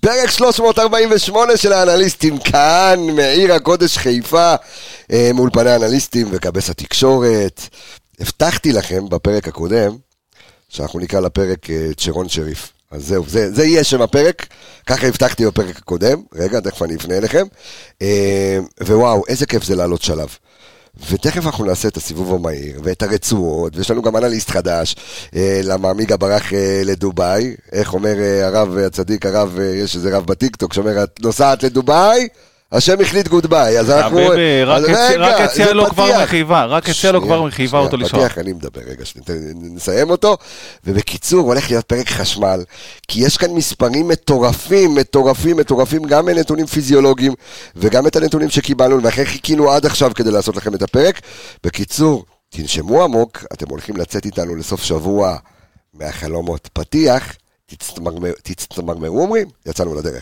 פרק 348 של האנליסטים כאן, מעיר הקודש חיפה, מאולפני האנליסטים וכבס התקשורת. הבטחתי לכם בפרק הקודם, שאנחנו נקרא לפרק צ'רון שריף. אז זהו, זה יהיה שם הפרק, ככה הבטחתי בפרק הקודם, רגע, תכף אני אפנה אליכם, ווואו, איזה כיף זה לעלות שלב. ותכף אנחנו נעשה את הסיבוב המהיר, ואת הרצועות, ויש לנו גם אנליסט חדש, למה עמיגה ברח לדובאי, איך אומר הרב הצדיק, יש איזה רב בטיקטוק, שאומר, את נוסעת לדובאי, השם החליט גודביי, אז אנחנו... רק אצל לו כבר מחיבה, רק אצל לו כבר מחיבה אותו לשאול. פתיח, אני מדבר, רגע, נסיים אותו, ובקיצור, הולך להיות פרק חשמל, כי יש כאן מספרים מטורפים, גם מנתונים פיזיולוגיים, וגם את הנתונים שקיבלנו, ואחרי חיכינו עד עכשיו כדי לעשות לכם את הפרק. בקיצור, תנשמו עמוק, אתם הולכים לצאת איתנו לסוף שבוע מהחלומות. פתיח, תצטמרמרו אומרים, יצאנו לדרך.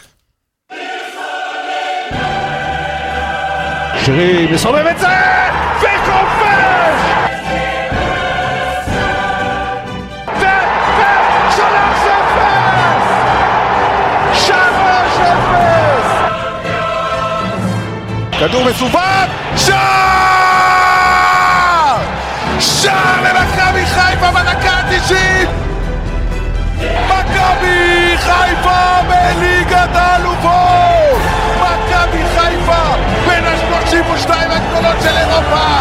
שרי מסובב את זה וכובש ו3-0 כדור מסובב, שער למכבי חיפה בדקה ה-90. מכבי חיפה בליגת האלופות, מכבי חיפה בין ה-32 הגדולות של אירופה.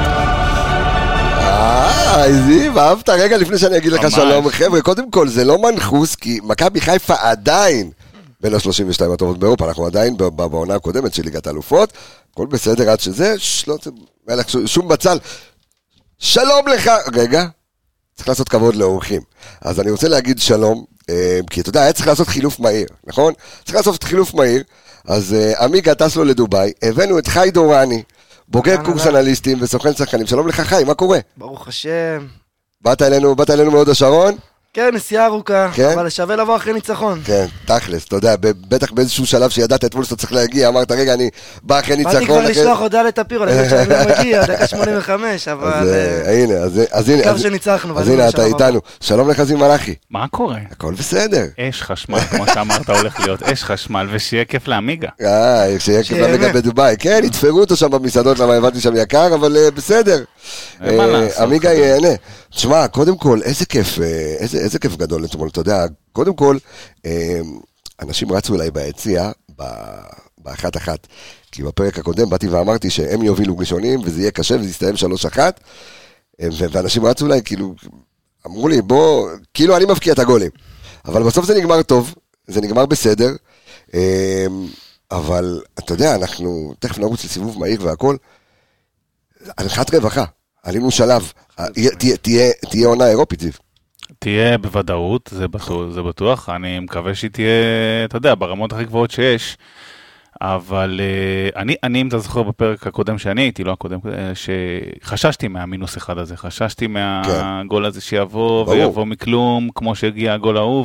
זיו, אהבת רגע לפני שאני אגיד לך שלום. חבר'ה, קודם כל זה לא מנחוס, כי מכבי חיפה עדיין בין ה-32 הטובות באירופה, אנחנו עדיין בעונה הקודמת של ליגת האלופות, הכל בסדר עד שזה, שום בצל. שלום לך, רגע, צריך לעשות כבוד לאורחים. אז אני רוצה להגיד שלום, כי אתה יודע, היה צריך לעשות חילוף מהיר, נכון? צריך לעשות חילוף מהיר, אז עמיגה טס לו לדובאי, הבאנו את חי דורני, בוגר קורס אנליסטים וסוכן שחקנים. שלום לך חי, מה קורה? ברוך השם. באת אלינו מהוד השרון? כן, נסיעה ארוכה, אבל שווה לבוא אחרי ניצחון. כן, תכלס, אתה יודע, בטח באיזשהו שלב שידעת אתמול שאתה צריך להגיע, אמרת, רגע, אני בא אחרי ניצחון. באתי כבר לשלוח הודעה לטפירו, להגיד שאני לא מגיע, דקה 85, אבל... אז הנה, עיקר שניצחנו. אז הנה, אתה איתנו. שלום לך זיו מלאכי. מה קורה? הכל בסדר. אש חשמל, כמו שאמרת, הולך להיות אש חשמל, ושיהיה כיף לעמיגה. שיהיה כיף לעמיגה בדובאי. כן, יתפרו אותו שם במסעדות, למה הבנתי שם יקר, אבל בסדר. עמיגה ייהנה. תשמע, קודם כל, איזה כיף גדול אתמול, אתה יודע, קודם כל, אנשים רצו אליי ביציאה, באחת, כי בפרק הקודם באתי ואמרתי שהם יובילו ראשונים, וזה יהיה קשה, וזה יסתיים 3-1, ואנשים רצו אליי, כאילו, אמרו לי, בוא, כאילו אני מבקיע את הגולים, אבל בסוף זה נגמר טוב, זה נגמר בסדר, אבל אתה יודע, אנחנו תכף נרוץ לסיבוב מהיר והכל, הנחת רווחה, עלינו שלב, תהיה עונה אירופית, זיו. תהיה בוודאות, זה בטוח, אני מקווה שהיא תהיה, אתה יודע, ברמות הכי גבוהות שיש, אבל אני, אם אתה זוכר בפרק הקודם שאני הייתי, לא הקודם, שחששתי מהמינוס אחד הזה, חששתי מהגול הזה שיבוא, ויבוא מכלום, כמו שהגיע הגול ההוא,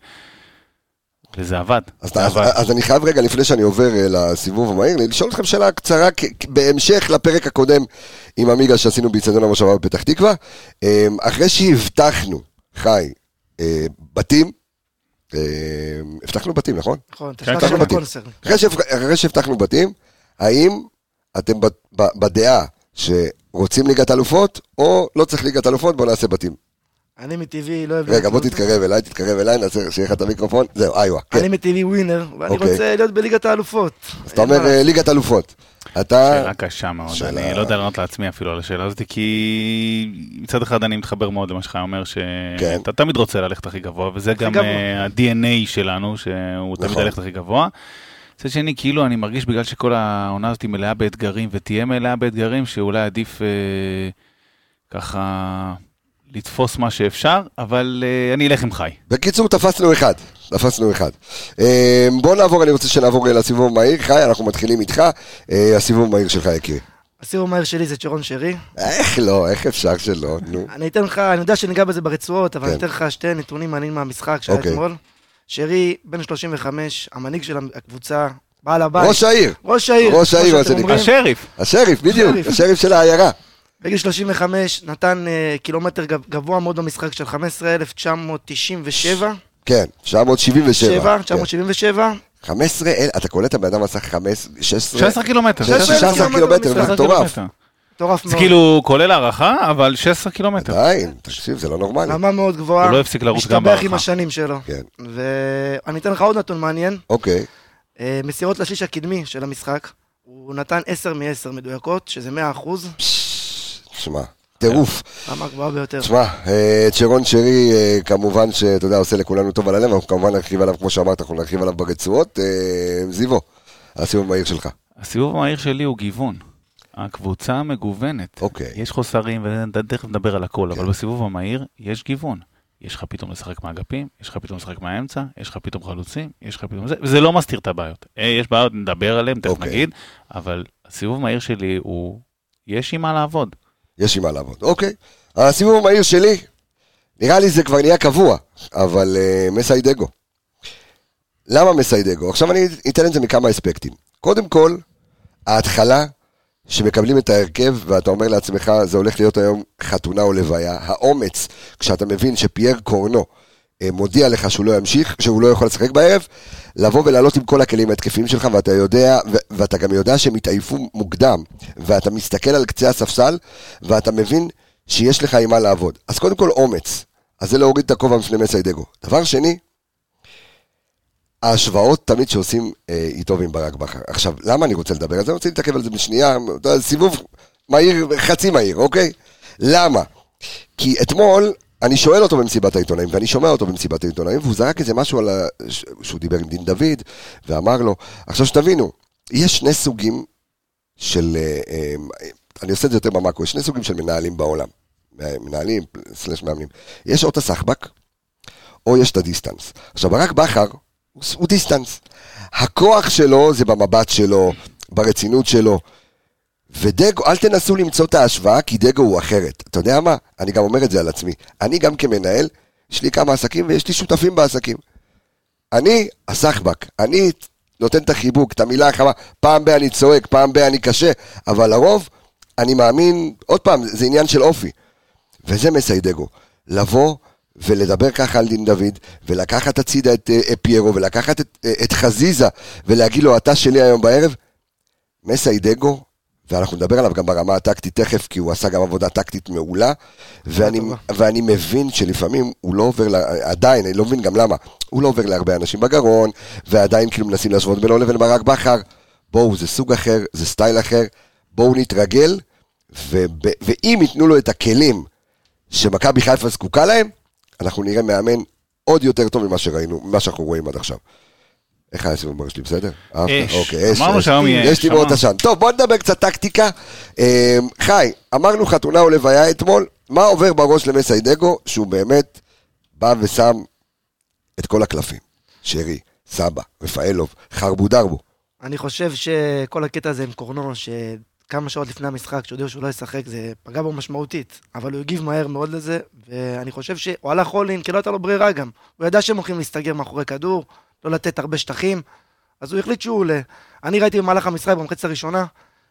וזה עבד. אז אני חייב רגע, לפני שאני עובר לסיבוב המהיר, לשאול אתכם שאלה קצרה, בהמשך לפרק הקודם, עם עמיגה שעשינו באצטדיון המושבה בפתח תקווה, אחרי שהבטחנו, חי, בתים, הבטחנו בתים, נכון? נכון, אחרי שהבטחנו בתים, האם אתם בדעה שרוצים ליגת אלופות, או לא צריך ליגת אלופות, בואו נעשה בתים? אני מטבעי לא אוהב... רגע, בוא תתקרב אליי, נעשה שיהיה לך את המיקרופון, זהו, איווה. אני מטבעי ווינר, ואני רוצה להיות בליגת האלופות. אז אתה אומר ליגת אלופות. שאלה קשה מאוד, אני לא יודע לענות לעצמי אפילו על השאלה הזאת, כי מצד אחד אני מתחבר מאוד למה שחי אומר, שאתה תמיד רוצה ללכת הכי גבוה, וזה גם ה-DNA שלנו, שהוא תמיד ללכת הכי גבוה. מצד שני, כאילו אני מרגיש בגלל שכל העונה הזאת היא מלאה באתגרים, ותהיה מלאה באתגרים, שאולי עדיף ככה לתפוס מה שאפשר, אבל אני אלך עם חי. בקיצור, תפסנו אחד. בוא נעבור, אני רוצה שנעבור לסיבוב מהיר. חי, אנחנו מתחילים איתך. הסיבוב מהיר שלך, יקירי. הסיבוב מהיר שלי זה צ'רון שרי. איך לא? איך אפשר שלא? אני אתן לך, אני יודע שניגע בזה ברצועות, אבל אני אתן לך שתי נתונים מעניינים מהמשחק שהיה אתמול. שרי, בן 35, המנהיג של הקבוצה, בעל הבית. ראש העיר. השריף, בדיוק. השריף של העיירה. בגיל 35 נתן קילומטר גבוה מאוד במשחק של 15,997. כן, 977. 977. 15, אתה קולט הבן אדם עשה 16 קילומטר. 16 קילומטר, זה מטורף. זה כאילו כולל הערכה, אבל 16 קילומטר. עדיין, תקשיב, זה לא נורמלי. רמה מאוד גבוהה. הוא לא הפסיק לרוץ גם בהערכה. משתבח עם השנים שלו. כן. ואני אתן לך עוד נתון מעניין. אוקיי. מסירות לשליש הקדמי של המשחק, הוא נתן 10 מ-10 מדויקות, שזה 100%. שמע, טירוף. רמה גבוהה ביותר. שמע, צ'רון שרי, כמובן שאתה יודע, עושה לכולנו טוב על הלב, אנחנו כמובן נרחיב עליו, כמו שאמרת, אנחנו נרחיב עליו ברצועות. זיבו, הסיבוב המהיר שלך. הסיבוב המהיר שלי הוא גיוון. הקבוצה המגוונת. אוקיי. יש חוסרים, ודרך נדבר על הכל, אבל בסיבוב המהיר יש גיוון. יש לך פתאום לשחק מהאגפים, יש לך פתאום לשחק מהאמצע, יש לך פתאום חלוצים, יש לך פתאום זה, וזה לא מסתיר את הבעיות. יש בעיות, נדבר עליהן, תכף נגיד, אבל הסיבוב המהיר שלי הוא, יש עם מה לעבוד. יש עם מה לעבוד, אוקיי. הסיבוב המהיר שלי, נראה לי זה כבר נהיה קבוע, אבל מסיידגו. למה מסיידגו? עכשיו אני אתן את זה מכמה אספקטים. קודם כל, ההתחלה שמקבלים את ההרכב, ואתה אומר לעצמך, זה הולך להיות היום חתונה או לוויה. האומץ, כשאתה מבין שפייר קורנו מודיע לך שהוא לא ימשיך, שהוא לא יכול לשחק בערב, לבוא ולעלות עם כל הכלים ההתקפיים שלך, ואתה יודע, ואתה גם יודע שהם התעייפו מוקדם, ואתה מסתכל על קצה הספסל, ואתה מבין שיש לך עם מה לעבוד. אז קודם כל אומץ, אז זה להוריד את הכובע בפני מסיידגו. דבר שני, ההשוואות תמיד שעושים איתו עם ברק בכר. עכשיו, למה אני רוצה לדבר על זה? אני רוצה להתעכב על זה בשנייה, סיבוב מהיר, חצי מהיר, אוקיי? למה? כי אתמול, אני שואל אותו במסיבת העיתונאים, ואני שומע אותו במסיבת העיתונאים, והוא זרק איזה משהו על שהוא דיבר עם דין דוד, ואמר לו, עכשיו שתבינו, יש שני סוגים של, אני עושה את זה יותר במאקו, יש שני סוגים של מנהלים בעולם, מנהלים, סלש מאמנים. יש או את הסחבק, או יש את הדיסטנס. עכשיו, ברק בכר, הוא דיסטנס. הכוח שלו זה במבט שלו, ברצינות שלו. ודגו, אל תנסו למצוא את ההשוואה, כי דגו הוא אחרת. אתה יודע מה? אני גם אומר את זה על עצמי. אני גם כמנהל, יש לי כמה עסקים ויש לי שותפים בעסקים. אני הסחבק, אני נותן את החיבוק, את המילה החמה, פעם בה אני צועק, פעם בה אני קשה, אבל לרוב אני מאמין, עוד פעם, זה עניין של אופי. וזה מסיידגו. לבוא ולדבר ככה על דין דוד, ולקחת הצידה את פיירו, ולקחת את חזיזה, ולהגיד לו, אתה שלי היום בערב, מסיידגו, ואנחנו נדבר עליו גם ברמה הטקטית תכף, כי הוא עשה גם עבודה טקטית מעולה, ואני מבין שלפעמים הוא לא עובר, עדיין, אני לא מבין גם למה, הוא לא עובר להרבה אנשים בגרון, ועדיין כאילו מנסים להשוות בינו לבין ברק בכר, בואו, זה סוג אחר, זה סטייל אחר, בואו נתרגל, ואם ייתנו לו את הכלים שמכבי חיפה זקוקה להם, אנחנו נראה מאמן עוד יותר טוב ממה שראינו, ממה שאנחנו רואים עד עכשיו. איך היה הסיבוב המהיר שלי, בסדר? אמרנו שהיום יהיה. יש לי מאוד עשן. טוב, בוא נדבר קצת טקטיקה. חי, אמרנו חתונה או לוויה אתמול, מה עובר בראש למסיידגו, שהוא באמת בא ושם את כל הקלפים. שרי, סבא, רפאלוב, חרבו דרבו. אני חושב שכל הקטע הזה עם קורנו, כמה שעות לפני המשחק, שהודיעו שהוא לא ישחק, זה פגע בו משמעותית, אבל הוא הגיב מהר מאוד לזה, ואני חושב שהוא הלך אולין, כי לא הייתה לו ברירה גם. הוא ידע שהם הולכים להסתגר מאחורי כדור, לא לתת הרבה שטחים, אז הוא החליט שהוא עולה. אני ראיתי במהלך המשחק, במחצית הראשונה,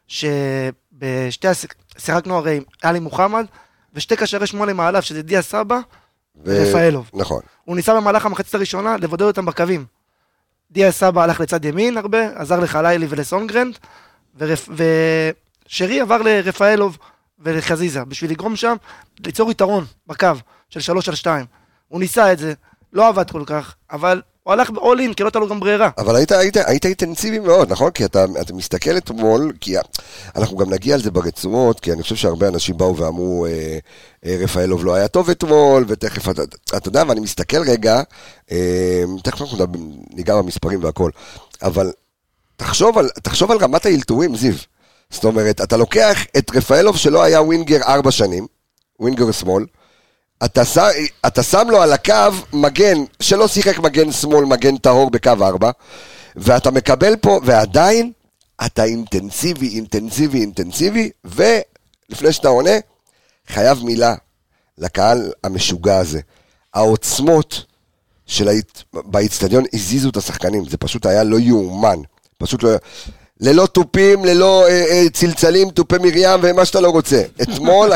שיחקנו הרי עלי מוחמד, ושתי קשרי שמאלה מעליו, שזה דיה סבא ורפאלוב. נכון. הוא ניסה במהלך המחצית הראשונה לבודד אותם בקווים. דיה סבא הלך לצד ימין הרבה, עזר לחלילי ולסונגרנד, שרי עבר לרפאלוב ולחזיזה, בשביל לגרום שם, ליצור יתרון בקו של 3-2. הוא ניסה את זה, לא עבד כל כך, אבל הוא הלך באולין, כי לא הייתה לו גם ברירה. אבל היית אינטנסיבי מאוד, נכון? כי אתה מסתכל אתמול, כי אנחנו גם נגיע על זה ברצועות, כי אני חושב שהרבה אנשים באו ואמרו, רפאלוב לא היה טוב אתמול, ותכף, אתה יודע, ואני מסתכל רגע, תכף אנחנו ניגע במספרים והכל, אבל תחשוב על רמת האלתורים, זיו. זאת אומרת, אתה לוקח את רפאלוב שלא היה ווינגר 4 שנים, ווינגר שמאל, אתה שם לו על הקו מגן, שלא שיחק מגן שמאל, מגן טהור בקו 4, ואתה מקבל פה, ועדיין אתה אינטנסיבי, ולפני שאתה עונה, חייב מילה לקהל המשוגע הזה. העוצמות באצטדיון הזיזו את השחקנים, זה פשוט היה לא יאומן, פשוט לא... ללא טופים, ללא צלצלים, טופי מרים ומה שאתה לא רוצה. אתמול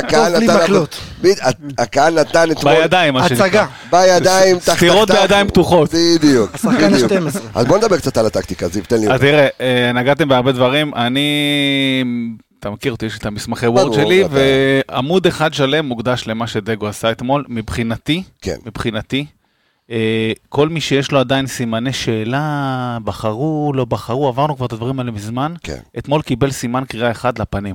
הקהל נתן אתמול... בידיים, מה שנקרא. הצגה. בידיים, סתירות בידיים פתוחות. בדיוק. השחקן ה-12. אז בוא נדבר קצת על הטקטיקה, זיו, תן לי. אז תראה, נגעתם בהרבה דברים, אתה מכיר אותי, יש את המסמכי וורד שלי, ועמוד אחד שלם מוקדש למה שדגו עשה אתמול, מבחינתי, כל מי שיש לו עדיין סימני שאלה, בחרו, לא בחרו, עברנו כבר את הדברים האלה מזמן, אתמול קיבל סימן קריאה אחד לפנים,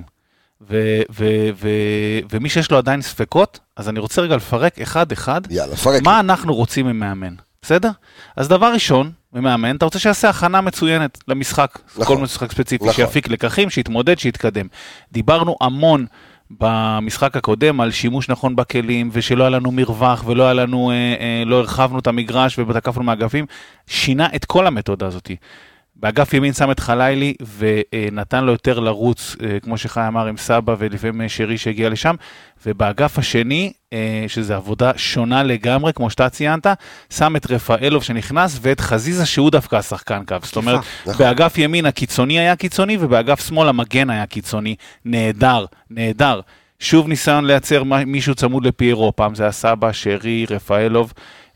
ומי שיש לו עדיין ספקות, אז אני רוצה רגע לפרק אחד, מה אנחנו רוצים ממאמן, בסדר? אז דבר ראשון, ממאמן, אתה רוצה שיעשה הכנה מצוינת למשחק, כל משחק ספציפי, שיפיק לקחים, שיתמודד, שיתקדם. דיברנו המון במשחק הקודם על שימוש נכון בכלים, ושלא היה לנו מרווח, ולא היה לנו, לא הרחבנו את המגרש, ובתקפנו מהאגפים, שינה את כל המתודה הזאת. באגף ימין שם את חלילי, ונתן לו יותר לרוץ, כמו שחי אמר עם סבא, ולפעמים שרי שהגיע לשם, ובאגף השני, שזה עבודה שונה לגמרי, כמו שאתה ציינת, שם את רפאלוב שנכנס, ואת חזיזה שהוא דווקא השחקן קו. זאת אומרת, באגף ימין הקיצוני היה קיצוני, ובאגף שמאל המגן היה קיצוני. נהדר. שוב ניסיון לייצר מישהו צמוד לפיירו, פעם זה היה סבא, שרי, רפאלוב,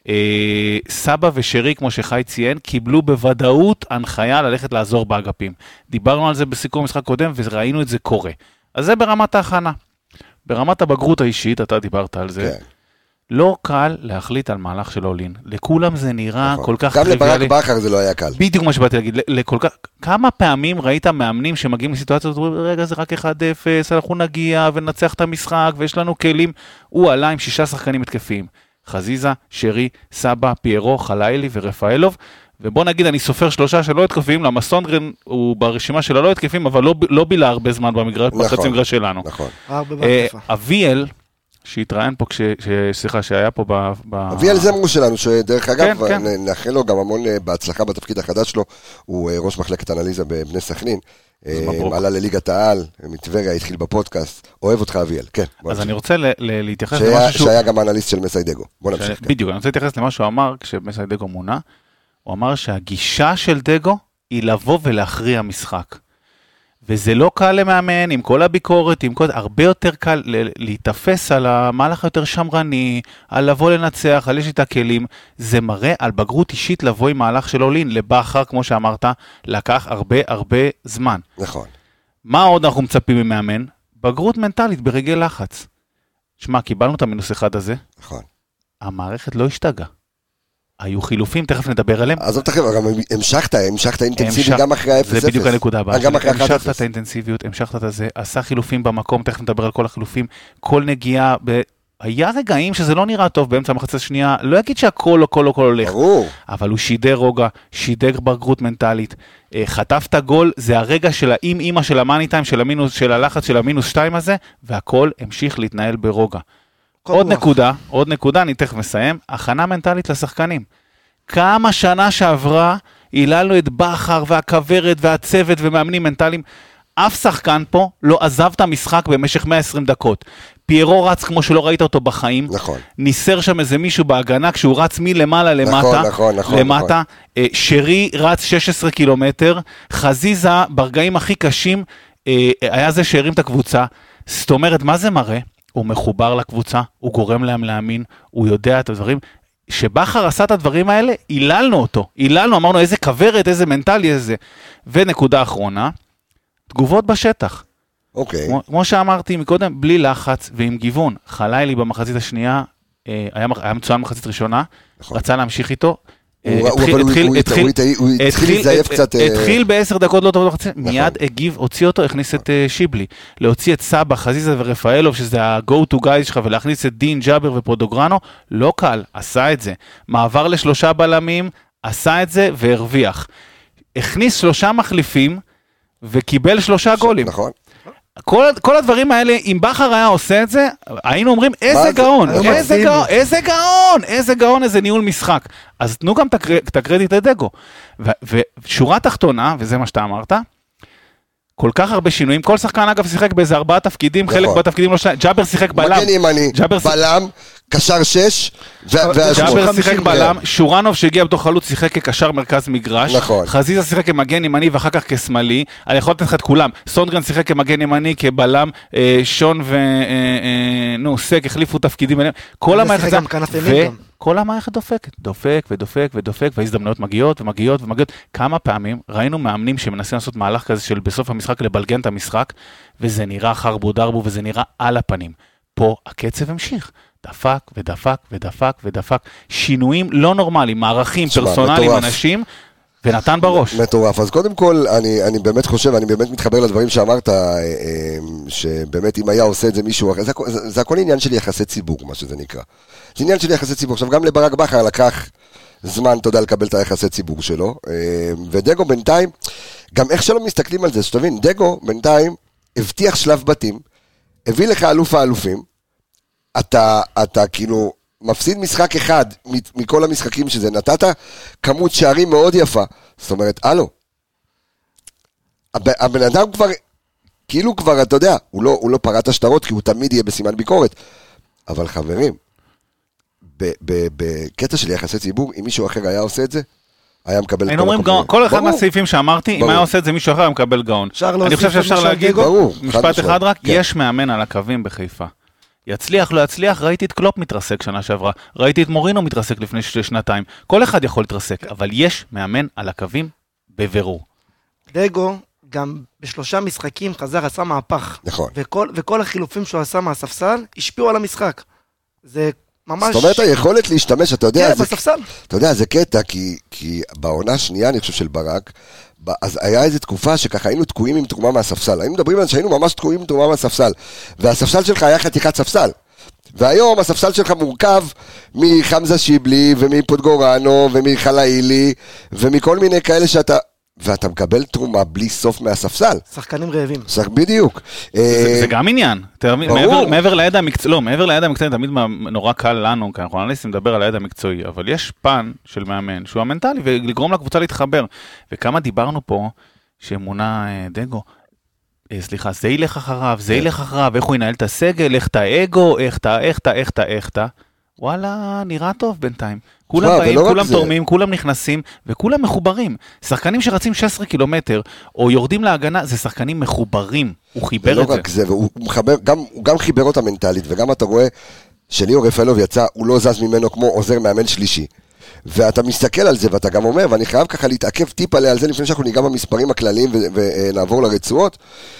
סבא ושרי, כמו שחי ציין, קיבלו בוודאות הנחיה ללכת לעזור באגפים. דיברנו על זה בסיכום המשחק קודם, וראינו את זה קורה. אז זה ברמת ההכנה. ברמת הבגרות האישית, אתה דיברת על זה, לא קל להחליט על מהלך של אולין. לכולם זה נראה כל כך טריוויאלי. גם לברק בכר זה לא היה קל. בדיוק מה שבאתי להגיד. כמה פעמים ראית מאמנים שמגיעים לסיטואציות, רגע זה רק 1-0, אנחנו נגיע ונצח את המשחק, ויש לנו כלים. הוא עלה עם 6 שחקנים התקפיים. חזיזה, שרי, סבא, פיירו, חלילי ורפאלוב, ובוא נגיד אני סופר 3 שלא התקפים, למה סונגרן הוא ברשימה של הלא התקפים, אבל לא בילה הרבה זמן במגרש, בחצי מגרש שלנו. נכון. אביאל, שהתראיין פה, שהיה פה אביאל זמרו שלנו, שדרך אגב, נאחל לו גם המון בהצלחה בתפקיד החדש שלו, הוא ראש מחלקת אנליזה בבני סכנין, עלה לליגת העל, מטבריה, התחיל בפודקאסט, אוהב אותך אביאל, כן. אז אני רוצה להתייחס למשהו שהיה גם אנליסט של מסיידגו, בוא נמשיך. בדיוק, אני רוצה להתייחס למה שהוא אמר, כשמסיידגו מונה, הוא אמר שהגישה של דגו היא לבוא ולהכריע משחק. וזה לא קל למאמן, עם כל הביקורת, הרבה יותר קל להתאפס על המהלך יותר שמרני, על לבוא לנצח, על יש את הכלים. זה מראה על בגרות אישית לבוא עם מהלך של אולין, לבחר, כמו שאמרת, לקח הרבה זמן. נכון. מה עוד אנחנו מצפים ממאמן? בגרות מנטלית ברגל לחץ. שמע, קיבלנו את -1 הזה. נכון. המערכת לא השתגע. היו חילופים, תכף נדבר עליהם. אז תכף, גם המשכת אינטנסיביות גם אחרי ה-0-0. זה בדיוק הנקודה הבאה. גם אחרי ה-1-0. המשכת את האינטנסיביות, המשכת את זה, עשה חילופים במקום, תכף נדבר על כל החילופים, כל נגיעה, היה רגעים שזה לא נראה טוב באמצע המחצית השנייה, לא יגיד שהכל הולך. ברור. אבל הוא שידר רוגע, שידר בגרות מנטלית, חטף את הגול, זה הרגע של האמא של המאני טיים, של הלחץ של -2 הזה, והכל המשיך להתנהל ברוגע. עוד נקודה, אני תכף מסיים, הכנה מנטלית לשחקנים. כמה שנה שעברה, היללנו את בחר והכברת והצוות ומאמנים מנטליים, אף שחקן פה לא עזב את המשחק במשך 120 דקות. פיירו רץ כמו שלא ראית אותו בחיים. נכון. ניסר שם איזה מישהו בהגנה, כשהוא רץ מלמעלה למטה. למטה. שרי רץ 16 קילומטר, חזיזה ברגעים הכי קשים, היה זה שהרים את הקבוצה. זאת אומרת, מה זה מראה? הוא מחובר לקבוצה, הוא גורם להם להאמין, הוא יודע את הדברים. שבחר עשה את הדברים האלה, היללנו אותו. אמרנו איזה כברת, איזה מנטלי, איזה. ונקודה אחרונה, תגובות בשטח. אוקיי. כמו שאמרתי מקודם, בלי לחץ ועם גיוון. חלילי במחצית השנייה, היה מצוין במחצית ראשונה, רצה להמשיך איתו. הוא התחיל להזייף קצת. התחיל ב10 דקות לא טוב, מיד הגיב, הוציא אותו, הכניס את שיבלי. להוציא את סבא, חזיזה ורפאלוב, שזה ה-go to guys שלך, ולהכניס את דין, ג'אבר ופודוגרנו, לא קל, עשה את זה. מעבר ל3 בלמים, עשה את זה והרוויח. הכניס 3 מחליפים, וקיבל 3 גולים. נכון. כל הדברים האלה, אם בחר היה עושה את זה, היינו אומרים, איזה גאון, איזה ניהול משחק. אז תנו גם את הקרדיט לדגו. ושורה תחתונה, וזה מה שאתה אמרת, כל כך הרבה שינויים, כל שחקן אגב שיחק באיזה 4 תפקידים, חלק בתפקידים לא שלהם, ג'אבר שיחק בלם. מגן ימני, בלם, קשר 6, ג'אבר שיחק בלם, שורנוב שהגיע בתוך חלוץ שיחק כקשר מרכז מגרש, חזיזה שיחק כמגן ימני ואחר כך כשמאלי, אני יכול לתת לך את כולם, סונדגרן שיחק כמגן ימני, כבלם, שון סק החליפו תפקידים, כל המערכת דופק, וההזדמנויות מגיעות. כמה פעמים ראינו מאמנים שמנסים לעשות מהלך כזה של בסוף המשחק לבלגן את המשחק, וזה נראה חרבו דרבו, וזה נראה על הפנים. פה הקצב המשיך. דפק, שינויים לא נורמליים, מערכים, פרסונליים, אנשים, ונתן בראש. מטורף. אז קודם כל, אני באמת חושב, אני באמת מתחבר לדברים שאמרת, שבאמת אם היה עושה את זה מישהו אחר, זה הכל עניין של יחסי ציבור, מה שזה נקרא. זה עניין של יחסי ציבור. עכשיו, גם לברק בכר לקח זמן, תודה, לקבל את היחסי ציבור שלו, ודגו בינתיים, גם איך שלא מסתכלים על זה, שתבין, דגו בינתיים הבטיח שלב בתים, הביא לך אלוף האלופים, אתה כאילו מפסיד משחק אחד מכל המשחקים שזה, נתת כמות שערים מאוד יפה, זאת אומרת, הבן אדם כבר, כאילו כבר, אתה יודע, הוא לא פרט השטרות, כי הוא תמיד יהיה בסימן ביקורת, אבל חברים, בקטע של יחסי ציבור, אם מישהו אחר היה עושה את זה, היה מקבל היינו אומרים גאון, כל אחד מהסעיפים שאמרתי, אם היה עושה את זה מישהו אחר, היה מקבל גאון. אני חושב שאפשר להגיד, משפט אחד רק, יש מאמן על הקווים בחיפה. יצליח, לא יצליח, ראיתי את קלופ מתרסק שנה שעברה, ראיתי את מורינו מתרסק לפני שנתיים, כל אחד יכול להתרסק, אבל יש מאמן על הקווים בבירור. דגו גם ב3 משחקים חזר, עשה מהפך. נכון. וכל החילופים שהוא עשה מהספסל, השפיעו על המשחק. זה ממש... זאת אומרת, היכולת להשתמש, אתה יודע... כן, בספסל. אתה יודע, זה קטע, כי בעונה השנייה, אני חושב של ברק, אז היה איזו תקופה שככה היינו תקועים עם תרומה מהספסל. היינו מדברים על שהיינו ממש תקועים עם תרומה מהספסל. והספסל שלך היה חתיכת ספסל. והיום הספסל שלך מורכב מחמזה שיבלי, ומפודגורנו, ומחלאילי, ומכל מיני כאלה ואתה מקבל תרומה בלי סוף מהספסל. שחקנים רעבים. בדיוק. זה גם עניין. מעבר לידע המקצועי, לא, מעבר לידע המקצועי, תמיד נורא קל לנו, כי אנחנו אנליסטים לדבר על הידע המקצועי, אבל יש פן של מאמן שהוא המנטלי, ולגרום לקבוצה להתחבר. וכמה דיברנו פה, שאמונה דגו, סליחה, זה ילך אחריו, איך הוא ינהל את הסגל, איך את האגו, איך את, וואלה, נראה טוב בינתיים. כולם באים, כולם תורמים, כולם נכנסים, וכולם מחוברים. שחקנים שרצים 16 קילומטר, או יורדים להגנה, זה שחקנים מחוברים. הוא חיבר את זה. לא רק זה, והוא גם חיבר אותה מנטלית, וגם אתה רואה שליאור רפאלוב יצא, הוא לא זז ממנו כמו עוזר מאמן שלישי. ואתה מסתכל על זה, ואתה גם אומר, ואני חייב ככה להתעכב טיפה על זה, לפני שאנחנו ניגע במספרים הכלליים, ונעבור לרצועות.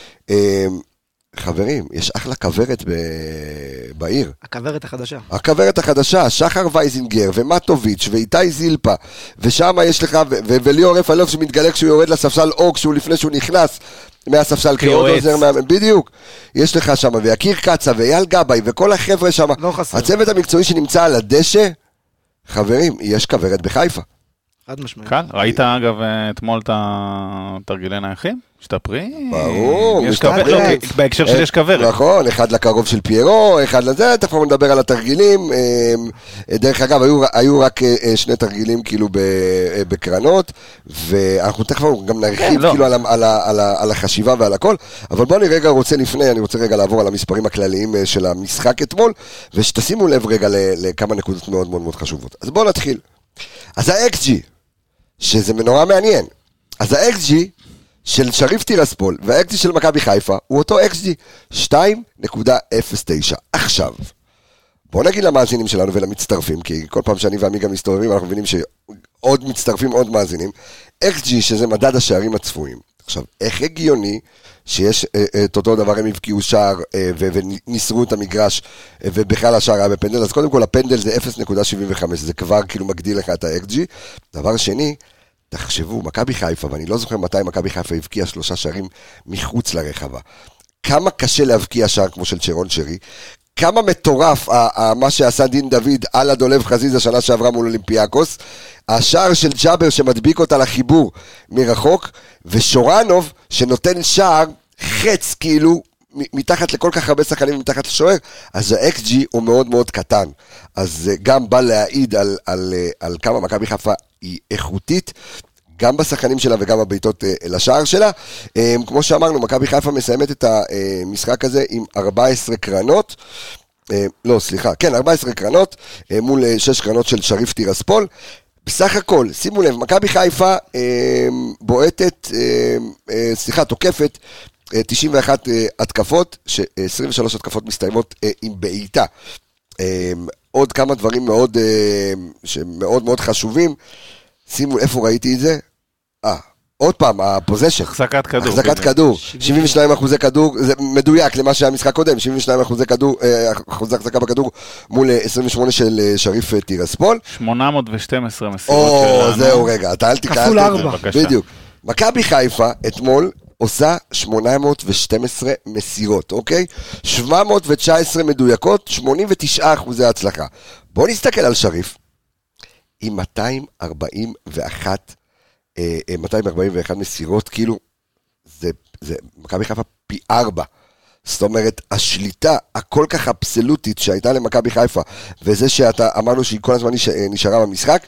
חברים, יש אחלה כברת בעיר. הכברת החדשה, שחר וייזינגר, ומטוביץ', ואיתי זילפה, ושם יש לך, וליאור רפאלוב שמתגלה כשהוא יורד לספסל, או כשהוא לפני שהוא נכנס מהספסל כעוד עוזר מאמן, בדיוק. יש לך שם, ויקיר קצה, ואייל גבאי, וכל החבר'ה שם, הצוות המקצועי שנמצא על הדשא, חברים, יש כברת בחיפה. חד משמעית. קל, ראית אגב אתמול את התרגילי נייחים? משתפרים? ברור, משתפרים. בהקשר של יש כברת. נכון, אחד לקרוב של פיירו, אחד לזה, תכף נדבר על התרגילים. דרך אגב, היו רק 2 תרגילים כאילו בקרנות, ואנחנו תכף גם נרחיב כאילו על החשיבה ועל הכל, אבל בואו אני רגע אני רוצה רגע לעבור על המספרים הכלליים של המשחק אתמול, ושתשימו לב רגע לכמה נקודות מאוד מאוד מאוד חשובות. אז בואו נתחיל. אז ה-XG, שזה נורא מעניין, אז ה-XG של שריף טירספול וה-XG של מכבי חיפה הוא אותו XG 2.09. עכשיו, בואו נגיד למאזינים שלנו ולמצטרפים, כי כל פעם שאני ועמיגה מסתובבים אנחנו מבינים שעוד מצטרפים עוד מאזינים. XG שזה מדד השערים הצפויים. עכשיו, איך הגיוני שיש את אותו דבר, הם הבקיעו שער וניסרו את המגרש ובכלל השער היה בפנדל, אז קודם כל הפנדל זה 0.75, זה כבר כאילו מגדיל לך את ה-XG. דבר שני, תחשבו, מכבי חיפה, ואני לא זוכר מתי מכבי חיפה הבקיע 3 שערים מחוץ לרחבה. כמה קשה להבקיע שער כמו של צ'רון שרי, כמה מטורף מה שעשה דין דוד על הדולב חזיזה שנה שעברה מול אולימפיאקוס, השער של ג'אבר שמדביק אותה לחיבור מרחוק, ושורנוב שנותן שער חץ כאילו מתחת לכל כך הרבה שחקנים מתחת לשוער, אז ה-XG הוא מאוד מאוד קטן. אז זה גם בא להעיד על כמה מכבי חיפה היא איכותית, גם בשחקנים שלה וגם בביתות לשער שלה. כמו שאמרנו, מכבי חיפה מסיימת את המשחק הזה עם 14 קרנות, לא, סליחה, כן, 14 קרנות, מול 6 קרנות של שריף טירספול. בסך הכל, שימו לב, מכבי חיפה תוקפת 91 התקפות, 23 התקפות מסתיימות עם בעיטה. עוד כמה דברים שמאוד מאוד חשובים, שימו איפה ראיתי את זה? עוד פעם, הפוזשן. החזקת כדור. החזקת כדור, 72% כדור, זה מדויק למה שהיה משחק קודם, 72% כדור, אחוז החזקה בכדור מול 28 של שריף טירספול. 812 מסירות שלנו. זהו רגע, אתה אל תקרא. כפול 4. בדיוק. מכבי חיפה אתמול עושה 812 מסירות, אוקיי? 719 מדויקות, 89% הצלחה. בואו נסתכל על שריף, עם 241 מסירות, כאילו, זה מכבי חיפה פי 4. זאת אומרת, השליטה הכל כך אבסולוטית שהייתה למכבי חיפה, וזה שאתה אמרנו שהיא כל הזמן נשארה במשחק,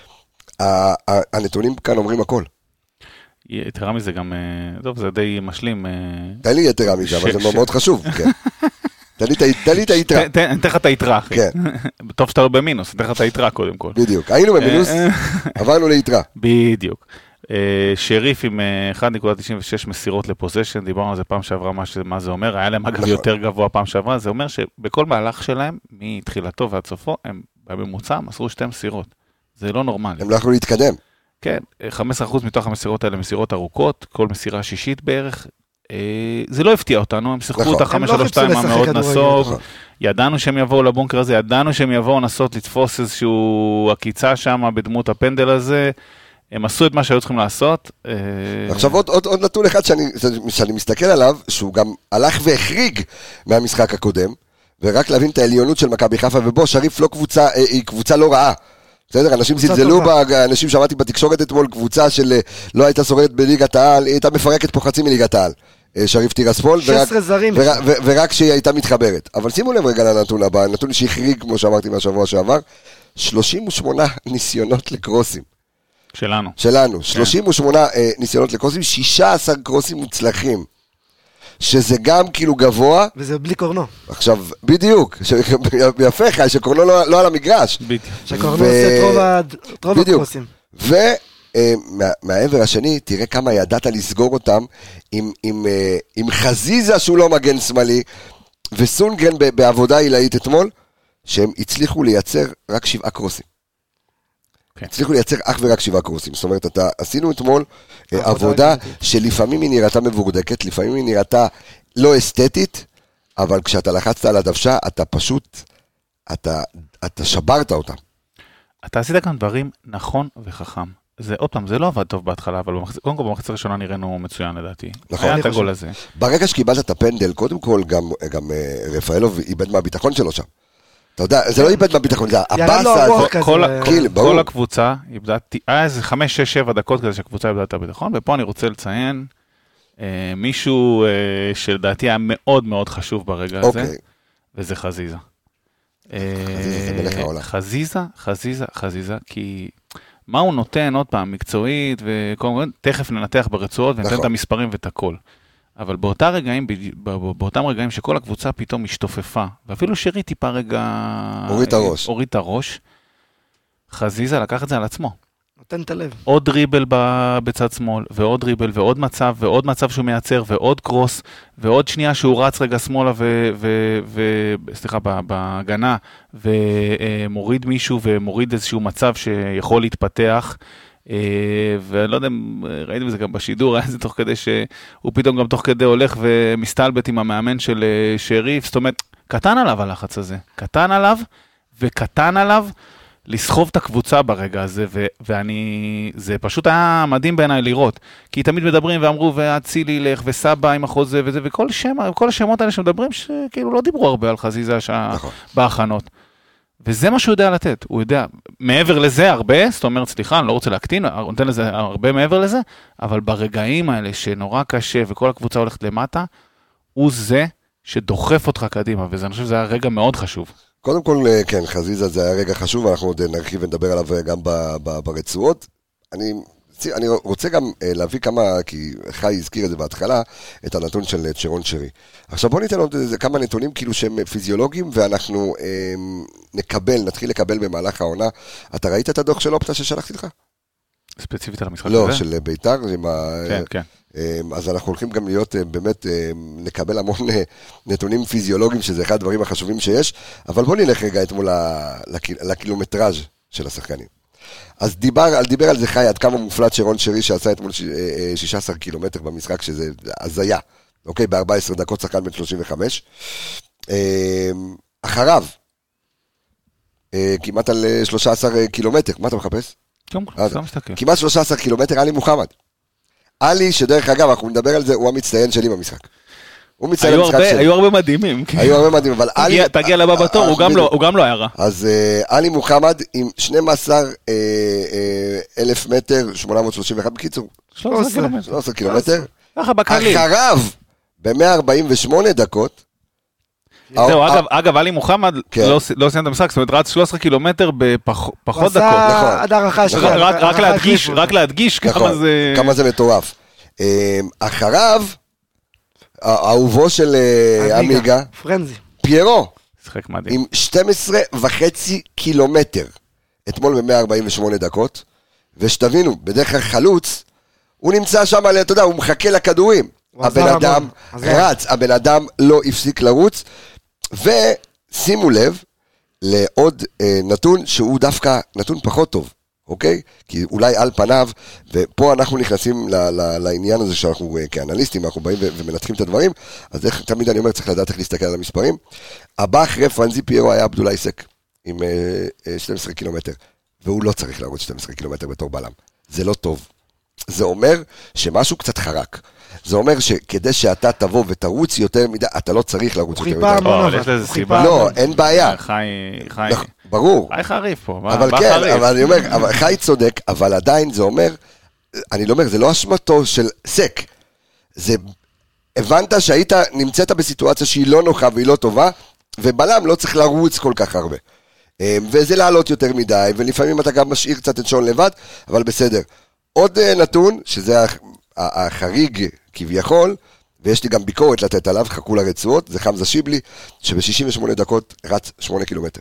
הנתונים כאן אומרים הכל. יתרה מזה גם, טוב, זה די משלים. תן לי יתרה מזה, אבל זה מאוד חשוב, כן. תן לי את היתרה. תן לך את היתרה, אחי. טוב שאתה לא במינוס, תן לך את היתרה קודם כל. בדיוק, היינו במינוס, עברנו ליתרה. בדיוק. שריף עם 1.96 מסירות לפוזשן, דיברנו על זה פעם שעברה מה זה אומר, היה להם אגב יותר גבוה פעם שעברה, זה אומר שבכל מהלך שלהם, מתחילתו ועד סופו, הם בממוצע מסרו 2 מסירות. זה לא נורמלי. הם לא יכלו להתקדם. כן, 15% מתוך המסירות האלה מסירות ארוכות, כל מסירה שישית בערך, זה לא הפתיע אותנו, הם שיחקו את ה-5-3-2 המאוד נסוג, ידענו שהם יבואו לבונקר הזה, ידענו שהם יבואו לנסות לתפוס איזשהו עקיצה שם בדמות הפנדל הזה, הם עשו את מה שהיו צריכים לעשות. עכשיו עוד נתון אחד שאני מסתכל עליו, שהוא גם הלך והחריג מהמשחק הקודם, ורק להבין את העליונות של מכבי חיפה, ובו שריף לא קבוצה, היא קבוצה לא רעה. בסדר, אנשים זלזלו בה, אנשים שמעתי בתקשורת אתמול, קבוצה של לא הייתה שורדת בליגת העל, היא הייתה מפרקת פה חצי מליגת העל, שריף טירספול, ורק שהיא הייתה מתחברת. אבל שימו לב רגע לנתון הבא, הנתון שהחריג, כמו שאמרתי מהשבוע שעבר, 38 ניסיונות לקרוסים. שלנו, 38 ניסיונות לקרוסים, 16 קרוסים מוצלחים. שזה גם כאילו גבוה. וזה בלי קורנו. עכשיו, בדיוק, יפה לך, שקורנו לא על המגרש. שקורנו עושה את רוב הקרוסים. ומהעבר השני, תראה כמה ידעת לסגור אותם עם חזיזה שהוא לא מגן שמאלי, וסונגרן בעבודה עילאית אתמול, שהם הצליחו לייצר רק 7 קרוסים. הצליחו לייצר אך ורק 7 קרוסים. זאת אומרת, עשינו אתמול עבודה שלפעמים היא נראתה מבורדקת, לפעמים היא נראתה לא אסתטית, אבל כשאתה לחצת על הדוושה, אתה פשוט, אתה שברת אותה. אתה עשית כאן דברים נכון וחכם. זה עוד פעם, זה לא עבד טוב בהתחלה, אבל קודם כל במחצית הראשונה נראינו מצוין לדעתי. נכון. היה את הגול הזה. ברגע שקיבלת את הפנדל, קודם כל גם רפאלוב איבד מהביטחון שלו שם. אתה יודע, זה לא איבד מהביטחון, זה הבאסה. כל הקבוצה איבדה, היה איזה 5, 6, 7 דקות כזה שהקבוצה איבדה את הביטחון, ופה אני רוצה לציין מישהו שלדעתי היה מאוד מאוד חשוב ברגע הזה, וזה חזיזה. חזיזה, כי מה הוא נותן עוד פעם, מקצועית, תכף ננתח ברצועות ונתן את המספרים ואת הכל. אבל באותם רגעים שכל הקבוצה פתאום משתופפה, ואפילו שרי טיפה רגע הוריד את הראש, חזיזה לקח את זה על עצמו. נותן את הלב. עוד דריבל בצד שמאל, ועוד דריבל, ועוד מצב שהוא מייצר, ועוד קרוס, ועוד שנייה שהוא רץ רגע שמאלה, סליחה, בהגנה, ומוריד מישהו, ומוריד איזשהו מצב שיכול להתפתח, ואני לא יודע, ראיתי בזה גם בשידור, היה זה תוך כדי שהוא פתאום גם תוך כדי הולך ומסתלבט עם המאמן של שריף, זאת אומרת, קטן עליו הלחץ הזה, קטן עליו לסחוב את הקבוצה ברגע הזה, זה פשוט היה מדהים בעיניי לראות, כי תמיד מדברים ואמרו, והצילי ילך, וסבא עם החוזה וזה, וכל השמות האלה שמדברים, שכאילו לא דיברו הרבה על חזיזה בהכנות. וזה מה שהוא יודע לתת, הוא יודע, מעבר לזה הרבה, זאת אומרת, סליחה, אני לא רוצה להקטין, הוא נותן לזה הרבה מעבר לזה, אבל ברגעים האלה שנורא קשה וכל הקבוצה הולכת למטה, הוא זה שדוחף אותך קדימה, וזה אני חושב שזה היה רגע מאוד חשוב. קודם כל, כן, חזיזה זה היה רגע חשוב, אנחנו עוד נרחיב ונדבר עליו גם ברצועות. אני רוצה גם להביא כמה, כי חי הזכיר את זה בהתחלה, את הנתון של צ'רון שרי. עכשיו בוא ניתן עוד כמה נתונים כאילו שהם פיזיולוגיים, ואנחנו נתחיל לקבל במהלך העונה. אתה ראית את הדוח של אופטה ששלחתי לך? ספציפית על המשחק הזה? לא, של ביתר. כן, כן. אז אנחנו הולכים גם להיות באמת, לקבל המון נתונים פיזיולוגיים, שזה אחד הדברים החשובים שיש, אבל בוא נלך רגע אתמול לקילומטראז' של השחקנים. אז דיבר על זה חי, עד כמה מופלט שרון שרי שעשה אתמול 16 קילומטר במשחק, שזה הזיה, אוקיי, ב-14 דקות שחקן בן 35. אחריו, כמעט על 13 קילומטר, מה אתה מחפש? כמעט 13 קילומטר, עלי מוחמד. עלי, שדרך אגב, אנחנו נדבר על זה, הוא המצטיין שלי במשחק. היו הרבה מדהימים. היו הרבה מדהימים, אבל עלי... תגיע לבא בתור, הוא גם לא היה רע. אז עלי מוחמד עם 12,000 מטר, 831 בקיצור. 13 קילומטר. אחריו, ב-148 דקות. זהו, אגב, עלי מוחמד לא סיים את המשחק, זאת אומרת, רץ 13 קילומטר בפחות דקות. עד הערכה שלך. רק להדגיש כמה זה מטורף. אחריו, האהובו של אמיגה, פיירו, עם 12.5 קילומטר, אתמול ב-148 דקות, ושתבינו, בדרך כלל חלוץ, הוא נמצא שם, אתה יודע, הוא מחכה לכדורים, הבן אדם רץ, הבן אדם לא הפסיק לרוץ, ושימו לב לעוד נתון שהוא דווקא נתון פחות טוב, אוקיי? כי אולי על פניו, ופה אנחנו נכנסים לעניין הזה שאנחנו כאנליסטים, אנחנו באים ומנתחים את הדברים, אז איך, תמיד אני אומר, צריך לדעת איך להסתכל על המספרים. הבא אחרי פרנזי פיירו היה עבדולאי סק, עם 12 קילומטר, והוא לא צריך לרוץ 12 קילומטר בתור בלם. זה לא טוב. זה אומר שמשהו קצת חרק. זה אומר שכדי שאתה תבוא ותרוץ יותר מדי, אתה לא צריך לרוץ יותר מדי. לא, אין בעיה. חי. ברור. חי חריף פה. אבל כן, אבל אני אומר, חי צודק, אבל עדיין זה אומר, אני לא אומר, זה לא אשמתו של סק. זה, הבנת שהיית, נמצאת בסיטואציה שהיא לא נוחה והיא לא טובה, ובלם לא צריך לרוץ כל כך הרבה. וזה לעלות יותר מדי, ולפעמים אתה גם משאיר קצת את שון לבד, אבל בסדר. עוד נתון, שזה החריג כביכול, ויש לי גם ביקורת לתת עליו, חכו לרצועות, זה חמזה שיבלי, שב-68 דקות רץ 8 קילומטר.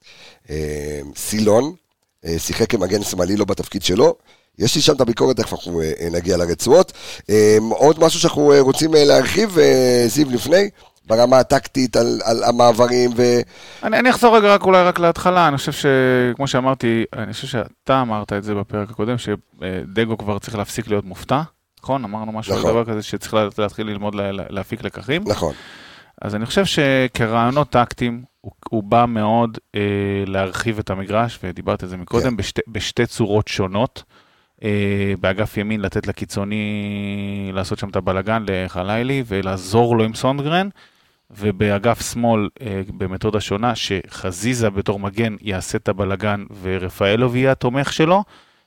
סילון, שיחק כמגן שמאלי לא בתפקיד שלו, יש לי שם את הביקורת, איך אנחנו נגיע לרצועות. עוד משהו שאנחנו רוצים להרחיב, זיו לפני, ברמה הטקטית על המעברים אני אחזור רגע אולי רק להתחלה, אני חושב שכמו שאמרתי, אני חושב שאתה אמרת את זה בפרק הקודם, שדגו כבר צריך להפסיק להיות מופתע, נכון? אמרנו משהו על דבר כזה שצריך להתחיל ללמוד להפיק לקחים. נכון. אז אני חושב שכרעיונות טקטיים, הוא בא מאוד להרחיב את המגרש, ודיברתי על זה מקודם, בשתי צורות שונות, באגף ימין לתת לקיצוני לעשות שם את הבלגן לחלילי, ולעזור לו עם סונדגרן, ובאגף שמאל במתודה שונה, שחזיזה בתור מגן יעשה את הבלגן, ורפאלוב יהיה התומך שלו.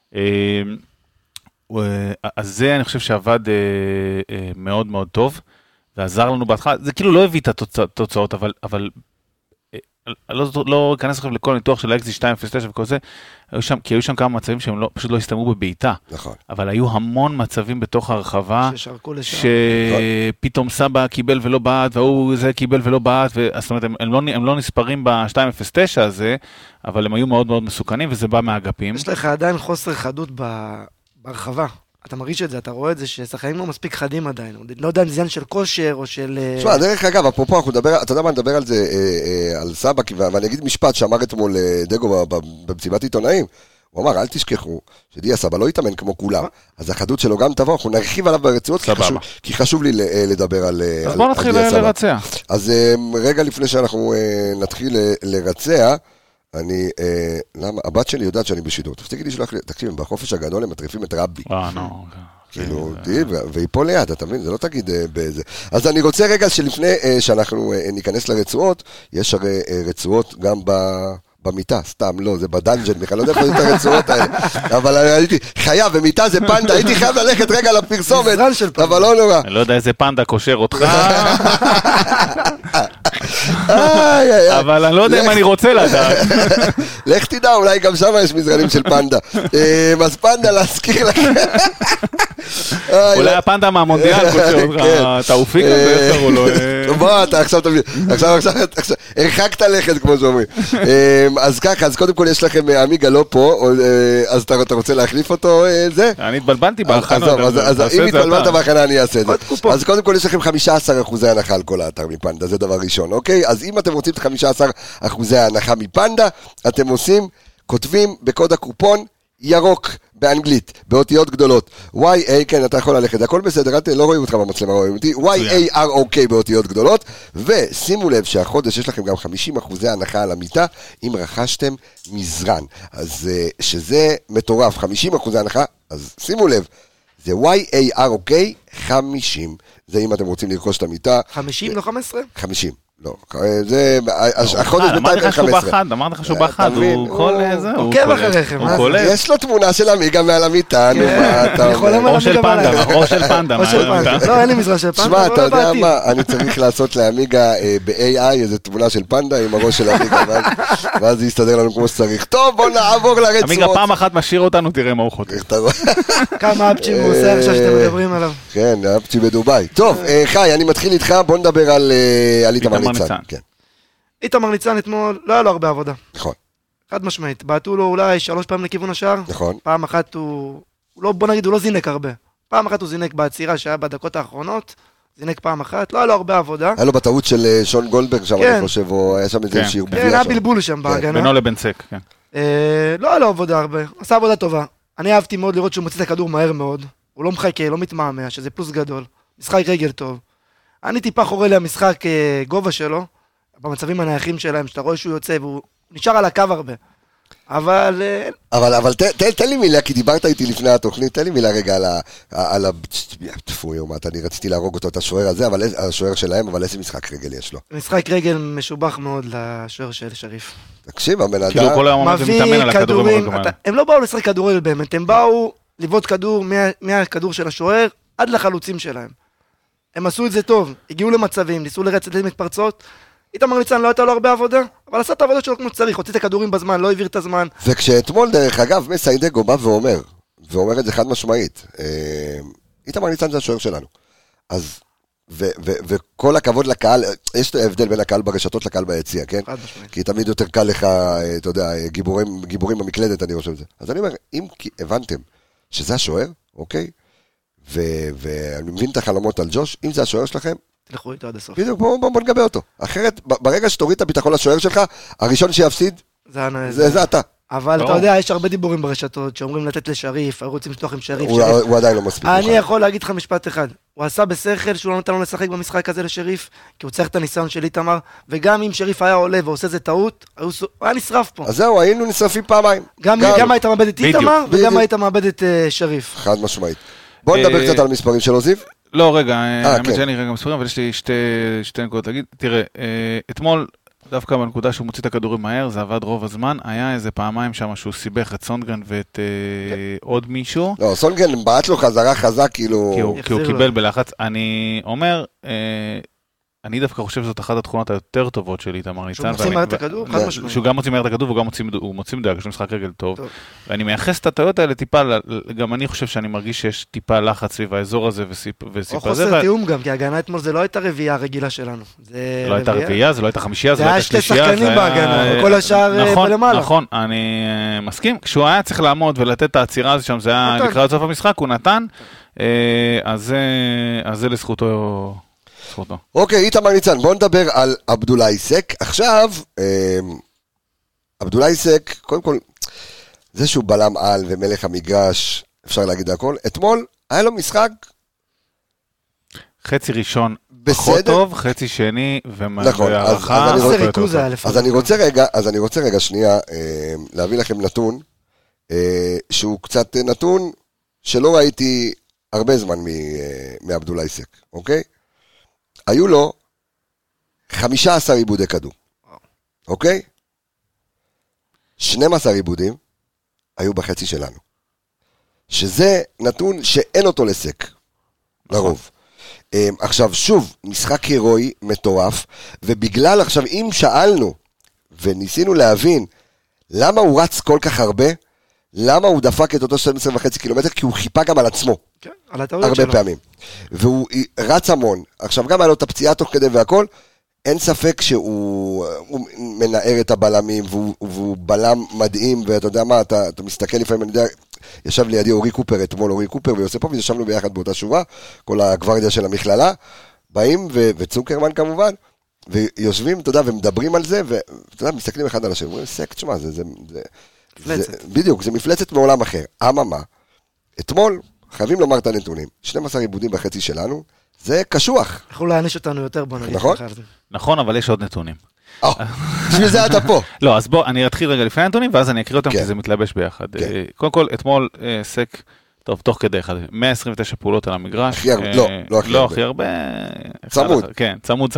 אז זה אני חושב שעבד מאוד מאוד טוב, ועזר לנו בהתחלה, זה כאילו לא הביא את התוצאות, אבל לא אכנס לכם לכל ניתוח של האקזי 2.09 וכל זה, כי היו שם כמה מצבים שהם פשוט לא הסתיימו בביתה, אבל היו המון מצבים בתוך הרחבה, שפתאום סבא קיבל ולא בעט, והוא זה קיבל ולא בעט, זאת אומרת, הם לא נספרים ב-2.09 הזה, אבל הם היו מאוד מאוד מסוכנים, וזה בא מהאגפים. יש לך עדיין חוסר חדות ברחבה. אתה מרגיש את זה, אתה רואה את זה ששחקנים לא מספיק חדים עדיין, לא יודע אם זה עניין של כושר או של... תשמע, דרך אגב, אפרופו, אתה יודע מה נדבר על זה, על סבא, ואני אגיד משפט שאמר אתמול דגו במסיבת עיתונאים, הוא אמר, אל תשכחו, שדיה סבא לא יתאמן כמו כולם, אז החדות שלו גם תבוא, אנחנו נרחיב עליו ברצועות, כי חשוב לי לדבר על דיה סבא. אז בוא נתחיל לרצע. אז רגע לפני שאנחנו נתחיל לרצע, למה, הבת שלי יודעת שאני בשידור, תגידי שלך, תקשיב, בחופש הגדול הם מטריפים את רבי. כאילו, והיא פה ליד, אתה מבין? זה לא תגיד באיזה. אז אני רוצה רגע שלפני שאנחנו ניכנס לרצועות, יש הרי רצועות גם במיטה, סתם לא, זה בדנג'ן, בכלל לא יודע איפה את הרצועות האלה, אבל הייתי חייב, ומיטה זה פנדה, הייתי חייב ללכת רגע לפרסומת, אבל לא נורא. אני לא יודע איזה פנדה קושר אותך. אבל אני לא יודע אם אני רוצה לדעת. לך תדע, אולי גם שם יש מזרנים של פנדה. אז פנדה להזכיר לכם. אולי הפנדה מהמונדיאל, תאופיק הזה, איך קראו לו? בוא, אתה עכשיו תביא, עכשיו, הרחקת לכת, כמו שאומרים. אז ככה, אז קודם כל יש לכם עמיגה לא פה, אז אתה רוצה להחליף אותו, זה? אני התבלבלתי בהכנה. אז אם התבלבלת בהכנה, אני אעשה את זה. אז קודם כל יש לכם 15% הנחה על כל האתר מפנדה, זה דבר ראשון, אוקיי? אז אם אתם רוצים את 15% הנחה מפנדה, אתם עושים, כותבים בקוד הקופון, ירוק באנגלית, באותיות גדולות, YA, כן, אתה יכול ללכת, הכל בסדר, לא רואים אותך במצלמה, רואים אותי, YAROK באותיות גדולות, ושימו לב שהחודש יש לכם גם 50% הנחה על המיטה, אם רכשתם מזרן, אז שזה מטורף, 50% הנחה, אז שימו לב, זה YAROK 50, זה אם אתם רוצים לרכוש את המיטה. 50, לא 15? 50. לא, זה, החודש בינתיים 15. אמרת לך שהוא בחד, הוא כל זה, הוא עוקב אחריכם. יש לו תמונה של עמיגה מעל המיטה, או של פנדה, או של פנדה. לא, אין לי מזרע של פנדה. שמע, אתה יודע מה, אני צריך לעשות לעמיגה ב-AI איזו תמונה של פנדה עם הראש של עמיגה, ואז זה יסתדר לנו כמו שצריך. טוב, בוא נעבור לרצועות. עמיגה פעם אחת משאיר אותנו, תראה מה הוא חוטף. כמה אפצ'ים הוא עושה עכשיו שאתם מדברים עליו. כן, אפצ'י בדוביי. טוב, חי, אני מתחיל איתך, בוא נדבר על איתמר ניצן. איתמר ניצן אתמול, לא היה לו הרבה עבודה. נכון. חד משמעית, בעטו לו אולי 3 פעמים לכיוון השאר. נכון. פעם אחת הוא לא, בוא נגיד, הוא לא זינק הרבה. פעם אחת הוא זינק בעצירה שהיה בדקות האחרונות, זינק פעם אחת, לא היה לו הרבה עבודה. היה לו בטעות של שון גולדברג שם, אני חושב, או היה שם איזה שיר בבייה שם. כן, היה בלבול שם בהגנה. בינו לבן סק, כן. לא היה לו עבודה הרבה, עשה עבודה טובה. אני אהבתי מאוד לראות שהוא מוציא את הכדור מהר מאוד. הוא לא מחכה, לא מתמהמה, שזה פלוס גדול. משחק רגל טוב. אני טיפה חורה לי המשחק גובה שלו, במצבים הנייחים שלהם, שאתה רואה שהוא יוצא, והוא נשאר על הקו הרבה. אבל תן לי מילה, כי דיברת איתי לפני התוכנית, תן לי מילה רגע על אני רציתי להרוג אותו, את השוער הזה, השוער שלהם, אבל איזה משחק רגל יש לו? משחק רגל משובח מאוד לשוער של שריף. תקשיב, הבן אדם... כאילו כל היום מתאמן על הכדורים. הם לא באו לשחק כדורגל באמת, הם באו לבעוט כדור מהכדור של השוער עד לחלוצים שלהם. הם עשו את זה טוב, הגיעו למצבים, ניסו לרצת מתפרצות, איתמר ניצן לא הייתה לו הרבה עבודה, אבל עשה את העבודה שלו כמו שצריך, הוציא את הכדורים בזמן, לא העביר את הזמן. וכשאתמול, דרך אגב, מסיידגו בא ואומר את זה חד משמעית, איתמר ניצן זה השוער שלנו. אז, וכל הכבוד לקהל, יש הבדל בין הקהל ברשתות לקהל ביציע, כן? חד משמעית. כי תמיד יותר קל לך, אתה יודע, גיבורים במקלדת, אני חושב את זה. אז אני אומר, אם הבנתם שזה השוער, אוקיי? ואני מבין את החלומות על ג'וש, אם זה השוער שלכם, תלכו איתו עד הסוף. בדיוק, בוא נגבה אותו. אחרת, ברגע שתוריד את הביטחון לשוער שלך, הראשון שיפסיד, זה אתה. אבל אתה יודע, יש הרבה דיבורים ברשתות, שאומרים לתת לשריף, רוצים לפתוח עם שריף. הוא עדיין לא מספיק. אני יכול להגיד לך משפט אחד, הוא עשה בשכל שהוא לא נתן לו לשחק במשחק הזה לשריף, כי הוא צריך את הניסיון של איתמר, וגם אם שריף היה עולה ועושה זה טעות, הוא היה נשרף פה. אז זהו, היינו נשרפים פעמיים. גם היית מאבד את איתמר, וגם היית מאבד את שריף. חד משמעית. בוא נדבר קצת על מספרים של עוזיב. לא, רגע, האמת שאני רגע מספרים, אבל יש לי שתי נקודות להגיד. תראה, אתמול, דווקא בנקודה שהוא מוציא את הכדורים מהר, זה עבד רוב הזמן, היה איזה פעמיים שם שהוא סיבך את סונגרן ואת עוד מישהו. לא, סונגרן בעט לו חזרה חזק, כאילו... כי הוא קיבל בלחץ. אני אומר... אני דווקא חושב שזאת אחת התכונות היותר טובות של איתמר ניצן. שהוא מוציא מהר את הכדור? חד משמעית. שהוא גם מוציא מהר את הכדור וגם מוציא מדויק, יש לו משחק רגל טוב. ואני מייחס את הטעויות האלה טיפה, גם אני חושב שאני מרגיש שיש טיפה לחץ סביב האזור הזה וסיפה זה. או חוסר תיאום גם, כי ההגנה אתמול זה לא הייתה רביעייה הרגילה שלנו. לא הייתה רביעייה, זה לא הייתה חמישייה, זה לא הייתה שלישייה. זה היה שתי שחקנים בהגנה, וכל השאר בלמעלה. נכון, אני מסכים. כשהוא היה צריך לעמוד ולתת את העצירה הזו שם, זה היה לקראת סוף המשחק, הוא נתן, אז זה לזכותו. אוקיי, איתמר ניצן, בוא נדבר על עבדולאי סק. עכשיו, עבדולאי סק, קודם כל, זה שהוא בלם על ומלך המגרש, אפשר להגיד הכל. אתמול, היה לו משחק... חצי ראשון פחות טוב, חצי שני והערכה. אז אני רוצה רגע שנייה להביא לכם נתון, שהוא קצת נתון שלא ראיתי הרבה זמן מעבדולאי סק, אוקיי? היו לו 15 עיבודי כדור, אוקיי? 12 עיבודים היו בחצי שלנו, שזה נתון שאין אותו לסק, לרוב. עכשיו, שוב, משחק הירואי מטורף, ובגלל עכשיו, אם שאלנו, וניסינו להבין, למה הוא רץ כל כך הרבה, למה הוא דפק את אותו 12.5 קילומטר, כי הוא חיפה גם על עצמו. כן, על הטעויות שלו. הרבה פעמים. והוא רץ המון. עכשיו, גם היה לו את הפציעה תוך כדי והכל, אין ספק שהוא מנער את הבלמים, והוא בלם מדהים, ואתה יודע מה, אתה מסתכל לפעמים, אני יודע, ישב לידי אורי קופר, אתמול אורי קופר ויוסף פה, וישבנו ביחד באותה שורה, כל הגוורדיה של המכללה, באים, וצוקרמן כמובן, ויושבים, אתה יודע, ומדברים על זה, ואתה יודע, מסתכלים אחד על השני, אומרים, סק, תשמע, זה בדיוק, זה מפלצת מעולם אחר. אממה, אתמול, חייבים לומר את הנתונים, 12 עיבודים בחצי שלנו, זה קשוח. יכולו להעניש אותנו יותר, בוא נגיד. נכון? נכון, אבל יש עוד נתונים. בשביל זה אתה פה. לא, אז בוא, אני אתחיל רגע לפני הנתונים, ואז אני אקריא אותם, כי זה מתלבש ביחד. קודם כל, אתמול סק, טוב, תוך כדי אחד, 129 פעולות על המגרש. לא הכי הרבה. צמוד. כן, צמוד.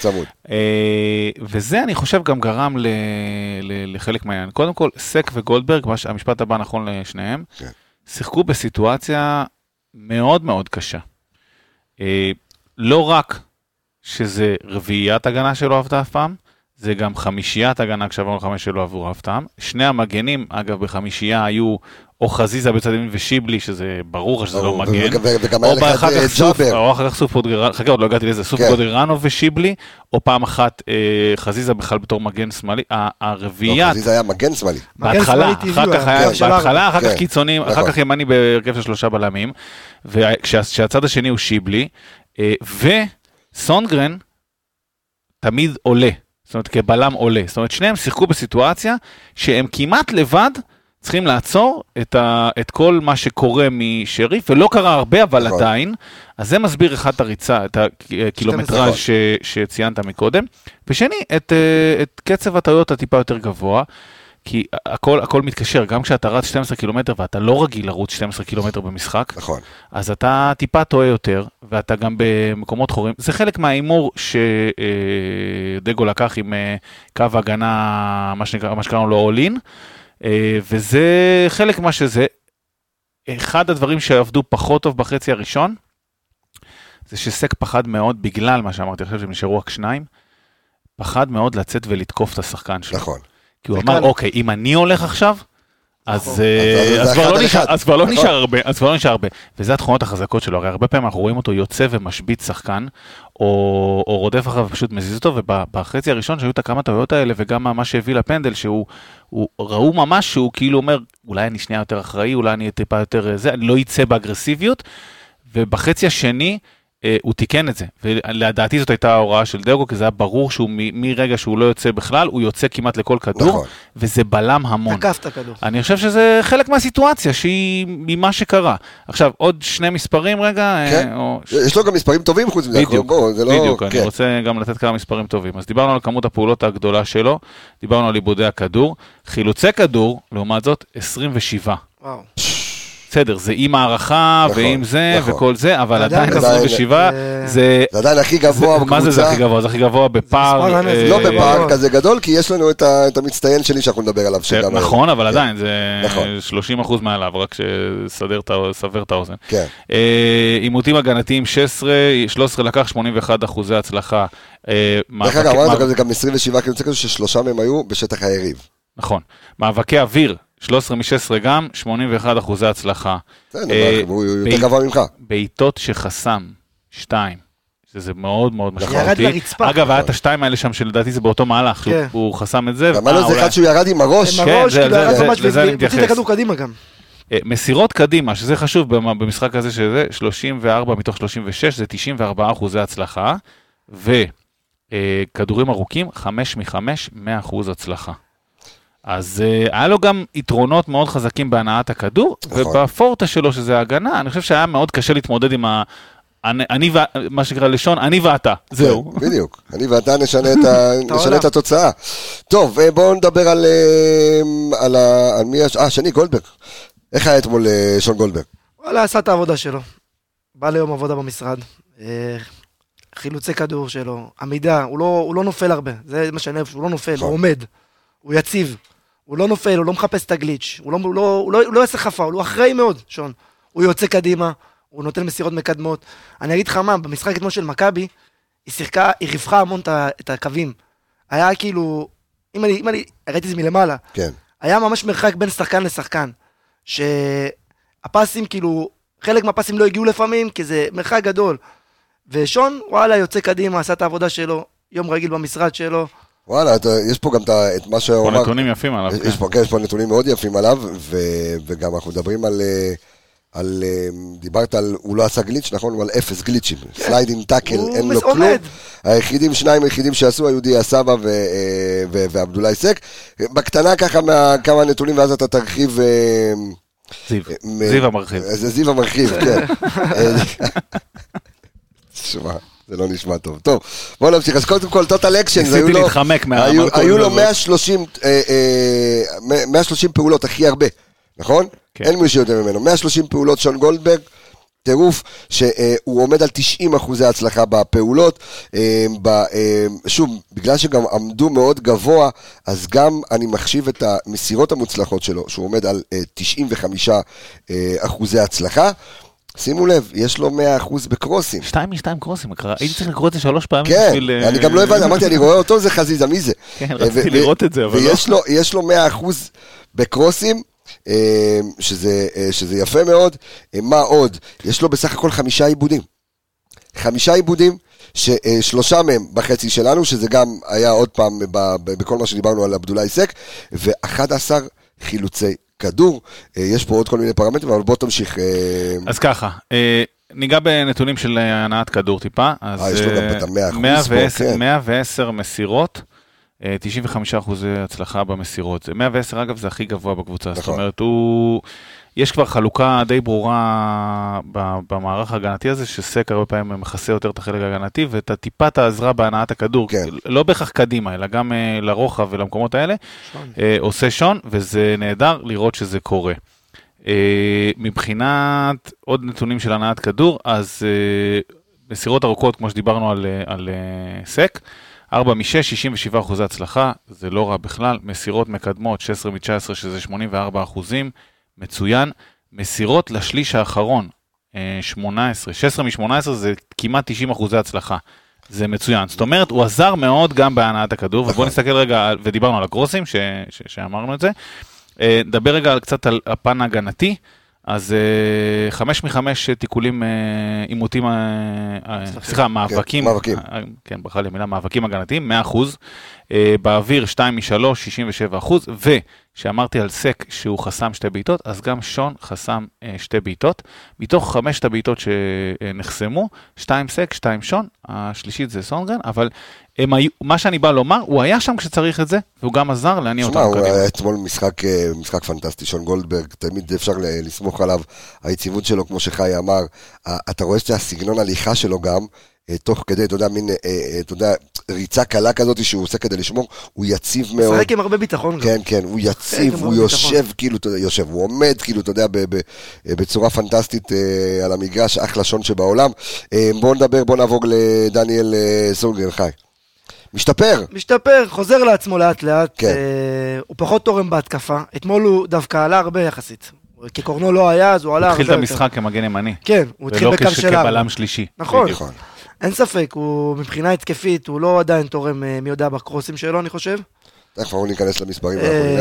וזה, אני חושב, גם גרם לחלק מהעניין. קודם כל, סק וגולדברג, המשפט הבא נכון לשניהם, שיחקו בסיטואציה מאוד מאוד קשה. לא רק שזה רביעיית הגנה שלא עבדה אף פעם, זה גם חמישיית הגנה כשעברנו 5 שלא עברו אף פעם. שני המגנים, אגב, בחמישייה היו או חזיזה בצד ימין ושיבלי, שזה ברור שזה לא מגן, או אחר כך סוף פודגרנו, חכה עוד לא הגעתי לזה, סוף פודגרנו ושיבלי, או פעם אחת חזיזה בכלל בתור מגן שמאלי, הרביעיית... חזיזה היה מגן שמאלי. בהתחלה, אחר כך קיצונים, אחר כך ימני בהרכב של 3 בלמים, וכשהצד השני הוא שיבלי, וסונגרן תמיד עולה. זאת אומרת, כבלם עולה. זאת אומרת, שניהם שיחקו בסיטואציה שהם כמעט לבד צריכים לעצור את כל מה שקורה משריף, ולא קרה הרבה, אבל עדיין. אז זה מסביר אחד את הריצה, את הקילומטראז' שציינת מקודם. ושני, את קצב הטעויות הטיפה יותר גבוה, כי הכל מתקשר, גם כשאתה רץ 12 קילומטר, ואתה לא רגיל לרוץ 12 קילומטר במשחק, נכון. אז אתה טיפה טועה יותר, ואתה גם במקומות חורים. זה חלק מהאימור שדגו לקח עם קו הגנה, מה שקראנו לו אולין, וזה חלק מה שזה. אחד הדברים שעבדו פחות טוב בחצי הראשון, זה שסק פחד מאוד, בגלל מה שאמרתי, עכשיו שהם נשארו רק 2, פחד מאוד לצאת ולתקוף את השחקן שלו. נכון. כי הוא אמר, אוקיי, אם אני הולך עכשיו, אז כבר לא נשאר הרבה. וזה התכונות החזקות שלו. הרי הרבה פעמים אנחנו רואים אותו יוצא ומשביט שחקן, או רודף אחריו ופשוט מזיז אותו, ובחצי הראשון שהיו את הכמה טעויות האלה, וגם מה שהביא לפנדל, שהוא ראו ממש שהוא כאילו אומר, אולי אני שנייה יותר אחראי, אולי אני טיפה יותר זה, אני לא יצא באגרסיביות, ובחצי השני, הוא תיקן את זה, ולדעתי זאת הייתה ההוראה של דגו, כי זה היה ברור שהוא מרגע שהוא לא יוצא בכלל, הוא יוצא כמעט לכל כדור, וזה בלם המון. תקף את הכדור. אני חושב שזה חלק מהסיטואציה, שהיא ממה שקרה. עכשיו, עוד 2 מספרים רגע. יש לו גם מספרים טובים חוץ מזה. בדיוק, אני רוצה גם לתת כמה מספרים טובים. אז דיברנו על כמות הפעולות הגדולה שלו, דיברנו על עיבודי הכדור, חילוצי כדור, לעומת זאת, 27. וואו. בסדר, זה עם הערכה ועם זה וכל זה, אבל עדיין 27 זה... זה עדיין הכי גבוה בקבוצה. מה זה הכי גבוה? זה הכי גבוה בפער... לא בפער כזה גדול, כי יש לנו את המצטיין שלי שאנחנו נדבר עליו. נכון, אבל עדיין זה 30% מעליו, רק שסבר את האוזן. עימותים הגנתיים 13 לקח 81% הצלחה. דרך אגב, אמרנו גם 27 קילומטר כזה ש3 מהם היו בשטח היריב. נכון. מאבקי אוויר 13 מ-16 גם, 81% הצלחה. הוא יותר גבוה ממך. בעיטות שחסם, 2. שזה מאוד מאוד משמעותי. ירד לרצפה. אגב, היה את השתיים האלה שם, שלדעתי זה באותו מהלך, הוא חסם את זה. אמרנו זה אחד שהוא ירד עם הראש. עם הראש, כאילו ירד ממש, והוציא את הכדור קדימה גם. מסירות קדימה, שזה חשוב במשחק הזה, שזה 34 מתוך 36, זה 94% הצלחה, וכדורים ארוכים, 5 מ-5, 100% הצלחה. אז היה לו גם יתרונות מאוד חזקים בהנעת הכדור, ובפורטה שלו, שזה ההגנה, אני חושב שהיה מאוד קשה להתמודד עם מה שקרא לשון, אני ואתה, זהו. בדיוק, אני ואתה נשנה את התוצאה. טוב, בואו נדבר על מי שני גולדברג. איך היה אתמול שון גולדברג? וואלה, עשה את העבודה שלו. בא ליום עבודה במשרד. חילוצי כדור שלו, עמידה, הוא לא נופל הרבה. זה מה שאני אוהב, הוא לא נופל, הוא עומד. הוא יציב. הוא לא נופל, הוא לא מחפש את הגליץ'. הוא לא יעשה חפה, הוא אחראי מאוד, שון. הוא יוצא קדימה, הוא נותן מסירות מקדמות. אני אגיד לך מה, במשחק אתמול של מכבי, היא ריווחה המון את הקווים. היה כאילו, אם אני ראיתי זה מלמעלה, כן. היה ממש מרחק בין שחקן לשחקן, שהפסים כאילו, חלק מהפסים לא הגיעו לפעמים, כי זה מרחק גדול. ושון, וואלה, יוצא קדימה, עשה את העבודה שלו, יום רגיל במשרד שלו. וואלה, יש פה גם את מה שהוא אמר. פה נתונים יפים עליו. יש פה נתונים מאוד יפים עליו, וגם אנחנו מדברים על, דיברת על, הוא לא עשה גליץ', נכון? הוא על 0 גליצ'ים. סליידינג טאקל, אין לו כלום. שניים היחידים שעשו היו דיה סבא ועבדולאי סק. בקטנה ככה כמה נתונים, ואז אתה תרחיב... זיו המרחיב. זה זיו המרחיב, כן. תשמע, זה לא נשמע טוב. טוב, בואו נמשיך. אז קודם כל, טוטל אקשן, היו לו 130 פעולות, הכי הרבה, נכון? אין מישהו יותר ממנו. 130 פעולות, שון גולדברג, טירוף, שהוא עומד על 90% הצלחה בפעולות. שוב, בגלל שגם עמדו מאוד גבוה, אז גם אני מחשיב את המסירות המוצלחות שלו, שהוא עומד על 95% הצלחה. שימו לב, יש לו 100% בקרוסים. 2 מ-2 קרוסים, הייתי צריך לקרוא את זה 3 פעמים. כן, אני גם לא הבנתי, אמרתי, אני רואה אותו, זה חזיזה, מי זה? כן, רציתי לראות את זה, אבל לא. ויש לו 100% בקרוסים, שזה יפה מאוד. מה עוד? יש לו בסך הכל 5 עיבודים. 5 עיבודים, ש3 מהם בחצי שלנו, שזה גם היה עוד פעם, בכל מה שדיברנו על עבדולאי סק, ו11 חילוצי כדור, יש פה עוד כל מיני פרמטרים, אבל בוא תמשיך. אז ככה, ניגע בנתונים של הנעת כדור טיפה, יש לו גם את 100%. 110 מסירות, 95% הצלחה במסירות. 110 אגב זה הכי גבוה בקבוצה, זאת אומרת, יש כבר חלוקה די ברורה במערך ההגנתי הזה, שסק הרבה פעמים מכסה יותר את החלק ההגנתי, ואת טיפת העזרה בהנעת הכדור, לא בהכרח קדימה, אלא גם לרוחב ולמקומות האלה, עושה שון, וזה נהדר לראות שזה קורה. מבחינת עוד נתונים של הנעת כדור, אז מסירות ארוכות, כמו שדיברנו על סק, 4 מ-6, 67% הצלחה, זה לא רע בכלל, מסירות מקדמות, 16 מ-19, שזה 84%, מצוין, מסירות לשליש האחרון, 16 מ-18 זה כמעט 90% הצלחה, זה מצוין, זאת אומרת הוא עזר מאוד גם בהנעת הכדור, ובואו נסתכל רגע, ודיברנו על הקרוסים שאמרנו את זה, נדבר רגע קצת על הפן ההגנתי, אז 5 מ-5 תיקולים אימותים, סליחה, מאבקים, כן, בחר לי המילה, מאבקים הגנתיים, 100%, באוויר 2 מ-3, 67%, ושאמרתי על סק שהוא חסם 2 בעיטות, אז גם שון חסם 2 בעיטות, מתוך 5 הבעיטות שנחסמו, 2 סק, 2 שון, השלישית זה סונגרן, אבל מה שאני בא לומר, הוא היה שם כשצריך את זה, והוא גם עזר להניע אותנו קדימה. הוא היה אתמול משחק פנטסטי, שון גולדברג, תמיד אפשר לסמוך עליו, היציבות שלו, כמו שחי אמר, אתה רואה שהסגנון הליכה שלו גם, תוך כדי, אתה יודע, מין, אתה יודע, ריצה קלה כזאת שהוא עושה כדי לשמור, הוא יציב מאוד. שחק עם הרבה ביטחון. כן, כן, הוא יציב, הוא יושב, כאילו, הוא עומד, כאילו, אתה יודע, בצורה פנטסטית על המגרש, אחלה שון שבעולם. בואו נעבור לדניאל סונגרן, חי. משתפר, חוזר לעצמו לאט לאט, הוא פחות תורם בהתקפה, אתמול הוא דווקא עלה הרבה יחסית, כקורנו לא היה, אז הוא עלה הרבה יותר. הוא התחיל את המשחק כמגן ימני. כן, הוא התחיל בקו שלנו. ולא כבלם שלישי. נכון, אין ספק, הוא מבחינה התקפית, הוא לא עדיין תורם מי יודע בקרוסים שלו, אני חושב. תכף הוא ניכנס למספרים.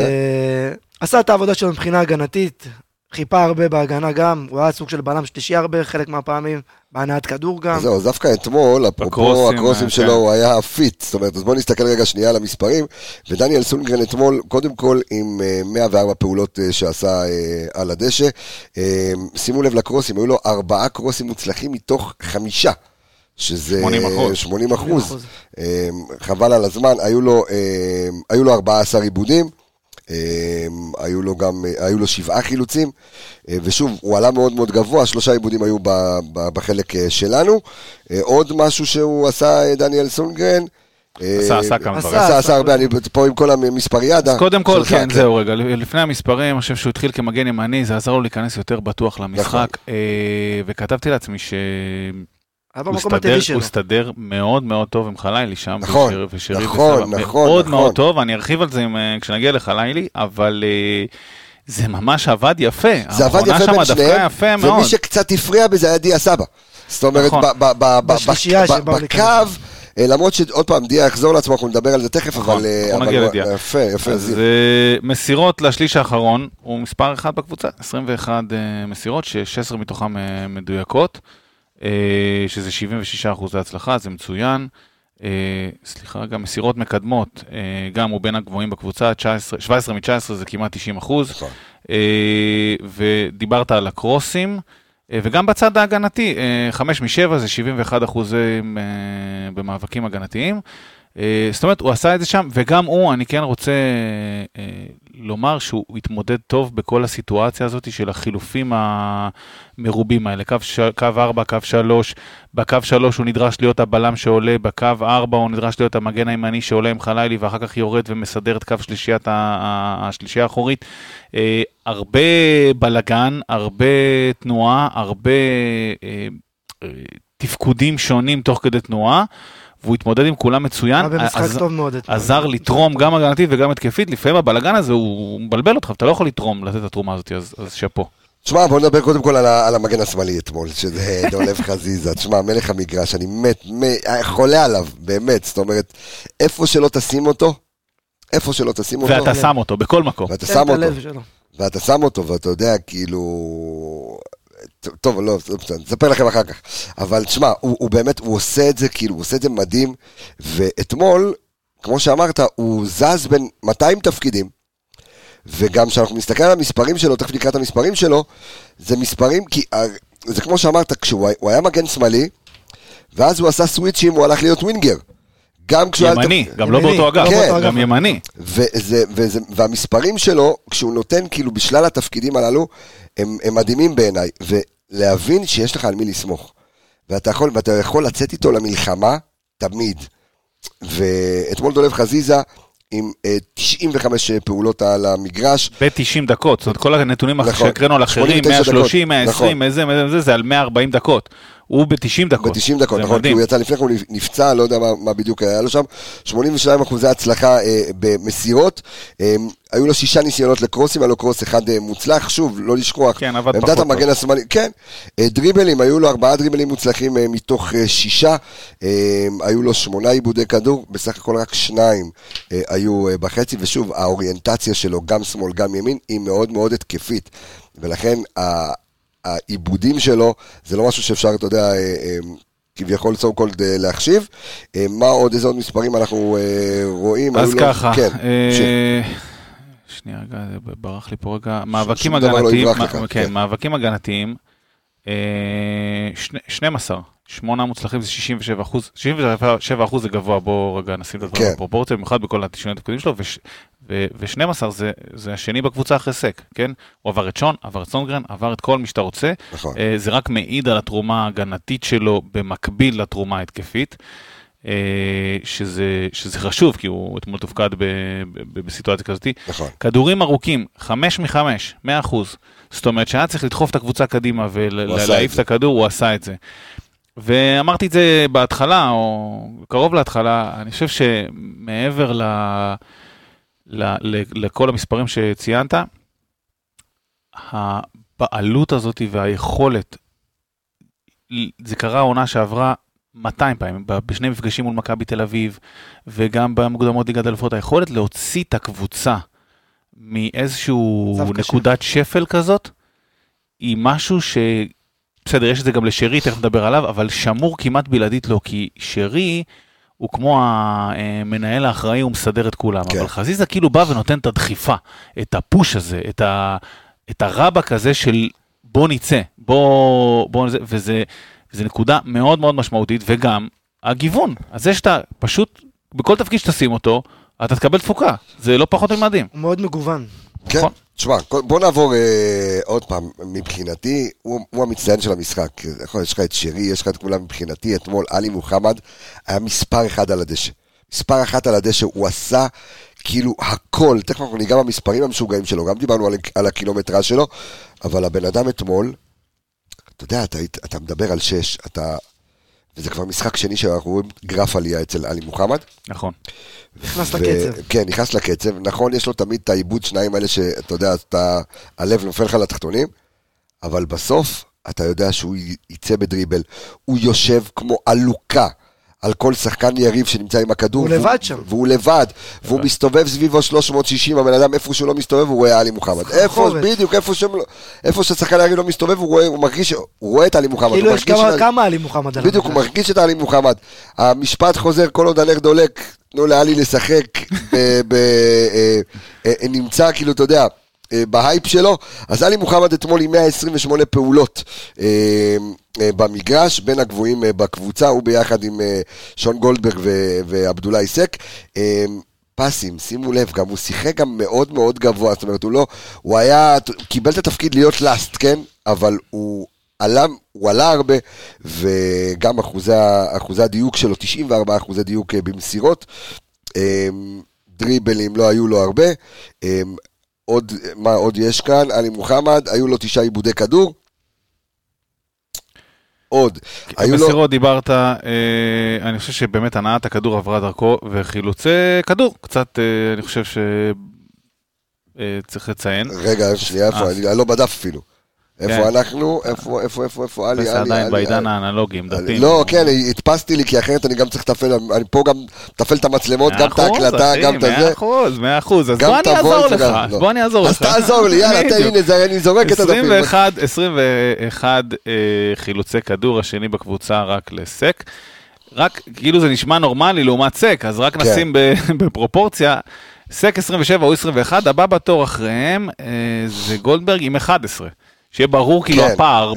עשה את העבודה שלו מבחינה הגנתית, חיפה הרבה בהגנה גם, הוא היה סוג של בלם שלישי הרבה, חלק מהפעמים, בהנעת כדור גם. זהו, דווקא אתמול, אפרופו הקרוסים שלו, הוא היה פיט, זאת אומרת, אז בואו נסתכל רגע שנייה על המספרים, ודניאל סונגרן אתמול, קודם כל עם 104 פעולות שעשה על הדשא, שימו לב לקרוסים, היו לו 4 קרוסים מוצלחים מתוך 5, שזה 80%. חבל על הזמן, היו לו 14 עיבודים, היו לו 7 חילוצים, ושוב, הוא עלה מאוד מאוד גבוה, 3 עיבודים היו בחלק שלנו. עוד משהו שהוא עשה, דניאל סונגרן, עשה כמה דברים. עשה הרבה, אני פה עם כל המספר ידה. אז קודם כל, כן, זהו רגע, לפני המספרים, אני חושב שהוא התחיל כמגן ימני, זה עזר לו להיכנס יותר בטוח למשחק, וכתבתי לעצמי הוא הסתדר מאוד מאוד טוב עם חלילי שם, נכון, מאוד מאוד טוב, אני ארחיב על זה כשנגיע לחלילי, אבל זה ממש עבד יפה. זה עבד יפה בין שניהם, ומי שקצת הפריע בזה היה דיה סבא. זאת אומרת, בקו, למרות שעוד פעם, דיה יחזור לעצמו, אנחנו נדבר על זה תכף, אבל יפה, יפה. אז מסירות לשליש האחרון, הוא מספר אחד בקבוצה, 21 מסירות, ש16 מתוכם מדויקות, שזה 76% הצלחה, זה מצוין. סליחה, גם מסירות מקדמות, גם הוא בין הגבוהים בקבוצה, 17 מ-19 זה כמעט 90%, ודיברת על הקרוסים, וגם בצד ההגנתי, 5 מ-7 זה 71% במאבקים הגנתיים, זאת אומרת, הוא עשה את זה שם, וגם הוא, אני כן רוצה לומר שהוא התמודד טוב בכל הסיטואציה הזאת של החילופים המרובים האלה, קו 4, קו 3, בקו 3 הוא נדרש להיות הבלם שעולה, בקו 4 הוא נדרש להיות המגן הימני שעולה עם חלילי, ואחר כך יורד ומסדר את קו השלישייה האחורית, הרבה בלגן, הרבה תנועה, הרבה תפקודים שונים תוך כדי תנועה, והוא התמודד עם כולם מצוין, עזר לתרום גם הגנתית וגם התקפית, לפעמים הבלגן הזה הוא מבלבל אותך, אתה לא יכול לתרום, לתת את התרומה הזאת, אז שפו. תשמע, בוא נדבר קודם כל על המגן השמאלי אתמול, שזה דולב חזיזה, תשמע, מלך המגרש, אני חולה עליו, באמת, זאת אומרת, איפה שלא תשים אותו, ואתה שם אותו, בכל מקום. ואתה שם אותו, ואתה יודע, כאילו, טוב, לא, נספר לכם אחר כך, אבל תשמע, הוא באמת, הוא עושה את זה, כאילו, הוא עושה את זה מדהים, ואתמול, כמו שאמרת, הוא זז בין 200 תפקידים, וגם כשאנחנו מסתכל על המספרים שלו, תכף נקרא את המספרים שלו, זה מספרים, כי זה כמו שאמרת, כשהוא היה מגן שמאלי, ואז הוא עשה סוויצ'ים, הוא הלך להיות ווינגר. ימני, גם לא באותו אגף, גם ימני. והמספרים שלו, כשהוא נותן כאילו בשלל התפקידים הללו, הם מדהימים בעיניי, ולהבין שיש לך על מי לסמוך. ואתה יכול לצאת איתו למלחמה, תמיד. ואתמול דולב חזיזה, עם 95 פעולות על המגרש. ב-90 דקות, זאת אומרת, כל הנתונים שהקראנו על אחרים, 130, 120, זה על 140 דקות. הוא ב-90 דקות. ב-90 דקות, נכון, כי הוא יצא לפני, הוא נפצע, לא יודע מה בדיוק היה לו שם, 82% הצלחה במסירות, היו לו 6 ניסיונות לקרוסים, היה לו קרוס אחד מוצלח, שוב, לא לשכוח, עמדת המגן השמאלי, כן, דריבלים, היו לו 4 דריבלים מוצלחים מתוך 6, היו לו 8 עיבודי כדור, בסך הכל רק 2 היו בחצי, ושוב, האוריינטציה שלו, גם שמאל, גם ימין, היא מאוד מאוד התקפית, ולכן העיבודים שלו, זה לא משהו שאפשר, אתה יודע, כביכול so called להחשיב. מה עוד, איזה עוד מספרים אנחנו רואים? אז ככה, שנייה רגע, ברח לי פה רגע, מאבקים הגנתיים, 12, 8 מוצלחים זה 67%, זה גבוה, בוא רגע נשים את הדברים בפרופורציה, במיוחד בכל התשעונות הפקודים שלו, ו-12 זה השני בקבוצה אחרי סק, כן? הוא עבר את שון, עבר את סונגרן, עבר את כל מי שאתה רוצה, זה רק מעיד על התרומה ההגנתית שלו במקביל לתרומה ההתקפית, שזה חשוב, כי הוא אתמול תופקד בסיטואציה כזאת. כדורים ארוכים, 5 מ-5, 100%, זאת אומרת שהיה צריך לדחוף את הקבוצה קדימה ולהעיף את הכדור, הוא עשה את זה. ואמרתי את זה בהתחלה, או קרוב להתחלה, אני חושב שמעבר לכל המספרים שציינת, הבעלות הזאת והיכולת, זה קרה העונה שעברה 200 פעמים, בשני מפגשים מול מכבי תל אביב, וגם במוקדמות ליגת האלופות, היכולת להוציא את הקבוצה מאיזשהו נקודת שפל כזאת, היא משהו בסדר, יש את זה גם לשרי, תכף נדבר עליו, אבל שמור כמעט בלעדית לו, כי שרי הוא כמו המנהל האחראי, הוא מסדר את כולם, אבל חזיזה כאילו בא ונותן את הדחיפה, את הפוש הזה, את הרבק הזה של בוא ניצא, וזה נקודה מאוד מאוד משמעותית, וגם הגיוון, אז זה שאתה פשוט, בכל תפקיד שתשים אותו, אתה תקבל תפוקה, זה לא פחות ממדים. הוא מאוד מגוון. כן, תשמע, בוא נעבור עוד פעם, מבחינתי, הוא המצטיין של המשחק, יש לך את שרי, יש לך את כולם מבחינתי, אתמול עלי מוחמד היה מספר 1 על הדשא, מספר 1 על הדשא, הוא עשה כאילו הכל, תכף אנחנו ניגע במספרים המשוגעים שלו, גם דיברנו על הקילומטרה שלו, אבל הבן אדם אתמול, אתה יודע, אתה מדבר על 6, אתה וזה כבר משחק שני שאנחנו רואים גרף עלייה אצל עלי מוחמד. נכון. נכנס לקצב. כן, נכנס לקצב. נכון, יש לו תמיד את העיבוד שניים האלה שאתה יודע, הלב נופל לך לתחתונים, אבל בסוף אתה יודע שהוא יצא בדריבל, הוא יושב כמו אלוקה על כל שחקן יריב שנמצא עם הכדור. הוא לבד שם. והוא לבד, והוא מסתובב סביבו 360, הבן אדם איפה שהוא לא מסתובב, הוא רואה עלי מוחמד. בדיוק, איפה ששחקן יריב לא מסתובב, הוא מרגיש, הוא רואה את עלי מוחמד. כאילו יש כמה עלי מוחמד. בדיוק, הוא מרגיש את עלי מוחמד. המשפט חוזר, כל עוד הנר דולק, תנו לעלי לשחק, נמצא כאילו, אתה יודע, בהייפ שלו. אז עלי מוחמד אתמול עם 128 פעולות במגרש, בין הגבוהים בקבוצה, הוא ביחד עם שון גולדברג ועבדולאי סק. פסים, שימו לב, גם הוא שיחק גם מאוד מאוד גבוה, זאת אומרת, הוא קיבל את התפקיד להיות לאסט, כן? אבל הוא עלה הרבה, וגם אחוזי הדיוק שלו, 94% דיוק במסירות, דריבלים לא היו לו הרבה, מה עוד יש כאן? עלי מוחמד, היו לו 9 עיבודי כדור. עוד. במסירות דיברת, אני חושב שבאמת הנעת הכדור עברה דרכו, וחילוצי כדור, קצת, אני חושב שצריך לציין. רגע, שנייה, איפה? אני לא בדף אפילו. איפה אנחנו? איפה? עלי. זה עדיין בעידן האנלוגי, דפים. לא, כן, התפסתי לי, כי אחרת אני גם צריך לתפעל, אני פה גם תפעל את המצלמות, גם את ההקלטה, גם את זה. 100%, אז בוא אני אעזור לך. אז תעזור לי, יאללה, הנה, אני זורק את הדפים. 21 חילוצי כדור, השני בקבוצה רק לסק. רק, כאילו זה נשמע נורמלי לעומת סק, אז רק נשים בפרופורציה. סק 27 או 21, הבא בתור אחריהם, זה גולדברג עם 11. שיהיה ברור כאילו הפער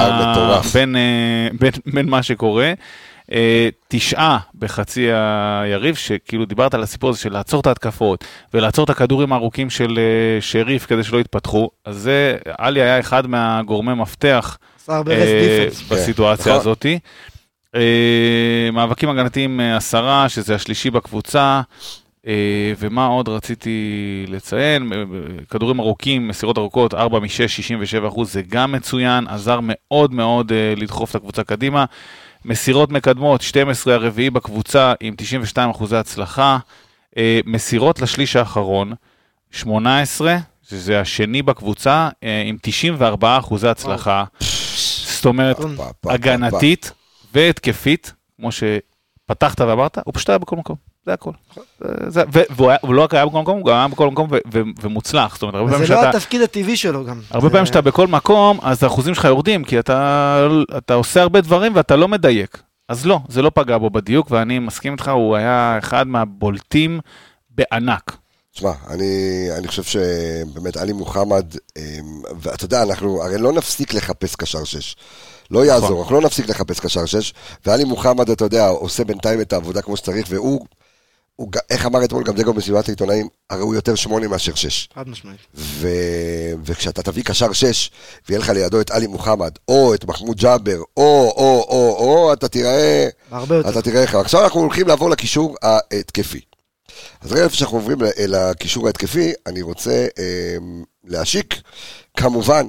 בין מה שקורה. 9 בחצי היריב, שכאילו דיברת על הסיפור הזה של לעצור את ההתקפות, ולעצור את הכדורים הארוכים של שריף כדי שלא יתפתחו, אז זה, עלי היה אחד מהגורמי מפתח בסיטואציה הזאת. מאבקים הגנתיים 10, שזה השלישי בקבוצה, ומה עוד רציתי לציין, כדורים ארוכים, מסירות ארוכות, 4 מ-6, 67%, זה גם מצוין, עזר מאוד מאוד לדחוף את הקבוצה קדימה. מסירות מקדמות, 12 הרביעי בקבוצה עם 92% הצלחה. מסירות לשליש האחרון, 18, שזה השני בקבוצה, עם 94% הצלחה. זאת אומרת, הגנתית והתקפית, כמו שפתחת ואמרת, הוא פשוט היה בכל מקום. זה הכל. והוא לא היה בכל מקום, הוא גם היה בכל מקום ומוצלח. זאת אומרת, זה לא התפקיד הטבעי שלו גם. הרבה פעמים שאתה בכל מקום, אז האחוזים שלך יורדים, כי אתה עושה הרבה דברים ואתה לא מדייק. אז לא, זה לא פגע בו בדיוק, ואני מסכים איתך, הוא היה אחד מהבולטים בענק. תשמע, אני חושב שבאמת עלי מוחמד, ואתה יודע, אנחנו הרי לא נפסיק לחפש קשר 6. לא יעזור, אנחנו לא נפסיק לחפש קשר 6, ועלי מוחמד, אתה יודע, עושה בינתיים את העבודה כמו שצריך, והוא, איך אמר אתמול, גם זה גם בסביבת העיתונאים, הרי הוא יותר 8 מאשר 6. חד משמעית. וכשאתה תביא קשר 6, ויהיה לך לידו את עלי מוחמד, או את מחמוד ג'אבר, או, אתה תראה איך. עכשיו אנחנו הולכים לעבור לקישור ההתקפי. אז רגע לפני שאנחנו עוברים לקישור ההתקפי, אני רוצה להשיק, כמובן,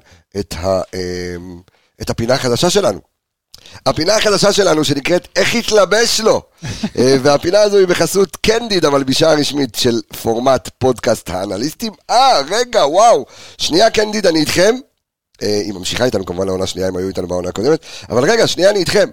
את הפינה החדשה שלנו. הפינה החדשה שלנו שנקראת איך התלבש לו. והפינה הזו היא בחסות קנדיד, המלבישה הרשמית של פורמט פודקאסט האנליסטים. רגע, וואו. שנייה קנדיד, אני איתכם. היא ממשיכה איתנו כמובן לעונה שנייה, הם היו איתנו בעונה הקודמת. אבל רגע, שנייה, אני איתכם.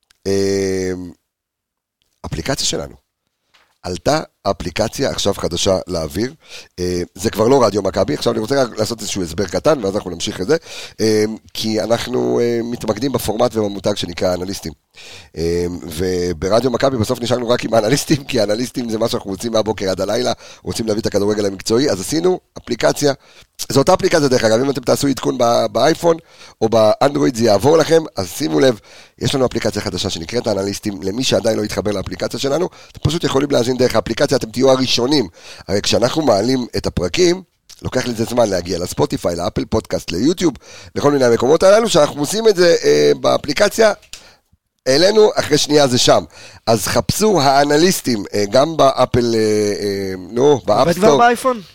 אפליקציה שלנו. עלתה אפליקציה עכשיו חדשה לאוויר, זה כבר לא רדיו מכבי, עכשיו אני רוצה לעשות איזשהו הסבר קטן, ואז אנחנו נמשיך את זה, כי אנחנו מתמקדים בפורמט ובמותג שנקרא אנליסטים, וברדיו מכבי בסוף נשארנו רק עם האנליסטים, כי האנליסטים זה מה שאנחנו רוצים מהבוקר עד הלילה, רוצים להביא את הכדורגל המקצועי, אז עשינו אפליקציה, זו אותה אפליקציה דרך אגב, אם אתם תעשו עדכון באייפון או באנדרואיד זה יעבור לכם, אז שימו לב, יש לנו אפליקציה חדשה שנקראת האנליסטים, למי שעדיין לא יתחבר לאפליקציה שלנו, אתם פשוט יכולים להזין דרך האפליקציה, אתם תהיו הראשונים, הרי כשאנחנו מעלים את הפרקים, לוקח לזה זמן להגיע לספוטיפיי, לאפל פודקאסט, ליוטיוב, לכל מיני המקומות הללו, שאנחנו עושים את זה באפליקציה, אלינו, אחרי שנייה זה שם. אז חפשו האנליסטים, גם באפל, באפסטור. עובד כבר באייפון? איך?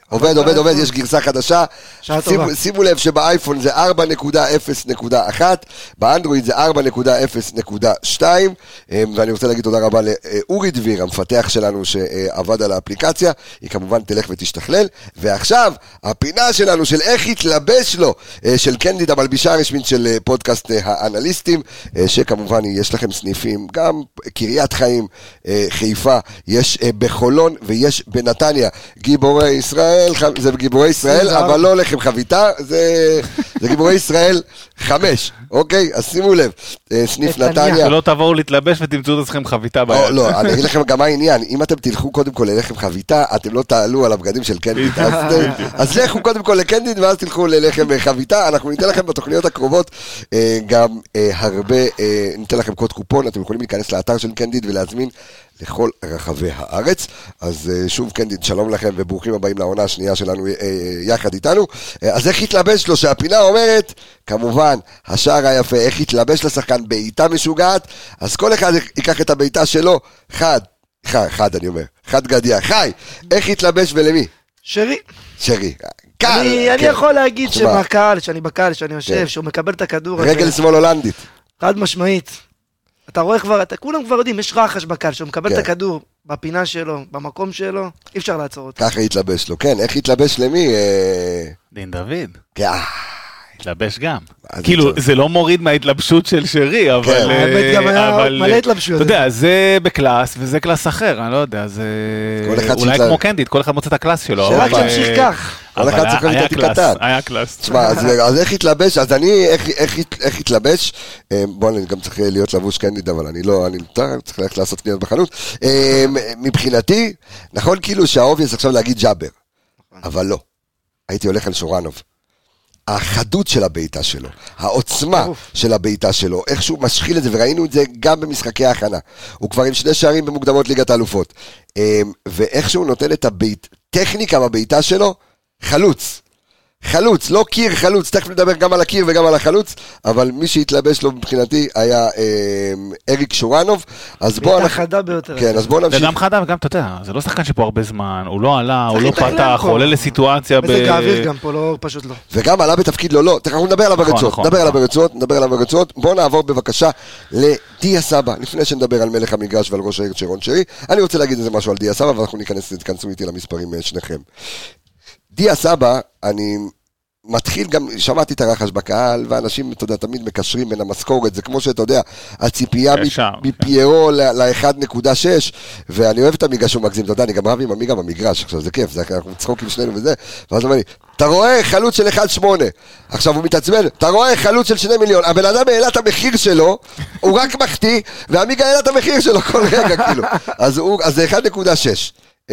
עובד, יש גרסה חדשה. שימו לב שבאייפון זה 4.0.1, באנדרואיד זה 4.0.2, ואני רוצה להגיד תודה רבה לאורי דביר, המפתח שלנו שעבד על האפליקציה, היא כמובן תלך ותשתכלל, ועכשיו הפינה שלנו של איך התלבש לו, של קנדיד המלבישה הרשמית של פודקאסט האנליסטים, שכמובן יש לכם סניפים, גם קריית חיים, חיפה, יש בחולון ויש בנתניה, גיבורי ישראל, זה גיבורי ישראל, אבל לא לחם חביתה, זה גיבורי ישראל 5, אוקיי? אז שימו לב, סניף נתניה. שלא תבואו להתלבש ותמצאו את עצמכם חביתה ביד. לא, אני אגיד לכם גם מה העניין, אם אתם תלכו קודם כל ללחם חביתה, אתם לא תעלו על הבגדים של קנדיד, אז לכו קודם כל לקנדיד, ואז תלכו ללחם חביתה, אנחנו ניתן לכם בתוכניות הקרובות גם הרבה, ניתן לכם קוד קופון, אתם יכולים להיכנס לאתר של קנדיד ולהזמין לכל רחבי הארץ. אז שוב קנדיד, שלום לכם וברוכים הבאים לעונה השנייה שלנו יחד איתנו. אז איך התלבש לו, שהפינה אומרת, כמובן, השער היפה, איך התלבש לשחקן בעיטה משוגעת, אז כל אחד ייקח את הבעיטה שלו, חד גדיה, חי, איך התלבש ולמי? שרי. אני יכול להגיד שאני בקהל, שאני יושב, שהוא מקבל את הכדור. רגל שמאל הולנדית. חד משמעית. אתה רואה כבר, כולם כבר יודעים, יש רחש בקהל, שהוא מקבל את הכדור בפינה שלו, במקום שלו, אי אפשר לעצור אותו. ככה התלבש לו, כן, איך התלבש למי? דין דוד. התלבש גם. כאילו, זה לא מוריד מההתלבשות של שרי, אבל... האמת גם היה מלא התלבשויות. אתה יודע, זה בקלאס, וזה קלאס אחר, אני לא יודע, זה... אולי כמו קנדיד, כל אחד מוצא את הקלאס שלו. שרק ימשיך כך. כל אחד צריך להיות קטן. היה קלאס. תשמע, אז איך התלבש? אז אני, איך התלבש? בוא, אני גם צריך להיות לבוש קנדיד, אבל אני לא, אני צריך ללכת לעשות קניות בחנות. מבחינתי, נכון כאילו שהאובייס עכשיו להגיד ג'אבר, אבל לא. הייתי הולך על שורנוב. החדות של הביתה שלו, העוצמה של הביתה שלו, איך שהוא משחיל את זה, וראינו את זה גם במשחקי ההכנה. הוא כבר עם 2 שערים במוקדמות ליגת האלופות. ואיך שהוא נותן את טכניקה בביתה שלו, חלוץ, לא קיר, חלוץ, תכף נדבר גם על הקיר וגם על החלוץ, אבל מי שהתלבש לו מבחינתי היה אריק שורנוב, אז בוא... הייתה חדה ביותר. כן, אז בוא נמשיך. זה גם חדה וגם, אתה יודע, זה לא שחקן שפה הרבה זמן, הוא לא עלה, הוא לא פתח, הוא עולה לסיטואציה וזה האוויר גם פה, לא, פשוט לא. וגם עלה בתפקיד לא, אנחנו נדבר על הברצות, בוא נעבור בבקשה לדיה סבא, לפני שנדבר על מלך המגרש ועל ראש העיר שרון שרי, אני רוצה להגיד איזה משהו על דיה סבא, ואנחנו תכנסו איתי למספרים שניכם. דיה סבא, אני מתחיל גם, שמעתי את הרחש בקהל, ואנשים, אתה יודע, תמיד מקשרים בין המשכורת, זה כמו שאתה יודע, הציפייה מפיירו ל-1.6, ואני אוהב את המגרש שהוא מגזים, אתה יודע, אני גם רב עם המיגה במגרש, עכשיו זה כיף, אנחנו צחוקים שנינו וזה, ואז אומר לי, אתה רואה חלוץ של 1.8, עכשיו הוא מתעצבן, אתה רואה חלוץ של 2 מיליון, הבן אדם העלה את המחיר שלו, הוא רק מחטיא, והמיגה העלה את המחיר שלו כל רגע, כאילו, אז זה 1.6,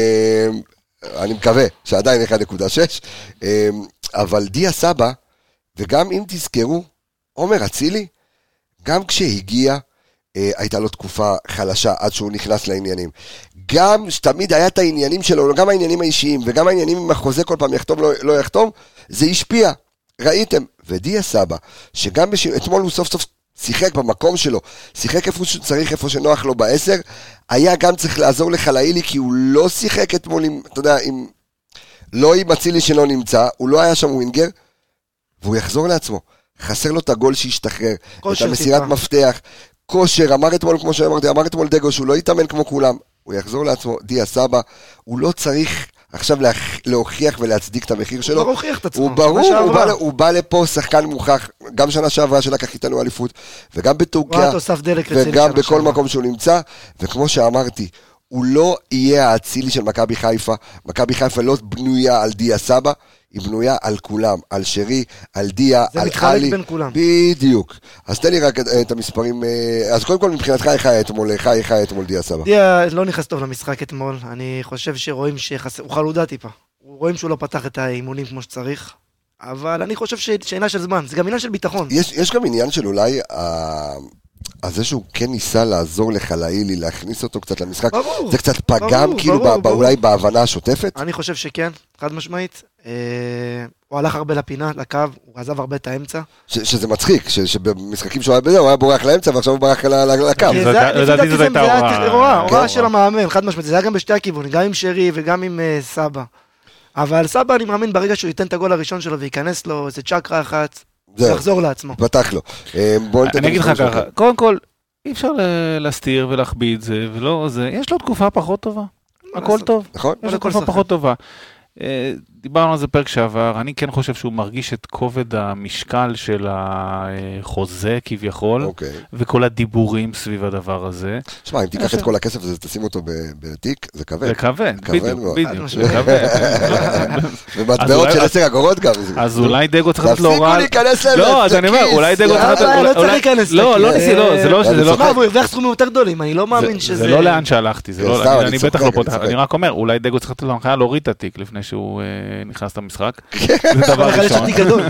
אני מקווה שעדיין 1.6, אבל דיה סבא, וגם אם תזכרו, עומר אצילי, גם כשהגיע, הייתה לו תקופה חלשה עד שהוא נכנס לעניינים. גם שתמיד היה את העניינים שלו, גם העניינים האישיים, וגם העניינים עם החוזה כל פעם יחתום, לא יחתום, זה השפיע. ראיתם, ודיה סבא, שגם אתמול הוא סוף סוף שיחק במקום שלו, שיחק איפה שהוא צריך, איפה שנוח לו ב10, היה גם צריך לעזור לחלאילי, כי הוא לא שיחק אתמול עם, אתה יודע, לא עם אצילי שלא נמצא, הוא לא היה שם ווינגר, והוא יחזור לעצמו. חסר לו את הגול שישתחרר, את המסירת מפתח, כושר, אמר אתמול, כמו שאמרתי, אמר אתמול דגו, שהוא לא יתאמן כמו כולם, הוא יחזור לעצמו, דיה סבא, הוא לא צריך עכשיו להוכיח ולהצדיק את המחיר שלו. הוא הוכיח את עצמו. הוא ברור, הוא בא לפה שחקן מוכח, גם שנה שעברה שלקח איתנו אליפות, וגם בטורקיה, וגם בכל מקום שהוא נמצא, וכמו שאמרתי, הוא לא יהיה האצילי של מכבי חיפה, מכבי חיפה לא בנויה על דיה סבא, היא בנויה על כולם, על שרי, על דיה, על עלי. זה מתחלק בין כולם. בדיוק. אז תן לי רק את המספרים, אז קודם כל מבחינתך איך היה אתמול דיה סבא? דיה לא נכנס טוב למשחק אתמול, אני חושב שרואים הוא חלודה טיפה, רואים שהוא לא פתח את האימונים כמו שצריך, אבל אני חושב שעניין של זמן, זה גם עניין של ביטחון. יש גם עניין של אולי אז זה שהוא כן ניסה לעזור לחלאילי, להכניס אותו קצת למשחק, זה קצת פגם כאילו אולי בהבנה השוטפת? אני חושב שכן, חד משמעית. הוא הלך הרבה לפינה, לקו, הוא עזב הרבה את האמצע. שזה מצחיק, שבמשחקים שהוא היה בזה, הוא היה בורח לאמצע ועכשיו הוא בורח לקו. לדעתי זאת הייתה הוראה של המאמן, חד משמעית, זה היה גם בשתי הכיוונים, גם עם שרי וגם עם סבא. אבל סבא, אני מאמין ברגע שהוא ייתן את הגול הראשון שלו וייכנס לו איזה צ'קרה אחת, יחזור לעצמו. פתח לו. אני אגיד לך ככה, קודם כל, אי אפשר להסתיר ולהחביא את זה, ולא זה, יש לו תקופה פחות טובה. הכל טוב. נכון. יש לו תקופה פחות טובה. דיברנו על זה פרק שעבר, אני כן חושב שהוא מרגיש את כובד המשקל של החוזה כביכול, וכל הדיבורים סביב הדבר הזה. שמע, אם תיקח את כל הכסף הזה, תשים אותו בתיק, זה כבד. זה כבד, בדיוק, זה כבד. ומטבעות של 10 אגורות גם. אז אולי דגו צריך לתת לו הוראה. תפסיקו להיכנס להם. לא, אז אני אומר, אולי דגו צריך לתת לו... לא צריך להיכנס. לא, זה לא... מה, הוא הרוויח סכומים יותר גדולים, אני לא מאמין שזה... זה לא לאן שהלכתי, אני בטח לא פותח. אני רק אומר, אולי דגו צריך לתת לו הנחיה להוריד את התיק לפני שהוא נכנס למשחק. זה דבר ראשון.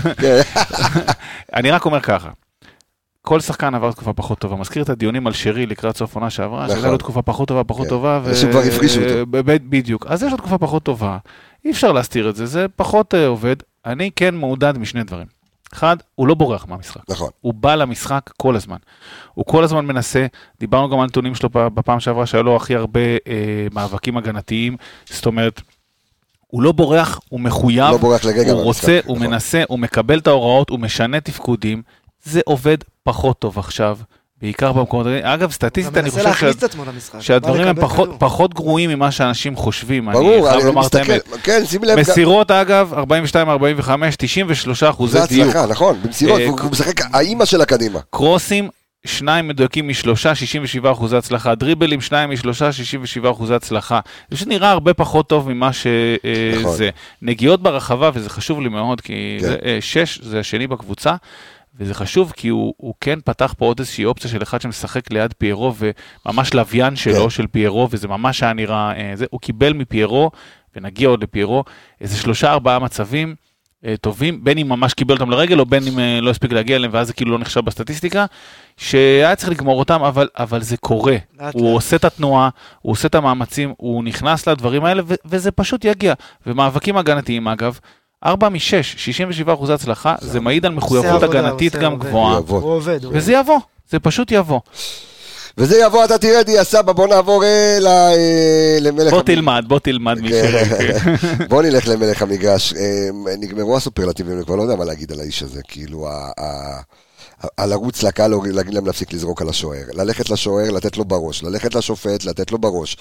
אני רק אומר ככה, כל שחקן עבר תקופה פחות טובה, מזכיר את הדיונים על שרי לקראת סוף עונה שעברה, שהייתה לו תקופה פחות טובה, שכבר הפרישו אותו. בדיוק, אז יש לו תקופה פחות טובה, אי אפשר להסתיר את זה, זה פחות עובד, אני כן מעודד משני דברים. אחד, הוא לא בורח מהמשחק. נכון. הוא בא למשחק כל הזמן. הוא כל הזמן מנסה, דיברנו גם על נתונים שלו בפעם שעברה, שהיה לו הכי הרבה מאבקים הגנתיים, זאת אומרת, הוא לא בורח, הוא מחויב, לא בורח לגגע הוא רוצה, הוא מנסה, הוא מקבל את ההוראות, הוא משנה תפקודים, זה עובד פחות טוב עכשיו, בעיקר במקומות, אגב, סטטיסטית, אני חושב שהדברים הם פחות גרועים ממה שאנשים חושבים, ברור, אני מסתכל, כן, שים לב. מסירות, אגב, 42-45, 93% זה הצלחה, נכון, במסירות, הוא משחק האימא של הקדימה. קרוסים, 2 מדויקים מ3, 67% הצלחה, דריבלים 2 מ3, 67% הצלחה, זה שנראה הרבה פחות טוב ממה שזה, נגיעות ברחבה, וזה חשוב לי מאוד, כי 6 זה השני בקבוצה, וזה חשוב כי הוא כן פתח פה עוד איזושהי אופציה של אחד שמשחק ליד פיירו, וממש לוויין שלו, של פיירו, וזה ממש היה נראה, הוא קיבל מפיירו, ונגיע עוד לפיירו, איזה 3-4 מצבים טובים, בין אם ממש קיבל אותם לרגל, או בין אם לא הספיק להגיע אליהם, ואז זה כאילו לא נחשב בסטטיסטיקה, שהיה צריך לגמור אותם, אבל זה קורה. הוא עושה את התנועה, הוא עושה את המאמצים, הוא נכנס לדברים האלה, וזה פשוט יגיע. ומאבקים הגנתיים, אגב, 4 מ-6, 67% הצלחה, זה מעיד על מחויבות הגנתית גם גבוהה. וזה יבוא, זה פשוט יבוא. וזה יבוא, אתה תראה, דיה סבא, בוא נעבור למלך... בוא תלמד משרי. בוא נלך למלך המגרש. נגמרו הסופרלטיבים, אני כבר לא יודע מה להגיד על האיש הזה, כאילו, על לרוץ לקהל, להגיד להם להפסיק לזרוק על השוער, ללכת לשוער, לתת לו בראש, ללכת לשופט, לתת לו בראש,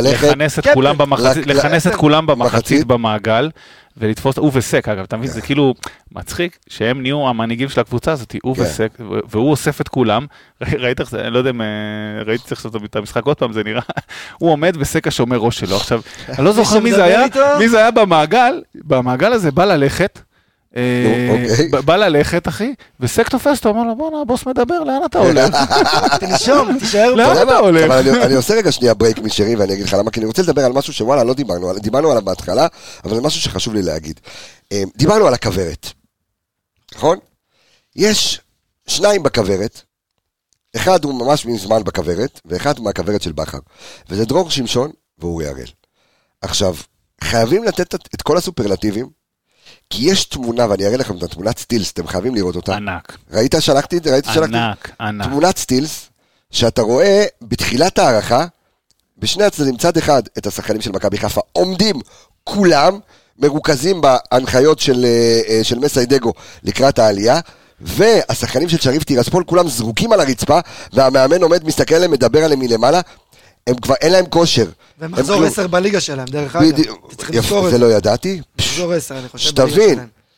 לכנס את כולם במחצית במעגל, ולתפוס, הוא וסק, אגב, אתה מבין, זה כאילו מצחיק, שהם נהיו המנהיגים של הקבוצה הזאת, הוא וסק, והוא אוסף את כולם, ראית איך זה, אני לא יודע אם ראיתי צריך לעשות את המשחק עוד פעם, זה נראה, הוא עומד וסק השומר ראש שלו, עכשיו, אני לא זוכר מי זה היה במעגל הזה, בא ללכת, בא ללכת, אחי, וסק תופס, אתה אומר לו, בוא, הבוס מדבר, לאן אתה הולך? תנשום, תישאר. לאן אתה הולך? אני עושה רגע שנייה ברייק משרי, ואני אגיד לך למה, כי אני רוצה לדבר על משהו שוואלה, לא דיברנו עליו בהתחלה, אבל זה משהו שחשוב לי להגיד. דיברנו על הכוורת, נכון? יש 2 בכוורת, אחד הוא ממש מזמן בכוורת, ואחד הוא מהכוורת של בכר, וזה דרור שמשון ואורי הראל. עכשיו, חייבים לתת את כל הסופרלטיבים, כי יש תמונה, ואני אראה לכם את התמונת סטילס, אתם חייבים לראות אותה. ענק. ראית? שלחתי את זה? ענק. תמונת סטילס, שאתה רואה בתחילת הערכה, בשני הצדדים, צד אחד, את השחקנים של מכבי חיפה, עומדים כולם, מרוכזים בהנחיות של מסיידגו לקראת העלייה, והשחקנים של שריף טירספול, כולם זרוקים על הרצפה, והמאמן עומד, מסתכל עליהם, מדבר עליהם מלמעלה, הם כבר אין להם כושר. ומחזור 10 בליגה שלהם, דרך אגב. זה לא ידעתי. מחזור 10, אני חושב. שתבין,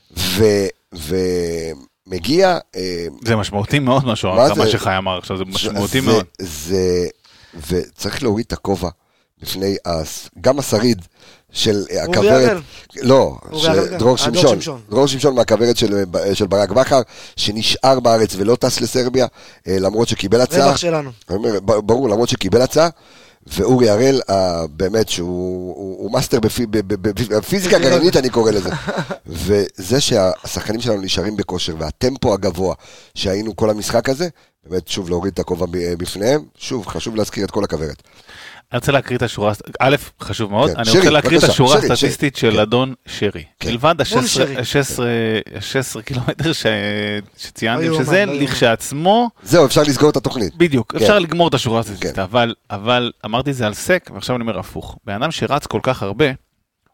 ומגיע... זה משמעותי מאוד מה שחי אמר עכשיו, זה משמעותי מאוד. וצריך להוריד את הכובע בפני גם השריד של הכוורת, לא, דרור שמשון מהכוורת של ברק בכר, שנשאר בארץ ולא טס לסרביה, למרות שקיבל הצעה. רווח שלנו. ברור, למרות שקיבל הצעה, ואורי הראל, באמת שהוא מאסטר בפיזיקה גרעינית, אני קורא לזה. וזה שהשחקנים שלנו נשארים בכושר, והטמפו הגבוה שהיינו כל המשחק הזה, באמת שוב להוריד את הכובע בפניהם, שוב חשוב להזכיר את כל הכוורת. אני רוצה להקריא את השורה, א', חשוב מאוד, אני רוצה להקריא את השורה הסטטיסטית של אדון שרי. מלבד ה-16 קילומטר שציינתם, שזה לכשעצמו... זהו, אפשר לסגור את התוכנית. בדיוק, אפשר לגמור את השורה הסטטיסטית, אבל אמרתי זה על סק, ועכשיו אני אומר הפוך. באדם שרץ כל כך הרבה,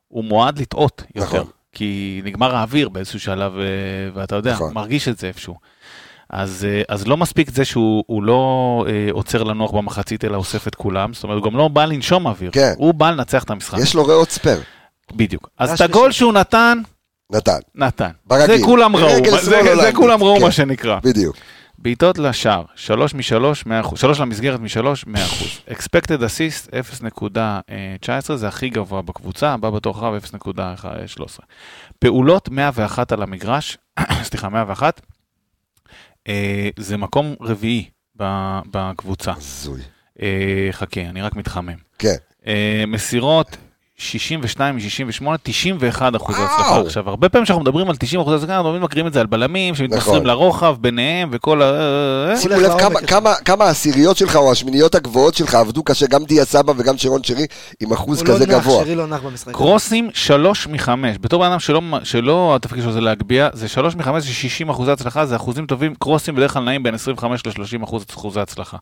הוא מועד לטעות יותר. נכון. כי נגמר האוויר באיזשהו שלב, ואתה יודע, נכון. מרגיש את זה איפשהו. אז לא מספיק זה שהוא לא עוצר לנוח במחצית, אלא אוסף את כולם, זאת אומרת, הוא גם לא בא לנשום אוויר, כן. הוא בא לנצח את המשחק. יש לו ריאות ספר. בדיוק. אז את הגול שהוא נתן. ברגיל. זה כולם ראו, זה כולם ראו מה שנקרא. בדיוק. בעיטות לשער, 3 מ-3, 100%, 3 למסגרת מ-3, 100%. Expected assist, 0.19, זה הכי גבוה בקבוצה, הבא בתוך רב, 0.13. פעולות, 101 על המגרש, סליחה, 101, זה מקום רביעי בקבוצה. זוי. חכה, אני רק מתחמם. כן. מסירות, 62 מ-68, 91% הצלחה. עכשיו, הרבה פעמים שאנחנו מדברים על 90% הצלחה, אנחנו מקריאים את זה על בלמים, שמתמסרים לרוחב ביניהם וכל שימו לב כמה העשיריות שלך או השמיניות הגבוהות שלך עבדו קשה, גם דיה סבא וגם שרון שרי, עם אחוז כזה גבוה. שרי לא נח במשחק. קרוסים 3 מ-5. בתור בן אדם שלא התפקיד שלו זה להגביע, זה 3 מ-5, זה 60% הצלחה, זה אחוזים טובים. קרוסים בדרך כלל נעים בין 25 ל-30% אחוזי הצלחה.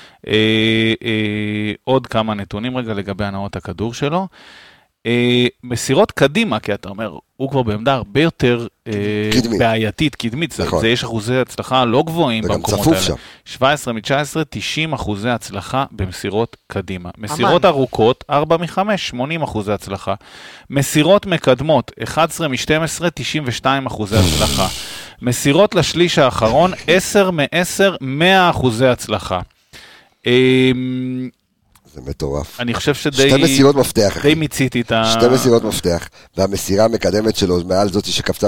עוד כמה נתונים רגע לגבי הנאות הכדור שלו. מסירות קדימה, כי אתה אומר, הוא כבר בעמדה הרבה יותר בעייתית, קדמית, זה יש אחוזי הצלחה לא גבוהים במקומות האלה. 17 מ-19, 90% הצלחה במסירות קדימה. מסירות ארוכות, 4 מ-5, 80% הצלחה. מסירות מקדמות, 11 מ-12, 92% הצלחה. מסירות לשליש האחרון, 10 מ-10, 100% הצלחה. זה מטורף. אני חושב שתי מסירות מפתח. די מיציתי את ה... שתי מסירות מפתח. והמסירה המקדמת שלו, מעל זאת שקפצה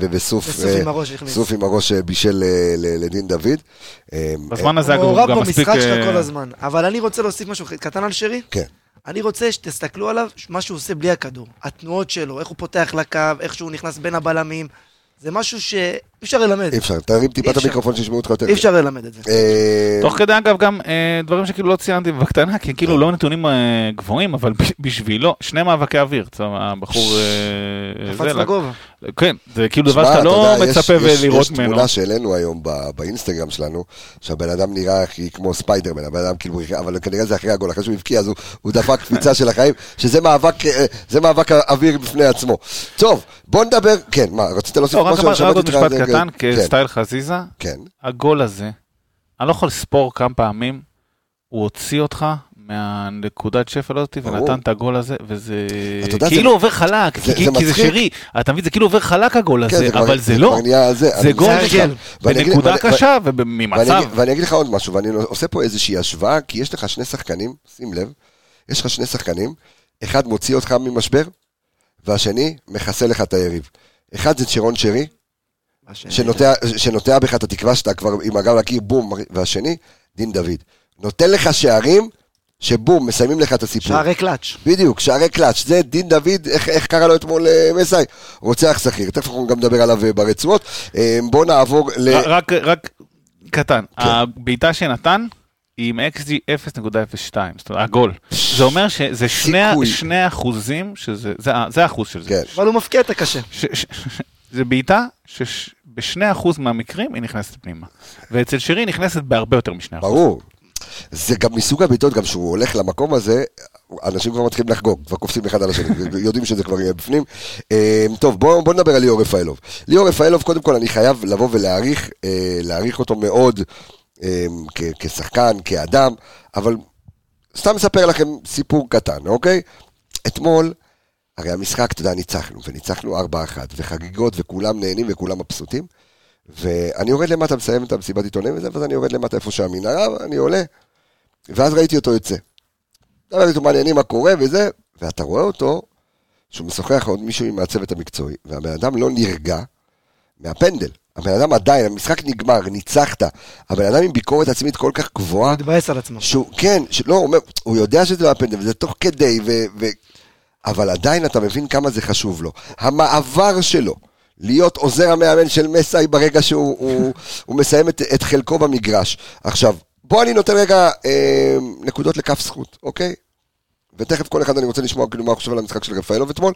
וסוף עם הראש בישל לדין דוד. בזמן הזה הוא מעורב במשחק שלך כל הזמן. אבל אני רוצה להוסיף משהו קטן על שרי. כן. אני רוצה שתסתכלו עליו, מה שהוא עושה בלי הכדור. התנועות שלו, איך הוא פותח לקו, איך שהוא נכנס בין הבלמים. זה משהו שאי אפשר ללמד. אי אפשר, תרים טיפה את המיקרופון שישמעו אותך יותר. אי אפשר ללמד את זה. תוך כדי אגב גם דברים שכאילו לא ציינתי בקטנה, כי כאילו לא נתונים גבוהים, אבל בשבילו, 2 מאבקי אוויר, הבחור... קפץ לגובה. כן, זה כאילו דבר שאתה לא מצפה ולראות ממנו. יש תמונה שהעלינו היום באינסטגרם שלנו, שהבן אדם נראה כמו ספיידרמן, הבן אדם כאילו, אבל כנראה זה אחרי הגול, אחרי שהוא הבקיע, אז הוא דפק קפיצה של החיים, שזה מאבק אוויר בפני עצמו. טוב, בוא נדבר, כן, מה, רצית להוסיף משהו? רק עוד משפט קטן, כסטייל חזיזה, הגול הזה, אני לא יכול לספור כמה פעמים, הוא הוציא אותך מהנקודת שפל הזאת, ונתן את הגול הזה, וזה כאילו עובר חלק, כי זה שרי, אתה מבין, זה כאילו עובר חלק הגול הזה, אבל זה לא, זה גול בנקודה קשה ובמצב. ואני אגיד לך עוד משהו, ואני עושה פה איזושהי השוואה, כי יש לך 2 שחקנים, שים לב, יש לך 2 שחקנים, אחד מוציא אותך ממשבר, והשני מחסה לך את היריב. אחד זה שרון שרי, שנוטע בך את התקווה שאתה כבר עם הגב לקיר, בום, והשני, דין דוד. נותן לך שערים, שבום, מסיימים לך את הסיפור. שערי קלאץ'. בדיוק, שערי קלאץ'. זה דין דוד, איך קרא לו אתמול מסי? רוצח שכיר. תכף אנחנו גם נדבר עליו ברצועות. בוא נעבור רק קטן. הבעיטה שנתן, היא עם XG 0.02, זאת אומרת, הגול. זה אומר שזה 2%, זה האחוז של זה. אבל הוא מפקיע את הקשה. זה בעיטה שב2% מהמקרים היא נכנסת פנימה. ואצל שרי נכנסת בהרבה יותר מ2%. ברור. זה גם מסוג הביטות, גם שהוא הולך למקום הזה, אנשים כבר מתחילים לחגוג, כבר קופסים אחד על השני, יודעים שזה כבר יהיה בפנים. טוב, בוא נדבר על ליאור רפאלוב. ליאור רפאלוב, קודם כל אני חייב לבוא ולהעריך אותו מאוד, כשחקן, כאדם, אבל סתם מספר לכם סיפור קטן, אוקיי? אתמול, הרי המשחק, אתה יודע, וניצחנו 4-1, וחגיגות, וכולם נהנים, וכולם מבסוטים, ואני יורד למטה, מסיים את המסיבת עיתונאים וזה, ואז אני יורד למטה איפה שהמנהרה, אני עולה, ואז ראיתי אותו יוצא. דבר איתו מעניינים מה קורה וזה, ואתה רואה אותו, שהוא משוחח עוד מישהו עם הצוות המקצועי, והבן אדם לא נרגע מהפנדל. הבן אדם עדיין, המשחק נגמר, ניצחת, הבן אדם עם ביקורת עצמית כל כך גבוהה. מתבאס על עצמו. כן, הוא יודע שזה לא הפנדל, וזה תוך כדי, אבל עדיין אתה מבין כמה זה חשוב לו. המעבר שלו, להיות עוזר המאמן של מסי ברגע שהוא מסיים את חלקו במגרש. עכשיו, בוא אני נותן רגע נקודות לכף זכות, אוקיי? ותכף כל אחד אני רוצה לשמוע כאילו מה חושב על המשחק של רפאלוב אתמול.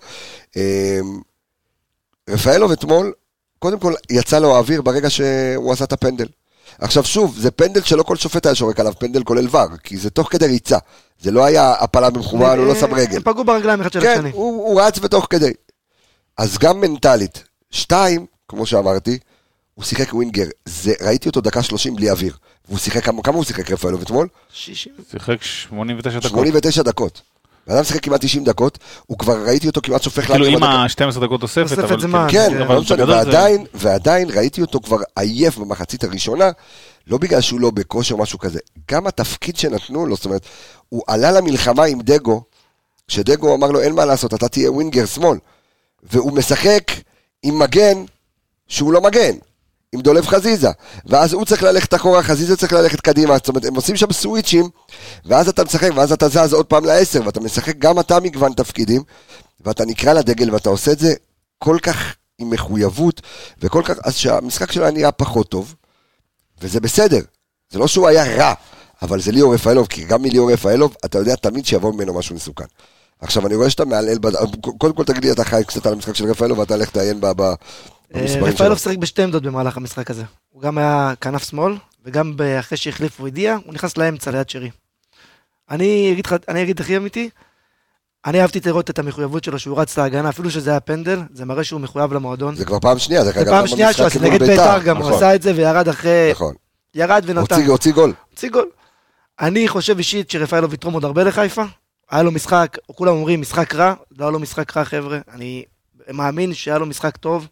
רפאלוב אתמול, קודם כל יצא לו האוויר ברגע שהוא עשה את הפנדל. עכשיו שוב, זה פנדל שלא כל שופט היה שורק עליו, פנדל כולל ור, כי זה תוך כדי ריצה. זה לא היה הפלה במכוון, הוא לא שם רגל. הם פגעו ברגליים אחד של כן, השני. הוא רץ ותוך כדי. אז גם מנטלית. 2, כמו שאמרתי, הוא שיחק ווינגר. ראיתי אותו דקה 30 בלי אוויר. והוא שיחק, כמה הוא שיחק רפאלוב אתמול? 60. שיחק 89 דקות. 89 דקות. ואדם שיחק כמעט 90 דקות, הוא כבר ראיתי אותו כמעט שופך כאילו עם ה-12 דקות תוספת, אבל זמן. כן, ועדיין ראיתי אותו כבר עייף במחצית הראשונה, לא בגלל שהוא לא בכושר משהו כזה, גם התפקיד שנתנו לו, זאת אומרת, הוא עלה למלחמה עם דגו, שדגו אמר לו אין מה לעשות, אתה תהיה ווינגר שמאל, והוא משחק עם מגן שהוא לא מגן, עם דולב חזיזה, ואז הוא צריך ללכת אחורה, חזיזה צריך ללכת קדימה, זאת אומרת, הם עושים שם סוויצ'ים, ואז אתה משחק, ואז אתה זז עוד פעם ל10, ואתה משחק גם אתה מגוון תפקידים, ואתה נקרא לדגל, ואתה עושה את זה כל כך עם מחויבות, וכל כך, אז שהמשחק שלה נהיה פחות טוב, וזה בסדר, זה לא שהוא היה רע, אבל זה ליאור רפאלוב, כי גם מליאור רפאלוב, אתה יודע תמיד שיבוא ממנו משהו מסוכן. עכשיו, אני רואה שאתה מעלל, קודם כל תגיד לי, אתה חי קצת על המשחק של רפאלוב, ואתה הולך לעיין רפאלוב שחק בשתי עמדות במהלך המשחק הזה. הוא גם היה כנף שמאל, וגם אחרי שהחליפו הדיע, הוא נכנס לאמצע ליד שרי. אני אגיד הכי אמיתי, אני אהבתי לראות את המחויבות שלו, שהוא רץ להגנה, אפילו שזה היה פנדל, זה מראה שהוא מחויב למועדון. זה כבר פעם שנייה, זה פעם שנייה שהוא נגד בית"ר גם, הוא עשה את זה וירד אחרי, ירד ונתן. הוציא גול. אני חושב אישית שרפאלוב יתרום עוד הרבה לחיפה, היה לו משחק, כולם אומרים משחק רע, לא היה לו משחק רע חבר'ה, אני מאמין שהיה לו משחק טוב,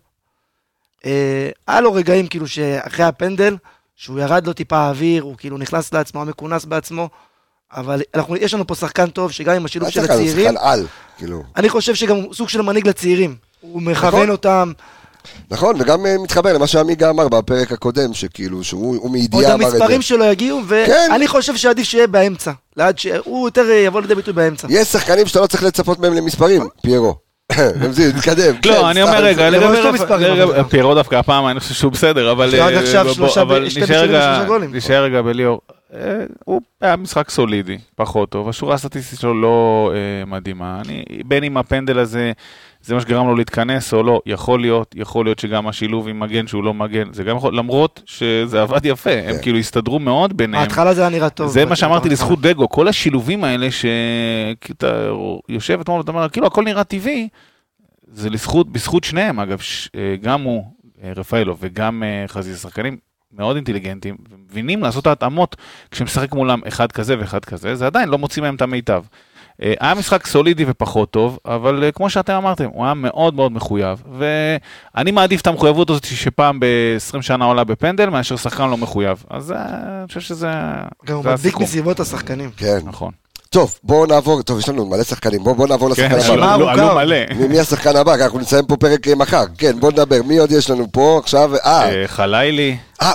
היה לו רגעים כאילו שאחרי הפנדל, שהוא ירד לו טיפה האוויר, הוא כאילו נכנס לעצמו, מקונס בעצמו, אבל יש לנו פה שחקן טוב, שגם עם השילוב של הצעירים, אני חושב שגם הוא סוג של מנהיג לצעירים, הוא מכוון אותם. נכון, וגם מתחבר למה שעמיגה אמר בפרק הקודם, שכאילו, שהוא מידיעה אמר את זה. עוד המספרים שלו יגיעו, ואני חושב שעדיף שיהיה באמצע, הוא יותר יבוא לידי ביטוי באמצע. יש שחקנים שאתה לא צריך לצפות מהם למספרים, פיירו. תתקדם. לא, אני אומר רגע, פיירו דווקא הפעם אני חושב שהוא בסדר, אבל נשאר רגע בליאור. הוא היה משחק סולידי, פחות טוב, השורה הסטטיסטית שלו לא מדהימה, בין אם הפנדל הזה, זה מה שגרם לו להתכנס או לא, יכול להיות שגם השילוב עם מגן שהוא לא מגן, זה גם יכול, למרות שזה עבד יפה, הם כאילו הסתדרו מאוד ביניהם. ההתחלה זה היה נראה טוב. זה מה שאמרתי לזכות דגו, כל השילובים האלה שאתה יושב אתמול ואתה אומר, כאילו הכל נראה טבעי, זה בזכות שניהם, אגב, גם הוא, רפאלוב וגם חזיזה, שחקנים מאוד אינטליגנטים, ומבינים לעשות ההתאמות כשמשחק מולם אחד כזה ואחד כזה, זה עדיין לא מוציא מהם את המיטב. היה משחק סולידי ופחות טוב, אבל כמו שאתם אמרתם, הוא היה מאוד מאוד מחויב, ואני מעדיף את המחויבות הזאת שפעם ב-20 שנה עולה בפנדל, מאשר שחקן לא מחויב. אז אני חושב שזה... גם הוא מדביק מסביבות השחקנים. כן. נכון. טוב, בואו נעבור, טוב, יש לנו מלא שחקנים, בואו נעבור לשחקן הבא. כן, עלו מלא. מי השחקן הבא? אנחנו נסיים פה פרק מחר. כן, בואו נדבר, מי עוד יש לנו פה עכשיו? חלילי.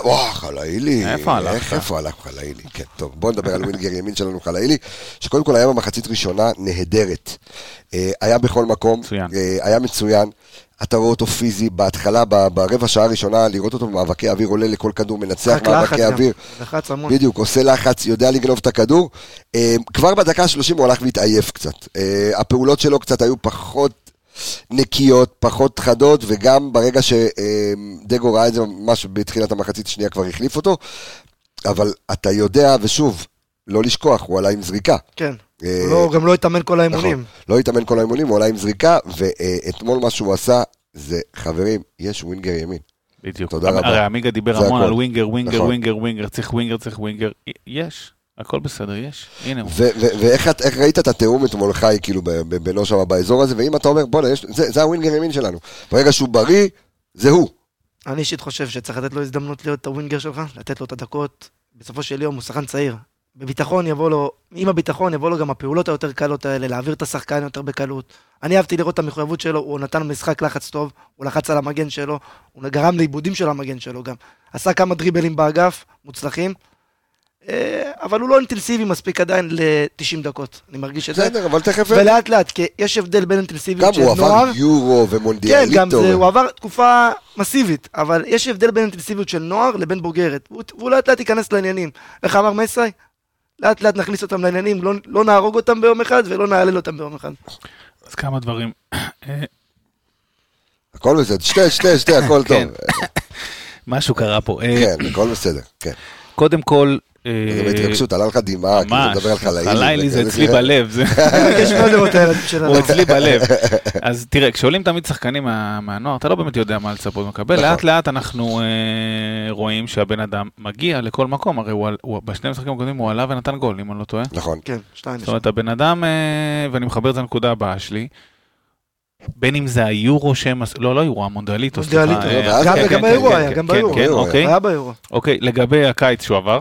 חלילי. איפה הלך חלילי? כן, טוב, בואו נדבר על ווינגר ימין שלנו חלילי, שקודם כל היה במחצית ראשונה נהדרת. היה בכל מקום, היה מצוין. אתה רואה אותו פיזי, בהתחלה, ברבע שעה הראשונה, לראות אותו במאבקי אוויר, עולה לכל כדור, מנצח מאבקי אוויר. בדיוק, עושה לחץ, יודע לגנוב את הכדור. כבר בדקה 30 הוא הלך והתעייף קצת. הפעולות שלו קצת היו פחות נקיות, פחות חדות, וגם ברגע שדגו ראה את זה, ממש בתחילת המחצית השנייה כבר החליף אותו. אבל אתה יודע, ושוב, לא לשכוח, הוא עלה עם זריקה. כן. הוא גם לא התאמן כל האימונים. לא התאמן כל האימונים, הוא עלה עם זריקה, ואתמול מה שהוא עשה, זה, חברים, יש ווינגר ימין. בדיוק. תודה רבה. הרי עמיגה דיבר המון על ווינגר, צריך ווינגר. יש, הכל בסדר, יש. הנה הוא. ואיך ראית את התיאום אתמול חי, כאילו, בינו שם באזור הזה, ואם אתה אומר, בוא'נה, זה הווינגר ימין שלנו. ברגע שהוא בריא, זה הוא. אני אישית חושב שצריך לתת לו הזדמנות להיות הווינגר שלך, לתת לו את הדקות. בסופו של יום הוא שחקן צעיר. בביטחון יבוא לו, עם הביטחון יבוא לו גם הפעולות היותר קלות האלה, להעביר את השחקן יותר בקלות. אני אהבתי לראות את המחויבות שלו, הוא נתן משחק לחץ טוב, הוא לחץ על המגן שלו, הוא גרם לאיבודים של המגן שלו גם. עשה כמה דריבלים באגף, מוצלחים, אבל הוא לא אינטנסיבי מספיק עדיין ל-90 דקות, אני מרגיש את זה. בסדר, אבל תכף... ולאט לאט, כי יש הבדל בין אינטנסיביות של נוער... גם הוא עבר יורו ומונדיאליטו. כן, גם זה, הוא עבר תקופה מסיבית, אבל יש הבדל בין אינטנסיביות של נוער לבין בוגרת, והוא לאט לאט ייכנס לעניינים. איך אמר מסי? לאט לאט נכניס אותם לעניינים, לא נהרוג אותם ביום אחד ולא נעלל אותם ביום אחד. אז כמה דברים. הכל בסדר, שתי, הכל טוב. משהו קרה פה. כן, הכל בסדר, כן. קודם כל... זה בהתרגשות, עלה לך דמעה, כי אתה מדבר על חלאילי. חלאילי זה אצלי בלב. הוא אצלי בלב. אז תראה, כשעולים תמיד שחקנים מהנוער, אתה לא באמת יודע מה לצפות מקבל. לאט לאט אנחנו רואים שהבן אדם מגיע לכל מקום, הרי בשני משחקים הקודמים הוא עלה ונתן גול, אם אני לא טועה. נכון. כן, 2. זאת אומרת, הבן אדם, ואני מחבר את הנקודה הבאה שלי, בין אם זה היורו שהם, לא יורו, המונדיאליטו, סליחה. גם ביורו היה, גם ביורו. היה ביורו. אוקיי, לגבי הקיץ שהוא עבר,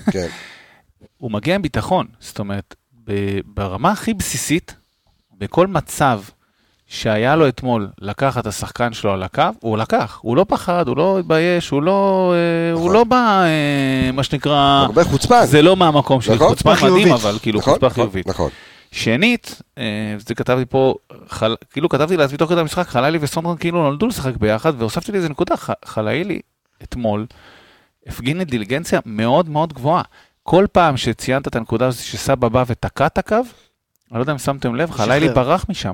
הוא מגיע עם ביטחון, זאת אומרת, ברמה הכי בסיסית, בכל מצב שהיה לו אתמול לקחת את השחקן שלו על הקו, הוא לקח, הוא לא פחד, הוא לא התבייש, הוא לא בא, מה שנקרא, זה לא מהמקום של חוצפה מדהים, אבל כאילו חוצפה חיובית. שנית, זה כתבתי פה, כאילו כתבתי לעצמי תוך כדי המשחק, חלאילי וסונדרן כאילו נולדו לשחק ביחד, והוספתי לי איזה נקודה, חלאילי אתמול הפגין אינטליגנציה מאוד מאוד גבוהה. כל פעם שציינת את הנקודה הזאת שסבא בא ותקע את הקו, אני לא יודע אם שמתם לב, חלאילי ברח משם.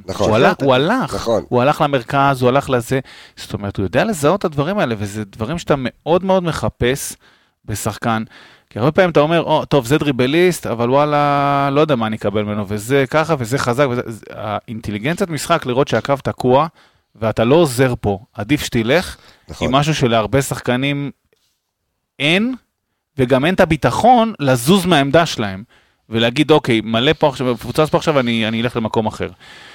הוא הלך למרכז, הוא הלך לזה, זאת אומרת, הוא יודע לזהות את הדברים האלה, וזה דברים שאתה מאוד מאוד מחפש בשחקן, כי הרבה פעמים אתה אומר, טוב, זה דריבליסט, אבל וואלה, לא יודע מה אני אקבל ממנו, וזה ככה, וזה חזק, האינטליגנציית משחק לראות שהקו תקוע, ואתה לא עוזר פה, עדיף שתלך, עם משהו שלהרבה שחקנים אין, וגם אין את הביטחון לזוז מהעמדה שלהם, ולהגיד, אוקיי, מלא פה עכשיו, פוצץ פה עכשיו, אני אלך למקום אחר.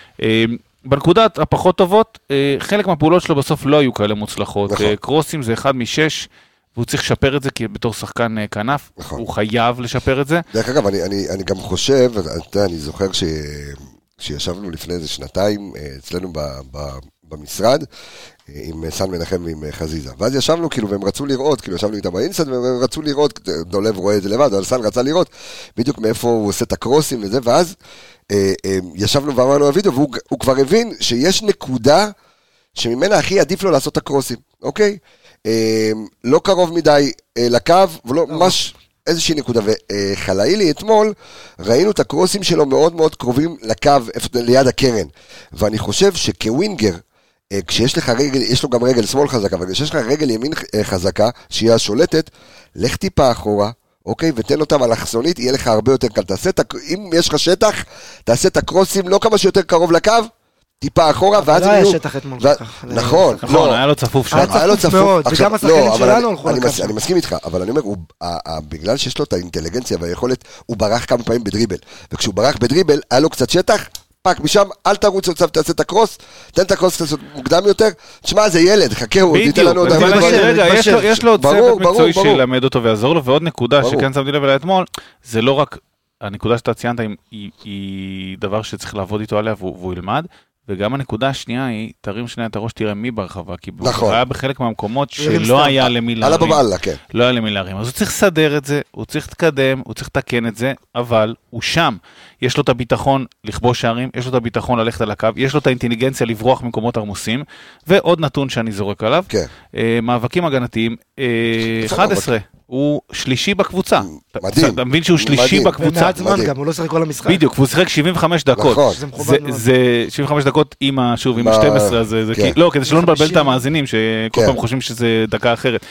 בנקודות הפחות טובות, חלק מהפעולות שלו בסוף לא היו כאלה מוצלחות. קרוסים זה 1 מ-6, והוא צריך לשפר את זה, כי בתור שחקן כנף, הוא חייב לשפר את זה. דרך אגב, אני גם חושב, אני זוכר שישבנו לפני איזה 2 אצלנו במשרד, עם סן מנחם ועם חזיזה. ואז ישבנו כאילו, והם רצו לראות, כאילו ישבנו איתם באינסט, והם רצו לראות, דולב רואה את זה לבד, אבל סן רצה לראות, בדיוק מאיפה הוא עושה את הקרוסים וזה, ואז ישבנו ואמרנו הוידאו, והוא כבר הבין שיש נקודה שממנה הכי עדיף לו לעשות את הקרוסים, אוקיי? לא קרוב מדי לקו, ולא ממש איזושהי נקודה, וחלאילי אתמול, ראינו את הקרוסים שלו מאוד מאוד קרובים לקו, ליד הקרן, ואני חושב שכווינגר, כשיש לך רגל, יש לו גם רגל שמאל חזקה, אבל כשיש לך רגל ימין חזקה, שהיא השולטת, לך טיפה אחורה, אוקיי, ותן אותם על החסונית, יהיה לך הרבה יותר קל. אם יש לך שטח, תעשה את הקרוסים לא כמה שיותר קרוב לקו, טיפה אחורה, ואז לא היה שטח אתמול ככה. נכון, היה לו צפוף שם. היה לו צפוף מאוד, וגם השחקנים שלנו הלכו לקו. אני מסכים איתך, אבל אני אומר, בגלל שיש לו את האינטליגנציה והיכולת, הוא ברח כמה פעמים בדריבל, וכשהוא ברח בדריבל, היה לו קצת שטח, פק משם, אל תרוץ עכשיו, תעשה את הקרוס, תן את הקרוס קצת מוקדם יותר, תשמע, זה ילד, חכה, הוא ייתן לנו עוד הרבה דברים. רגע, יש לו צוות מקצועי שילמד אותו ויעזור לו, ועוד נקודה שכן שמתי לב אליה אתמול, זה לא רק, הנקודה שאתה ציינת היא דבר שצריך לעבוד איתו עליה והוא ילמד, וגם הנקודה השנייה היא, תרים שנייה את הראש, תראה מי ברחבה, כי הוא היה בחלק מהמקומות שלא היה למי להרים. לא היה למי להרים. אז הוא צריך לסדר את זה, הוא צריך להתקדם, הוא צריך לתקן את זה, אבל הוא שם. יש לו את הביטחון לכבוש שערים, יש לו את הביטחון ללכת על הקו, יש לו את האינטליגנציה לברוח ממקומות הרמוסים, ועוד נתון שאני זורק עליו, מאבקים הגנתיים, 11. הוא שלישי בקבוצה. מדהים. אתה מבין שהוא שלישי בקבוצה? ומעט זמן גם, הוא לא שחק כל המשחק. בדיוק, והוא שחק 75 דקות. זה 75 דקות עם 12, לא, כדי שלא נבלבל את המאזינים, שכל פעם חושבים שזה דקה אחרת.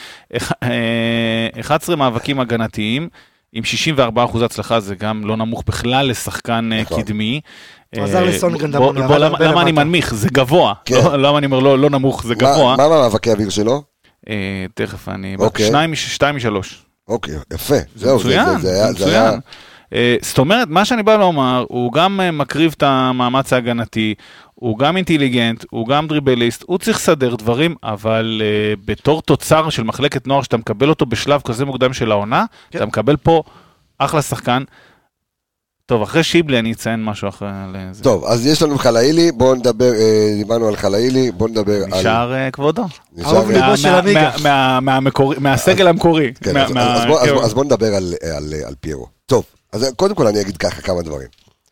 11 מאבקים הגנתיים, עם 64% הצלחה, זה גם לא נמוך בכלל לשחקן קדמי. עזר לסונגרן דמון. למה אני מנמיך? זה גבוה. למה אני אומר לא נמוך? זה גבוה. מה מאבקי האוויר שלו? תכף, אני... 2 מ-3. אוקיי, יפה. מצוין. זאת אומרת, מה שאני בא לומר, הוא גם מקריב את המאמץ ההגנתי, הוא גם אינטליגנט, הוא גם דריבליסט, הוא צריך לסדר דברים, אבל בתור תוצר של מחלקת נוער, שאתה מקבל אותו בשלב כזה מוקדם של העונה, אתה מקבל פה אחלה שחקן. טוב, אחרי שיבלי אני אציין משהו אחרי זה. טוב, אז יש לנו חלאילי, בואו נדבר, דיברנו על חלאילי, בואו נדבר על... נשאר כבודו. אהוב ליבו של המיגה. מהסגל המקורי. אז בואו נדבר על פיירו. טוב, אז קודם כל אני אגיד ככה כמה דברים.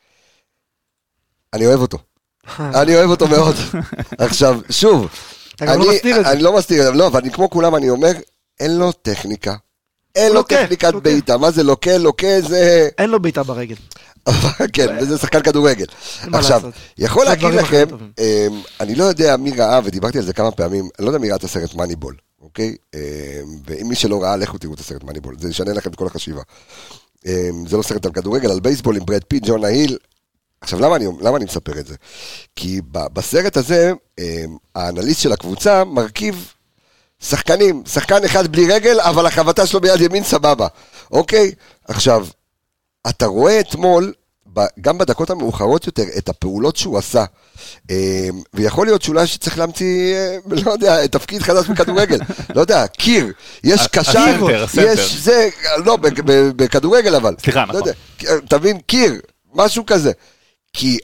אני אוהב אותו. אני אוהב אותו מאוד. עכשיו, שוב, אני לא מסתיר את זה, לא, אבל כמו כולם אני אומר, אין לו טכניקה. אין לו טכניקת בעיטה, מה זה לוקה זה... אין לו בעיטה ברגל. כן, וזה שחקן כדורגל. עכשיו, יכול להגיד לכם, אני לא יודע מי ראה, ודיברתי על זה כמה פעמים, אני לא יודע מי ראה את הסרט מאניבול. אוקיי? ואם מי שלא ראה, לכו תראו את הסרט מאניבול, זה ישנה לכם את כל החשיבה. זה לא סרט על כדורגל, על בייסבול עם ברד פיט, ג'ון ההיל. עכשיו, למה אני מספר את זה? כי בסרט הזה, האנליסט של הקבוצה מרכיב שחקנים, שחקן אחד בלי רגל, אבל החבטה שלו ביד ימין סבבה. אוקיי? עכשיו, אתה רואה אתמול, גם בדקות המאוחרות יותר, את הפעולות שהוא עשה, ויכול להיות שאולי שצריך להמציא, לא יודע, תפקיד חדש בכדורגל, לא יודע, קיר, יש קשר, יש זה, לא, בכדורגל אבל, סליחה, נכון. תבין, קיר, משהו כזה, כי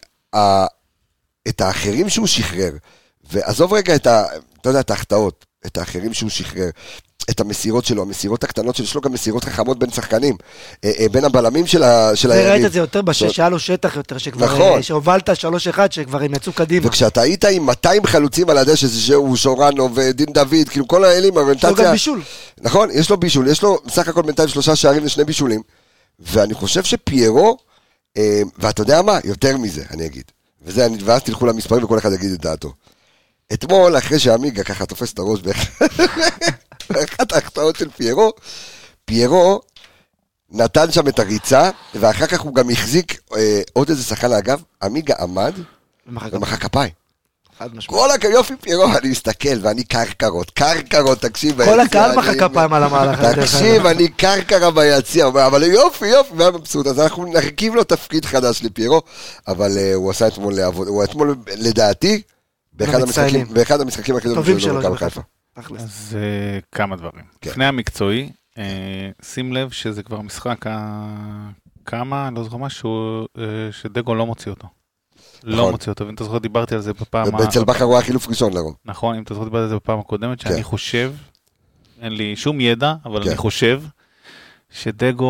את האחרים שהוא שחרר, ועזוב רגע אתה יודע, את ההחטאות, את האחרים שהוא שחרר, את המסירות שלו, המסירות הקטנות שלו, יש לו גם מסירות חכמות בין שחקנים, בין הבלמים של היריב. ראית את זה יותר בשש, שהיה לו שטח יותר, שהובלת 3-1, שכבר הם יצאו קדימה. וכשאתה היית עם 200 חלוצים על הדשא, שהוא שורנו ודין דוד, כאילו כל האלים, יש לו גם בישול. נכון, יש לו בישול, יש לו בסך הכל בינתיים 3 שערים ו2 בישולים, ואני חושב שפיירו, ואתה יודע מה, יותר מזה, אני אגיד, ואז תלכו למספרים וכל אחד יגיד את דעתו. אתמול, אחרי שהמיגה ככה תופס את הראש באחת ההחטאות של פיירו נתן שם את הריצה, ואחר כך הוא גם החזיק עוד איזה שחקן לאגב, המיגה עמד ומחא כפיים. כל יופי פיירו, אני מסתכל ואני קרקרות, תקשיב. כל הקהל מחא כפיים על המהלך. תקשיב, אני קרקרה ביציע, אבל יופי, והמבסוט, אז אנחנו נרכיב לו תפקיד חדש לפיירו, אבל הוא עשה אתמול לעבוד, הוא אתמול לדעתי, באחד המשחקים הכי טובים שלו במכבי חיפה. אז כמה דברים. לפני המקצועי, שים לב שזה כבר משחק כמה, אני לא זוכר משהו, שדגו לא מוציא אותו. לא מוציא אותו, ואם אתה זוכר דיברתי על זה בפעם... ואצל בכר הוא היה חילוף ראשון לרוב. נכון, אם אתה זוכר דיברתי על זה בפעם הקודמת, שאני חושב, אין לי שום ידע, אבל אני חושב, שדגו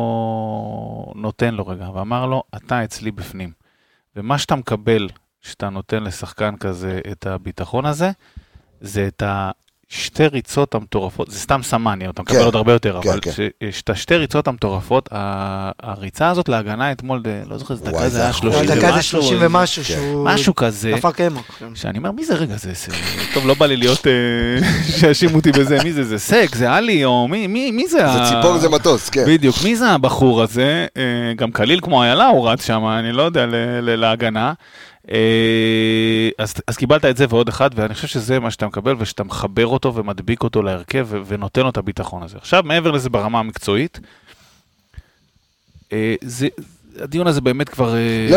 נותן לו רגע, ואמר לו, אתה אצלי בפנים. ומה שאתה מקבל, שאתה נותן לשחקן כזה את הביטחון הזה, זה את שתי ריצות המטורפות, זה סתם סמני, אתה מקבל עוד הרבה יותר, אבל שתי שתי ריצות המטורפות, הריצה הזאת להגנה אתמול, לא זוכר, זה דקה זה היה 30 ומשהו. דקה זה 30 ומשהו, משהו כזה, נפק עמוק. שאני אומר, מי זה רגע זה? טוב, לא בא לי להיות, שישימו אותי בזה, מי זה? זה סק, זה אלי, או מי זה? זה ציפור, זה מטוס, כן. בדיוק, מי זה הבחור הזה? גם קליל כמו איילה הוא רץ שם, אני לא יודע, להגנה. אז קיבלת את זה ועוד אחד, ואני חושב שזה מה שאתה מקבל, ושאתה מחבר אותו ומדביק אותו להרכב, ונותן לו את הביטחון הזה. עכשיו, מעבר לזה ברמה המקצועית, הדיון הזה באמת כבר...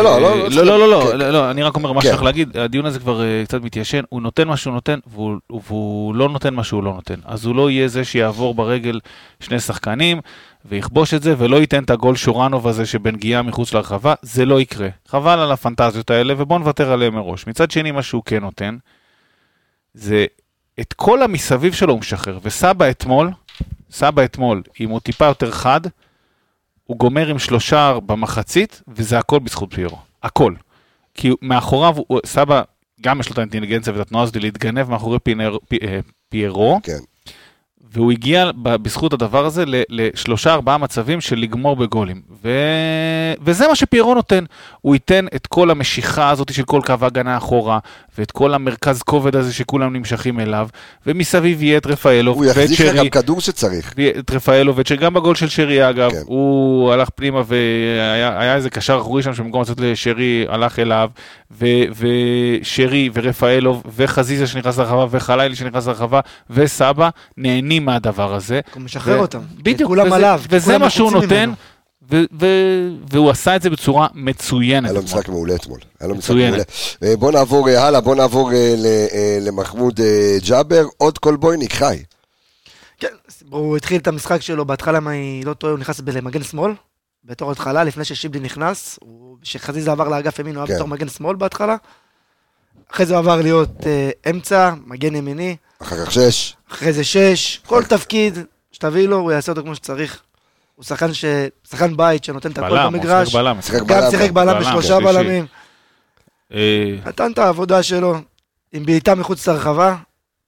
לא, אני רק אומר מה שצריך להגיד, הדיון הזה כבר קצת מתיישן, הוא נותן מה שהוא נותן, והוא לא נותן מה שהוא לא נותן. אז הוא לא יהיה זה שיעבור ברגל שני שחקנים, ויכבוש את זה, ולא ייתן את הגול שורנוב הזה שבנגיעה מחוץ לרחבה, זה לא יקרה. חבל על הפנטזיות האלה, ובוא נוותר עליהם מראש. מצד שני, מה שהוא כן נותן, זה את כל המסביב שלו הוא משחרר, וסבא אתמול, אם הוא טיפה יותר חד, הוא גומר עם 3 במחצית, וזה הכל בזכות פיירו. הכל. כי מאחוריו, סבא, גם יש לו את האינטליגנציה ואת התנועה הזאת להתגנב מאחורי פיירו, כן. והוא הגיע בזכות הדבר הזה ל3-4 מצבים של לגמור בגולים. וזה מה שפיירו נותן. הוא ייתן את כל המשיכה הזאת של כל קו הגנה אחורה, ואת כל המרכז כובד הזה שכולם נמשכים אליו, ומסביב יהיה את רפאלוב ואת שרי. הוא יחזיק גם כדור שצריך. את רפאלוב ואת שרי, גם בגול של שרי אגב, כן. הוא הלך פנימה והיה איזה קשר אחורי שם, שבמקום לצאת לשרי הלך אליו, ושרי ורפאלוב וחזיזה שנכנס לרחבה, וחלילי שנכנס לרחבה, וסבא נהנים מהדבר הזה. הוא משחרר אותם. בדיוק, וזה מה שהוא נותן, והוא עשה את זה בצורה מצוינת. היה לו משחק מעולה אתמול. בוא נעבור הלאה, בוא נעבור למחמוד ג'אבר, עוד קולבויניק חי. כן, הוא התחיל את המשחק שלו, בהתחלה לא טועה, הוא נכנס למגן שמאל, בתור התחלה, לפני ששיבלי נכנס, שחזיזה עבר לאגף ימין, הוא היה בתור מגן שמאל בהתחלה, אחרי זה הוא עבר להיות אמצע, מגן ימיני, אחרי זה 6, כל תפקיד שתביא לו, הוא יעשה אותו כמו שצריך. הוא שחקן בית שנותן את הכל במגרש, גם שיחק בלם ב3 בלמים. נתן את העבודה שלו עם בעיטה מחוץ לרחבה,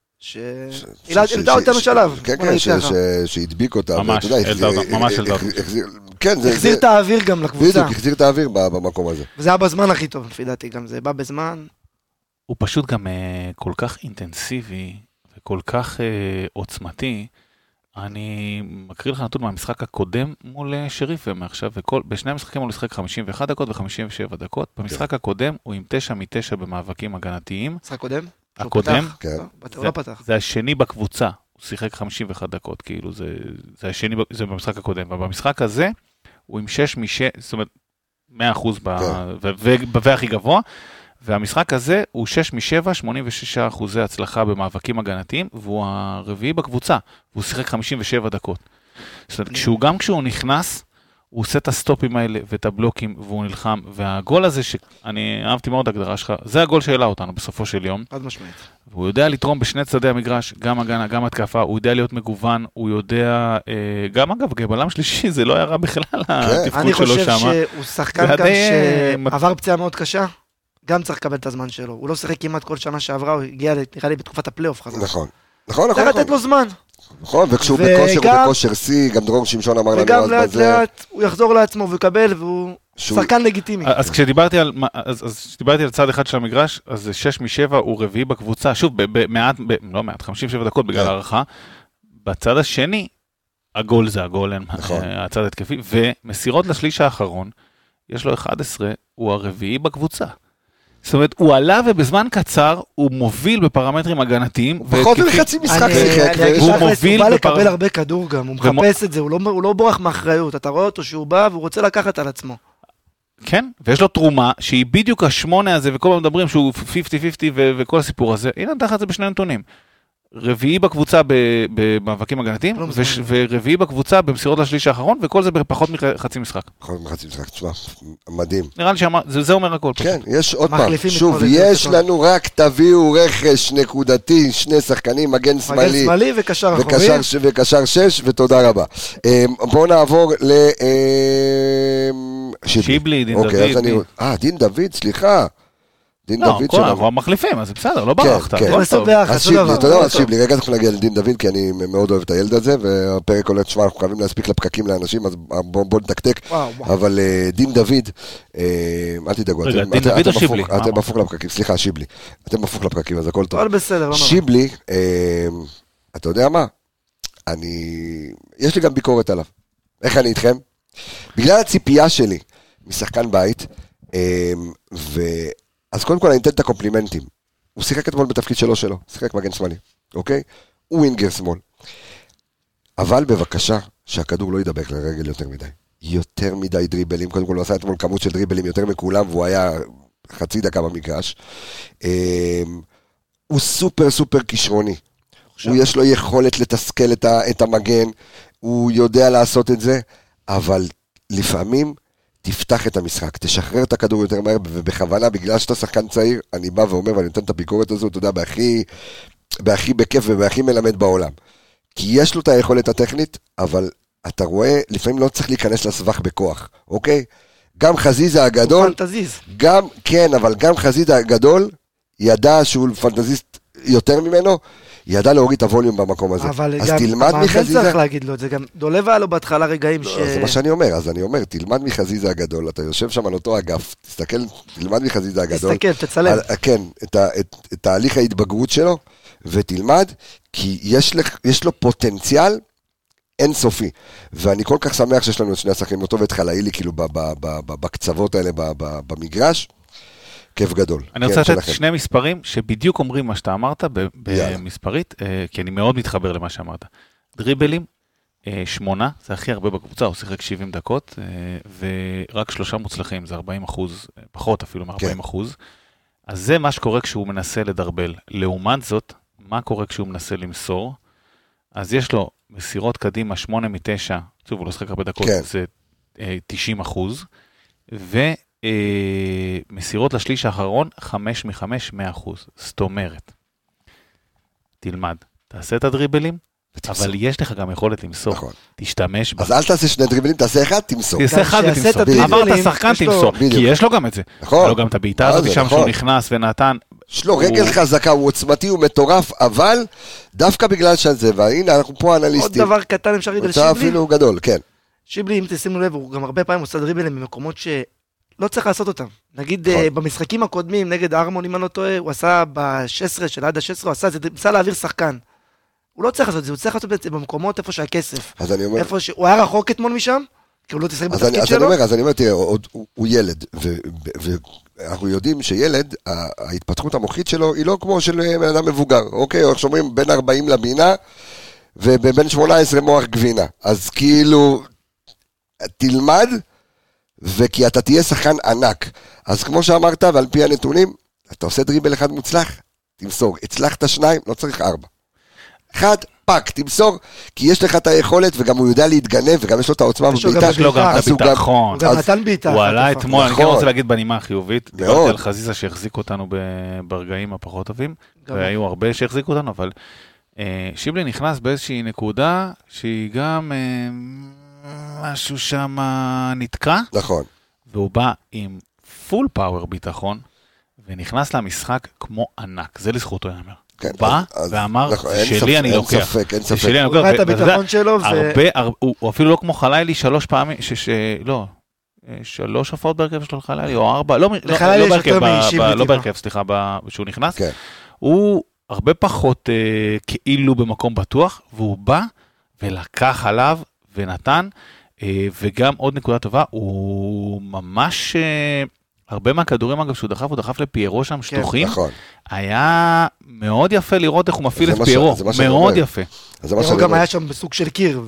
שהעלתה אותנו שלב. כן, שהדביק אותה. ממש העלתה אותה. החזיר את האוויר גם לקבוצה. בדיוק, החזיר את האוויר במקום הזה. וזה היה בזמן הכי טוב, לפי דעתי, גם זה בא בזמן. הוא פשוט גם כל כך אינטנסיבי, וכל כך עוצמתי, אני מקריא לך נתון מהמשחק הקודם מול שריף מעכשיו, בשני המשחקים הוא לשחק 51 דקות ו-57 דקות, במשחק הקודם הוא עם 9 מ-9 במאבקים הגנתיים. משחק קודם? הקודם, לא פתח. זה השני בקבוצה, הוא שיחק 51 דקות, כאילו זה השני, זה במשחק הקודם, ובמשחק הזה הוא עם 6 מ-6, זאת אומרת 100% והכי גבוה, והמשחק הזה הוא 6 מ-7, 86% הצלחה במאבקים הגנתיים, והוא הרביעי בקבוצה, והוא שיחק 57 דקות. זאת אומרת, כשהוא נכנס, הוא עושה את הסטופים האלה ואת הבלוקים, והוא נלחם, והגול הזה שאני אהבתי מאוד הגדרה שלך, זה הגול שהעלה אותנו בסופו של יום. עד משמעית. והוא יודע לתרום בשני צדדי המגרש, גם הגנה, גם התקפה, הוא יודע להיות מגוון, הוא יודע, גם אגב, כבלם שלישי, זה לא היה רע בכלל, התפקוד שלו שם. אני חושב שהוא שחקן גם שעבר פציעה מאוד קשה, גם צריך לקבל את הזמן שלו. הוא לא שיחק כמעט כל שנה שעברה, הוא הגיע, נראה לי, בתקופת הפלייאוף חזרה. נכון. צריך לתת לו זמן. נכון, וכשהוא בכושר, הוא בכושר C, גם דרום שמשון אמר לנו וגם לאט לאט, הוא יחזור לעצמו ויקבל, והוא שחקן לגיטימי. אז כשדיברתי על צד אחד של המגרש, אז 6 מ-7 הוא רביעי בקבוצה, שוב, לא מעט, 57 דקות בגלל הערכה. בצד השני, הגול זה הגול, הצד התקפי, ומסירות לשליש האחרון, יש לו 11, הוא הרביעי בקבוצה. זאת אומרת, הוא עלה ובזמן קצר, הוא מוביל בפרמטרים הגנתיים. פחות מחצי משחק שיחק. הוא בא לקבל הרבה כדור גם, הוא מחפש את זה, הוא לא בורח מאחריות. אתה רואה אותו שהוא בא והוא רוצה לקחת על עצמו. כן, ויש לו תרומה שהיא בדיוק השמונה הזה, וכל פעם מדברים שהוא 50-50 וכל הסיפור הזה. הנה נתח את זה בשני נתונים. רביעי בקבוצה במאבקים הגנתיים, ורביעי בקבוצה במסירות לשליש האחרון, וכל זה בפחות מחצי משחק. פחות מחצי משחק, תשמע, מדהים. נראה לי שזה אומר הכל. כן, יש עוד פעם, שוב, יש לנו רק תביאו רכש נקודתי, שני שחקנים, מגן שמאלי וקשר אחורי. וקשר 6, ותודה רבה. בואו נעבור שיבלי, דין דוד. דין דוד, סליחה. לא, אנחנו המחליפים, אז בסדר, לא ברחת. אז שיבלי, רגע אנחנו נגיע לדין דוד, כי אני מאוד אוהב את הילד הזה, והפרק הולך, תשמע, אנחנו חייבים להספיק לפקקים לאנשים, אז בואו נתקתק, אבל דין דוד, אל תדאגו, אתם הפוך לפקקים, סליחה, שיבלי, אתם הפוך לפקקים, אז הכל טוב. הכל בסדר, שיבלי, אתה יודע מה? יש לי גם ביקורת עליו. איך אני איתכם? בגלל הציפייה שלי, משחקן בית, אז קודם כל אני אתן את הקומפלימנטים. הוא שיחק אתמול בתפקיד שלו, שיחק מגן שמאלי, אוקיי? הוא ווינגר שמאל. אבל בבקשה, שהכדור לא ידבק לרגל יותר מדי דריבלים, קודם כל הוא עשה אתמול כמות של דריבלים יותר מכולם, והוא היה חצי דקה במגרש. הוא סופר סופר כישרוני. הוא יש לו יכולת לתסכל את המגן, הוא יודע לעשות את זה, אבל לפעמים תפתח את המשחק, תשחרר את הכדור יותר מהר, ובכוונה, בגלל שאתה שחקן צעיר, אני בא ואומר, ואני נותן את הביקורת הזו, אתה יודע, בהכי בכיף ובהכי מלמד בעולם. כי יש לו את היכולת הטכנית, אבל אתה רואה, לפעמים לא צריך להיכנס לסבך בכוח, אוקיי? גם חזיזה הגדול, הוא פנטזיסט. כן, אבל גם חזיזה הגדול, ידע שהוא פנטזיסט יותר ממנו, ידע להוריד את הווליום במקום הזה. אז תלמד מחזיזה. צריך להגיד לו את זה, גם דולב היה לו בהתחלה רגעים זה מה שאני אומר, אז אני אומר, תלמד מחזיזה הגדול, אתה יושב שם על אותו אגף, תסתכל, תלמד מחזיזה הגדול. תסתכל, תצלם. כן, את תהליך ההתבגרות שלו, ותלמד, כי יש לו פוטנציאל אינסופי, ואני כל כך שמח שיש לנו את שני השחקנים, אותו ואת חלאילי, כאילו בקצוות האלה במגרש, כיף גדול. אני רוצה לתת שני מספרים שבדיוק אומרים מה שאתה אמרת במספרית, כי אני מאוד מתחבר למה שאמרת. דריבלים, 8, זה הכי הרבה בקבוצה, הוא שיחק 70 דקות, ורק 3 מוצלחים, זה 40%, פחות אפילו מ-40%. אז זה מה שקורה כשהוא מנסה לדרבל. לעומת זאת, מה קורה כשהוא מנסה למסור? אז יש לו מסירות קדימה 8 מ-9, הוא לא שיחק הרבה דקות, זה 90%, מסירות לשליש האחרון, 5 מ-5, 100%. זאת אומרת, תלמד, תעשה את הדריבלים, אבל יש לך גם יכולת למסור. תשתמש בה. אז אל תעשה שני דריבלים, תעשה אחד, תמסור. תעשה אחד ותמסור. עברת שחקן, תמסור. כי יש לו גם את זה. יש לו גם את הבעיטה הזאת שם שהוא נכנס ונתן. יש לו רגל חזקה, הוא עוצמתי, הוא מטורף, אבל דווקא בגלל שזה, והנה אנחנו פה אנליסטים. עוד דבר קטן אפשר להגיד על שיבלי. אפילו גדול, כן. שיבלי, אם תשימו לב, הוא גם הרבה פעמים עושה דריבלים במקומות לא צריך לעשות אותם. נגיד, במשחקים הקודמים, נגד ארמון, אם אני לא טועה, הוא עשה ב-16 של עד ה-16, הוא עשה את זה, ניסה להעביר שחקן. הוא לא צריך לעשות את זה, הוא צריך לעשות את זה במקומות איפה שהכסף. אז אני אומר... הוא היה רחוק אתמול משם, כי הוא לא תשחק בתפקיד שלו. אז אני אומר, תראה, הוא ילד, ואנחנו יודעים שילד, ההתפתחות המוחית שלו היא לא כמו של בן אדם מבוגר, אוקיי? או שאומרים בין 40 לבינה, ובין 18 מוח גבינה. אז כאילו, תלמד, וכי אתה תהיה שחקן ענק. אז כמו שאמרת, ועל פי הנתונים, אתה עושה דריבל אחד מוצלח, תמסור. הצלחת 2, לא צריך 4. 1, פק, תמסור, כי יש לך את היכולת, וגם הוא יודע להתגנב, וגם יש לו את העוצמה בביתה. יש לו גם את הביטחון. הוא גם נתן ביתה. הוא עלה אתמול, אני כן רוצה להגיד בנימה החיובית, דיברתי על חזיזה שהחזיק אותנו ברגעים הפחות טובים, והיו הרבה שהחזיקו אותנו, אבל שיבלי נכנס באיזושהי נקודה, שהיא גם משהו שם נתקע. נכון. והוא בא עם פול פאוור ביטחון, ונכנס למשחק כמו ענק, זה לזכותו יאמר. כן, בא ואמר, שלי אני לוקח. אין ספק, אין ספק. הוא ראה את הביטחון שלו. הוא אפילו לא כמו חלילי 3 פעמים, לא, 3 הופעות בהרכב שלו לחלילי, או 4, לא בהרכב, סליחה, שהוא נכנס. הוא הרבה פחות כאילו במקום בטוח, והוא בא ולקח עליו ונתן, וגם עוד נקודה טובה, הוא ממש... הרבה מהכדורים, אגב, שהוא דחף, הוא דחף לפיירו שם שטוחים. נכון. היה מאוד יפה לראות איך הוא מפעיל את פיירו. מאוד יפה. פיירו גם היה שם בסוג של קיר.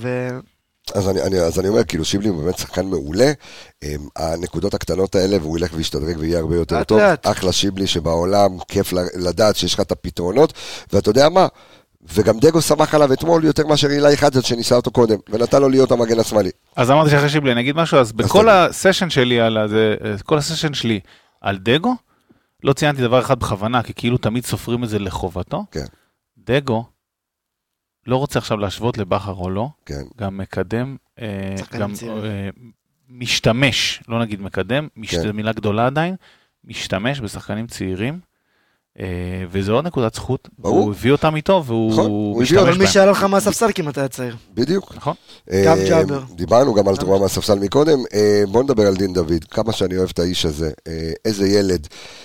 אז אני אומר, כאילו, שיבלי הוא באמת שחקן מעולה. הנקודות הקטנות האלה, והוא ילך וישתדרג ויהיה הרבה יותר טוב. אחלה שיבלי שבעולם, כיף לדעת שיש לך את הפתרונות. ואתה יודע מה? וגם דגו שמח עליו אתמול יותר מאשר אילי חדד שניסה אותו קודם, ונתן לו להיות המגן השמאלי. אז אמרתי שאחרי שיבלי, אני אגיד משהו, אז בכל הסשן שלי, כל הסשן שלי על דגו, לא ציינתי דבר אחד בכוונה, כי כאילו תמיד סופרים את זה לחובתו. כן. דגו לא רוצה עכשיו להשוות לבחר או לא, כן. גם מקדם, גם משתמש, לא נגיד מקדם, זו מילה גדולה עדיין, משתמש בשחקנים צעירים, וזו עוד נקודת זכות, הוא הביא אותם איתו, והוא משתמש בהם. מי שעלה לך מהספסל כמעט היה צעיר. בדיוק. נכון. גם ג'אבר. דיברנו גם על תרומה מהספסל מקודם, בוא נדבר על דין דוד, כמה שאני אוהב את האיש הזה, איזה ילד,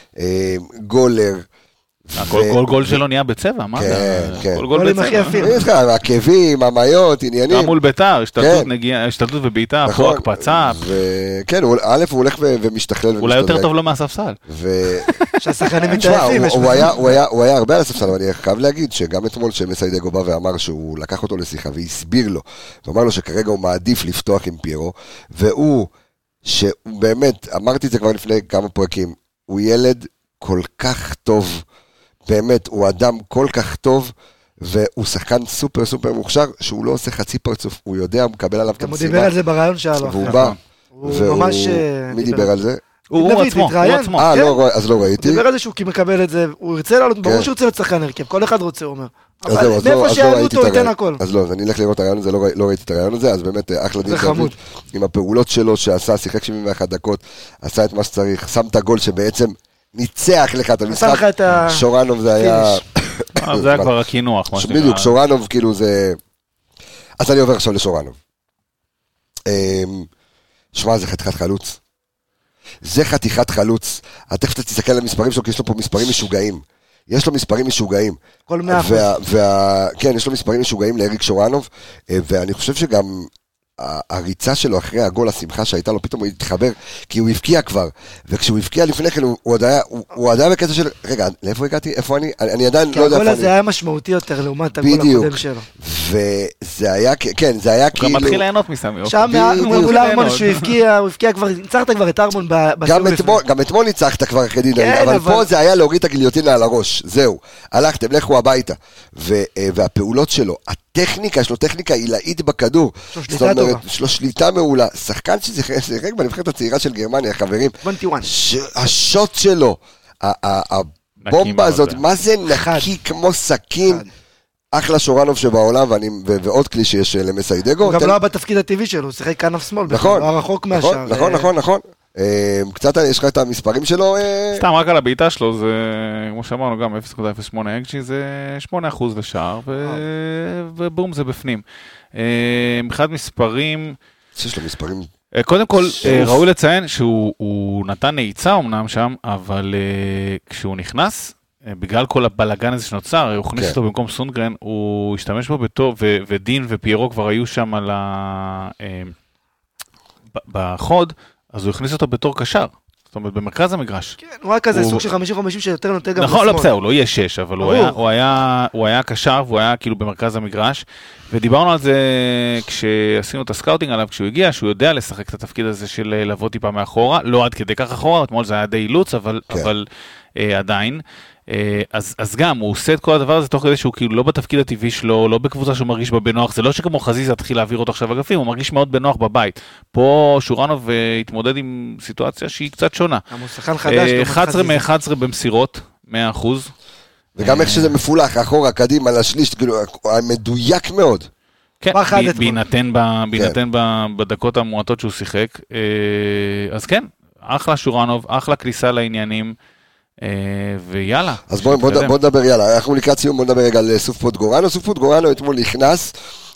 גולר, כל גול שלו נהיה בצבע, מה? כל גול בצבע. עקבים, המיות, עניינים. גם מול ביתר, השתלטות ובעיטה, פה הקפצה. כן, א' הוא הולך ומשתכלל. אולי יותר טוב לו מהספסל. שהשחקנים מתעייפים. הוא היה הרבה על הספסל, אבל אני חייב להגיד שגם אתמול שמסיידגו בא ואמר שהוא לקח אותו לשיחה והסביר לו, ואמר לו שכרגע הוא מעדיף לפתוח עם פיירו, והוא, שבאמת, אמרתי את זה כבר לפני כמה פרקים, הוא ילד כל כך טוב, באמת, הוא אדם כל כך טוב, והוא שחקן סופר סופר מוכשר, שהוא לא עושה חצי פרצוף, הוא יודע, הוא מקבל עליו את המשימה. הוא דיבר על זה ברעיון שלו. והוא בא, מי דיבר על זה? הוא עצמו. אז לא ראיתי. הוא דיבר על זה שהוא מקבל את זה, הוא ירצה לעלות, ברור שהוא רוצה לצחקן הרכב, כל אחד רוצה, הוא אומר. אבל מאיפה שיעלו אותו, ייתן הכל. אז לא, אז אני אלך לראות את הרעיון הזה, לא ראיתי את הרעיון הזה, אז באמת אחלה דין דוד, עם הפעולות שלו שעשה, שיחק 71 דקות, עשה את מה שצריך, שם את הגול שבעצם ניצח לך את המשחק, שורנוב זה היה... זה היה כבר הכינוח. בדיוק, שורנוב כאילו זה... אז אני עובר עכשיו לשורנוב. שמע, זה חתיכת חלוץ. זה חתיכת חלוץ. תכף אתה תסתכל על המספרים שלו, כי יש לו פה מספרים משוגעים. יש לו מספרים משוגעים. כל 100%. כן, יש לו מספרים משוגעים לאריק שורנוב, ואני חושב שגם... הריצה שלו אחרי הגול, השמחה שהייתה לו, פתאום הוא התחבר, כי הוא הבקיע כבר, וכשהוא הבקיע לפני כן, הוא עוד היה בקטע של, רגע, לאיפה הגעתי? איפה אני עדיין לא יודע איפה אני. כי הגול הזה היה משמעותי יותר לעומת הגול הקודם שלו. וזה היה, כן, זה היה כאילו... הוא מתחיל ליהנות מסמי. שם מול ארמון שהוא הבקיע כבר, ניצחת כבר את ארמון בסיבוב. גם אתמול ניצחת כבר אחרי דין, אבל פה זה היה להוריד את הגיליוטינה על הראש, זהו, הלכתם, לכו הביתה, והפעולות שלו, הטכניקה, יש לו טכניקה עילאית בכדור. יש לו שליטה מעולה. שחקן ששיחק בנבחרת הצעירה של גרמניה, חברים. 21. השוט שלו, הבומבה הזאת, מה זה נקי כמו סכין. אחלה שורנוב שבעולם, ועוד כלי שיש למסיידגו. הוא גם לא היה בתפקיד הטבעי שלו, הוא שיחק כנף שמאל. נכון. הוא רחוק מהשאר. נכון. קצת יש לך את המספרים שלו. סתם רק על הבעיטה שלו, זה כמו שאמרנו גם 0.08 אקג'י, זה 8% לשער, ובום זה בפנים. אחד מספרים... שיש לו מספרים... קודם כל, ראוי לציין שהוא נתן נעיצה אמנם שם, אבל כשהוא נכנס, בגלל כל הבלגן הזה שנוצר, הוא הכניס אותו במקום סונגרן, הוא השתמש בו בטוב, ודין ופיירו כבר היו שם בחוד, אז הוא הכניס אותו בתור קשר. זאת אומרת, במרכז המגרש. כן, הוא היה כזה סוג של 50-50 שיותר נוטה גם לשמאל. נכון, לא בסדר, הוא לא יהיה 6, אבל הוא היה קשר, והוא היה כאילו במרכז המגרש, ודיברנו על זה כשעשינו את הסקאוטינג עליו, כשהוא הגיע, שהוא יודע לשחק את התפקיד הזה של לבוא טיפה מאחורה, לא עד כדי כך אחורה, אתמול זה היה די אילוץ, אבל עדיין. אז גם, הוא עושה את כל הדבר הזה תוך כדי שהוא כאילו לא בתפקיד הטבעי שלו, לא בקבוצה שהוא מרגיש בה בנוח, זה לא שכמו חזיזה התחיל להעביר אותו עכשיו אגפים, הוא מרגיש מאוד בנוח בבית. פה שורנוב התמודד עם סיטואציה שהיא קצת שונה. הוא שחקן חדש. 11 מ-11 במסירות, 100%. וגם איך שזה מפולח, אחורה, קדימה, לשליש, כאילו, מדויק מאוד. כן, בהינתן בדקות המועטות שהוא שיחק. אז כן, אחלה שורנוב, אחלה כניסה לעניינים. ויאללה. אז בוא נדבר, יאללה, אנחנו לקראת סיום, בוא נדבר רגע על סוף פוטגורנו. סוף פוטגורנו אתמול נכנס,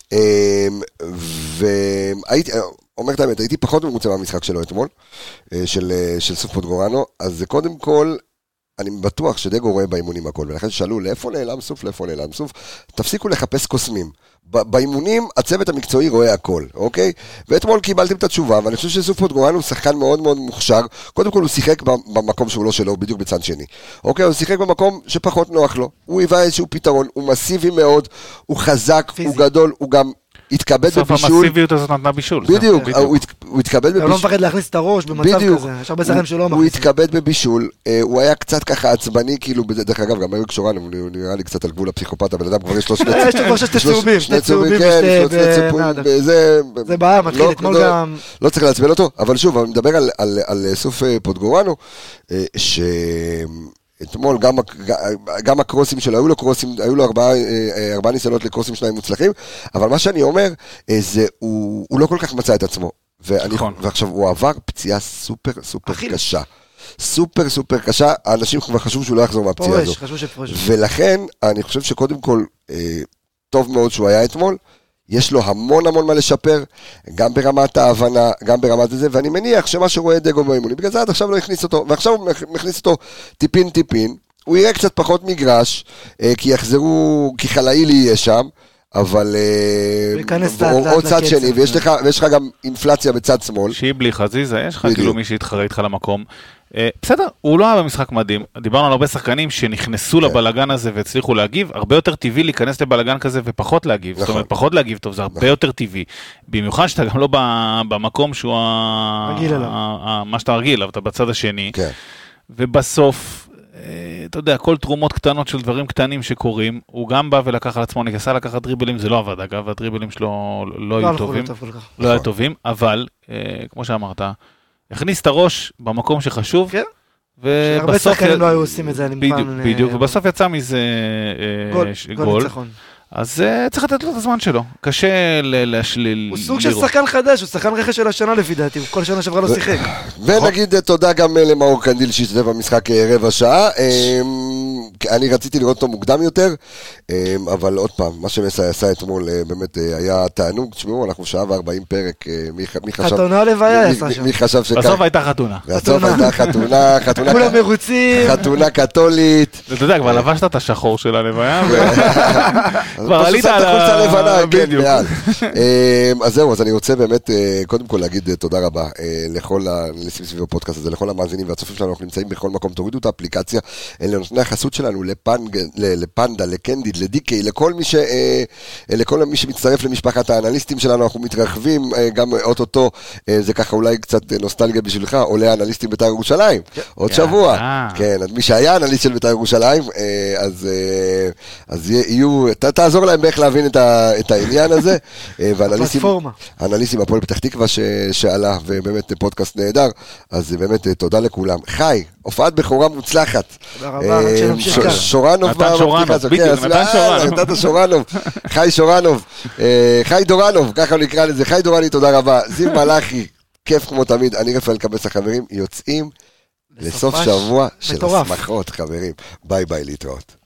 והייתי, אומר את האמת, הייתי פחות ממוצע מהמשחק שלו אתמול, של סוף פוטגורנו, אז זה קודם כל, אני בטוח שדגו רואה באימונים הכל, ולכן שאלו, לאיפה נעלם סוף, לאיפה נעלם סוף, תפסיקו לחפש קוסמים. באימונים הצוות המקצועי רואה הכל, אוקיי? ואתמול קיבלתם את התשובה, ואני חושב שסוף פוטגורנו הוא שחקן מאוד מאוד מוכשר, קודם כל הוא שיחק במקום שהוא לא שלו, בדיוק בצד שני, אוקיי? הוא שיחק במקום שפחות נוח לו, הוא היווה איזשהו פתרון, הוא מסיבי מאוד, הוא חזק, הוא גדול, הוא גם התקבד בבישול. סוף המסיביות הזאת נתנה בישול. בדיוק, הוא התקבד בבישול. הוא לא מפחד להכניס את הראש במצב כזה, יש הרבה שחקנים שלא מכניסים. הוא התקבד בבישול, הוא היה קצת ככה עצבני, כאילו, דרך אגב, גם אריק שורן, הוא נראה לי קצת על גבול הפסיכופת, אבל אדם כבר יש לו שתי צהובים, זה בעיה, מתחיל אתמול גם... לא צריך להצביע אותו, אבל שוב, אני מדבר על סוף פוטגורנו, אתמול גם הקרוסים שלו, היו לו 4 ניסיונות לקרוסים 2 מוצלחים, אבל מה שאני אומר, זה הוא לא כל כך מצא את עצמו, ועכשיו הוא עבר פציעה סופר קשה, סופר קשה, האנשים כבר חשבו שהוא לא יחזור מהפציעה הזו, ולכן אני חושב שקודם כל, טוב מאוד שהוא היה אתמול, יש לו המון מה לשפר, גם ברמת ההבנה, גם ברמת זה, ואני מניח שמה שרואה דגו באימונים, בגלל זה עד עכשיו לא הכניס אותו, ועכשיו הוא מכניס אותו טיפין, הוא יראה קצת פחות מגרש, כי חלאילי יהיה שם, אבל עוד צד שני, ויש לך גם אינפלציה בצד שמאל. שהיא בלי חזיזה, יש לך כאילו מי שיתחרה איתך למקום. בסדר, הוא לא היה במשחק מדהים, דיברנו על הרבה שחקנים שנכנסו לבלגן הזה והצליחו להגיב, הרבה יותר טבעי להיכנס לבלגן כזה ופחות להגיב, זאת אומרת פחות להגיב טוב, זה הרבה יותר טבעי, במיוחד שאתה גם לא במקום שהוא מה שאתה רגיל, אבל אתה בצד השני, ובסוף, אתה יודע, כל תרומות קטנות של דברים קטנים שקורים, הוא גם בא ולקח על עצמו, ניסה לקחת דריבלים, זה לא עבד אגב, הדריבלים שלו לא היו טובים, לא היו טובים, אבל, כמו שאמרת, הכניס את הראש במקום שחשוב, הרבה שחקנים לא היו עושים את זה, בדיוק, ובסוף יצא מזה גול, אז צריך לתת לו את הזמן שלו, קשה הוא סוג של שחקן חדש, הוא שחקן רכש של השנה לפי דעתי, כל שנה שעברה לא שיחק. ונגיד תודה גם למאור קנדיל שהשתתף במשחק רבע שעה, אני רציתי לראות אותו מוקדם יותר, אבל עוד פעם, מה שמסי עשה אתמול באמת היה תענוג, תשמעו, אנחנו שעה ו40 פרק, חתונה לוויה יצא שם. מי חשב שכך? בסוף הייתה חתונה. בסוף הייתה חתונה, כולם מרוצים. חתונה קתולית. אתה יודע, כבר לבשת את השחור של הלוויה, כבר עלית על החולצה לבנה, כן, מעל. אז זהו, אז אני רוצה באמת, קודם כל להגיד תודה רבה לכל סביב הפודקאסט הזה, לכל המאזינים והצופים שלנו, אנחנו נמצאים בכל מקום, תורידו את האפליקציה, לנותני החסות שלנו, לפנדה, לקנדיד, לדיקי, לכל מי שמצטרף למשפחת האנליסטים שלנו, אנחנו מתרחבים, גם אוטוטו, זה ככה אולי קצת נוסטלגיה בשבילך, עולה האנליסטים בית"ר ירושלים, עוד שבוע, כן, מי שהיה אנליסט של בית"ר ירושלים, אז יהיו, תעזור להם באיך להבין את העניין הזה, ואנליסטים הפועל פתח תקווה שעלה, ובאמת פודקאסט נהדר, אז באמת תודה לכולם. חי, הופעת בכורה מוצלחת. תודה רבה, שנמשיך כך. שורנוב, נתן שורנוב, חי שורנוב, חי דורנוב, ככה נקרא לזה, חי דורני, תודה רבה. זיו מלאכי, כיף כמו תמיד, אני רפאל קבס החברים, יוצאים לסוף שבוע של השמחות, חברים. ביי ביי, להתראות.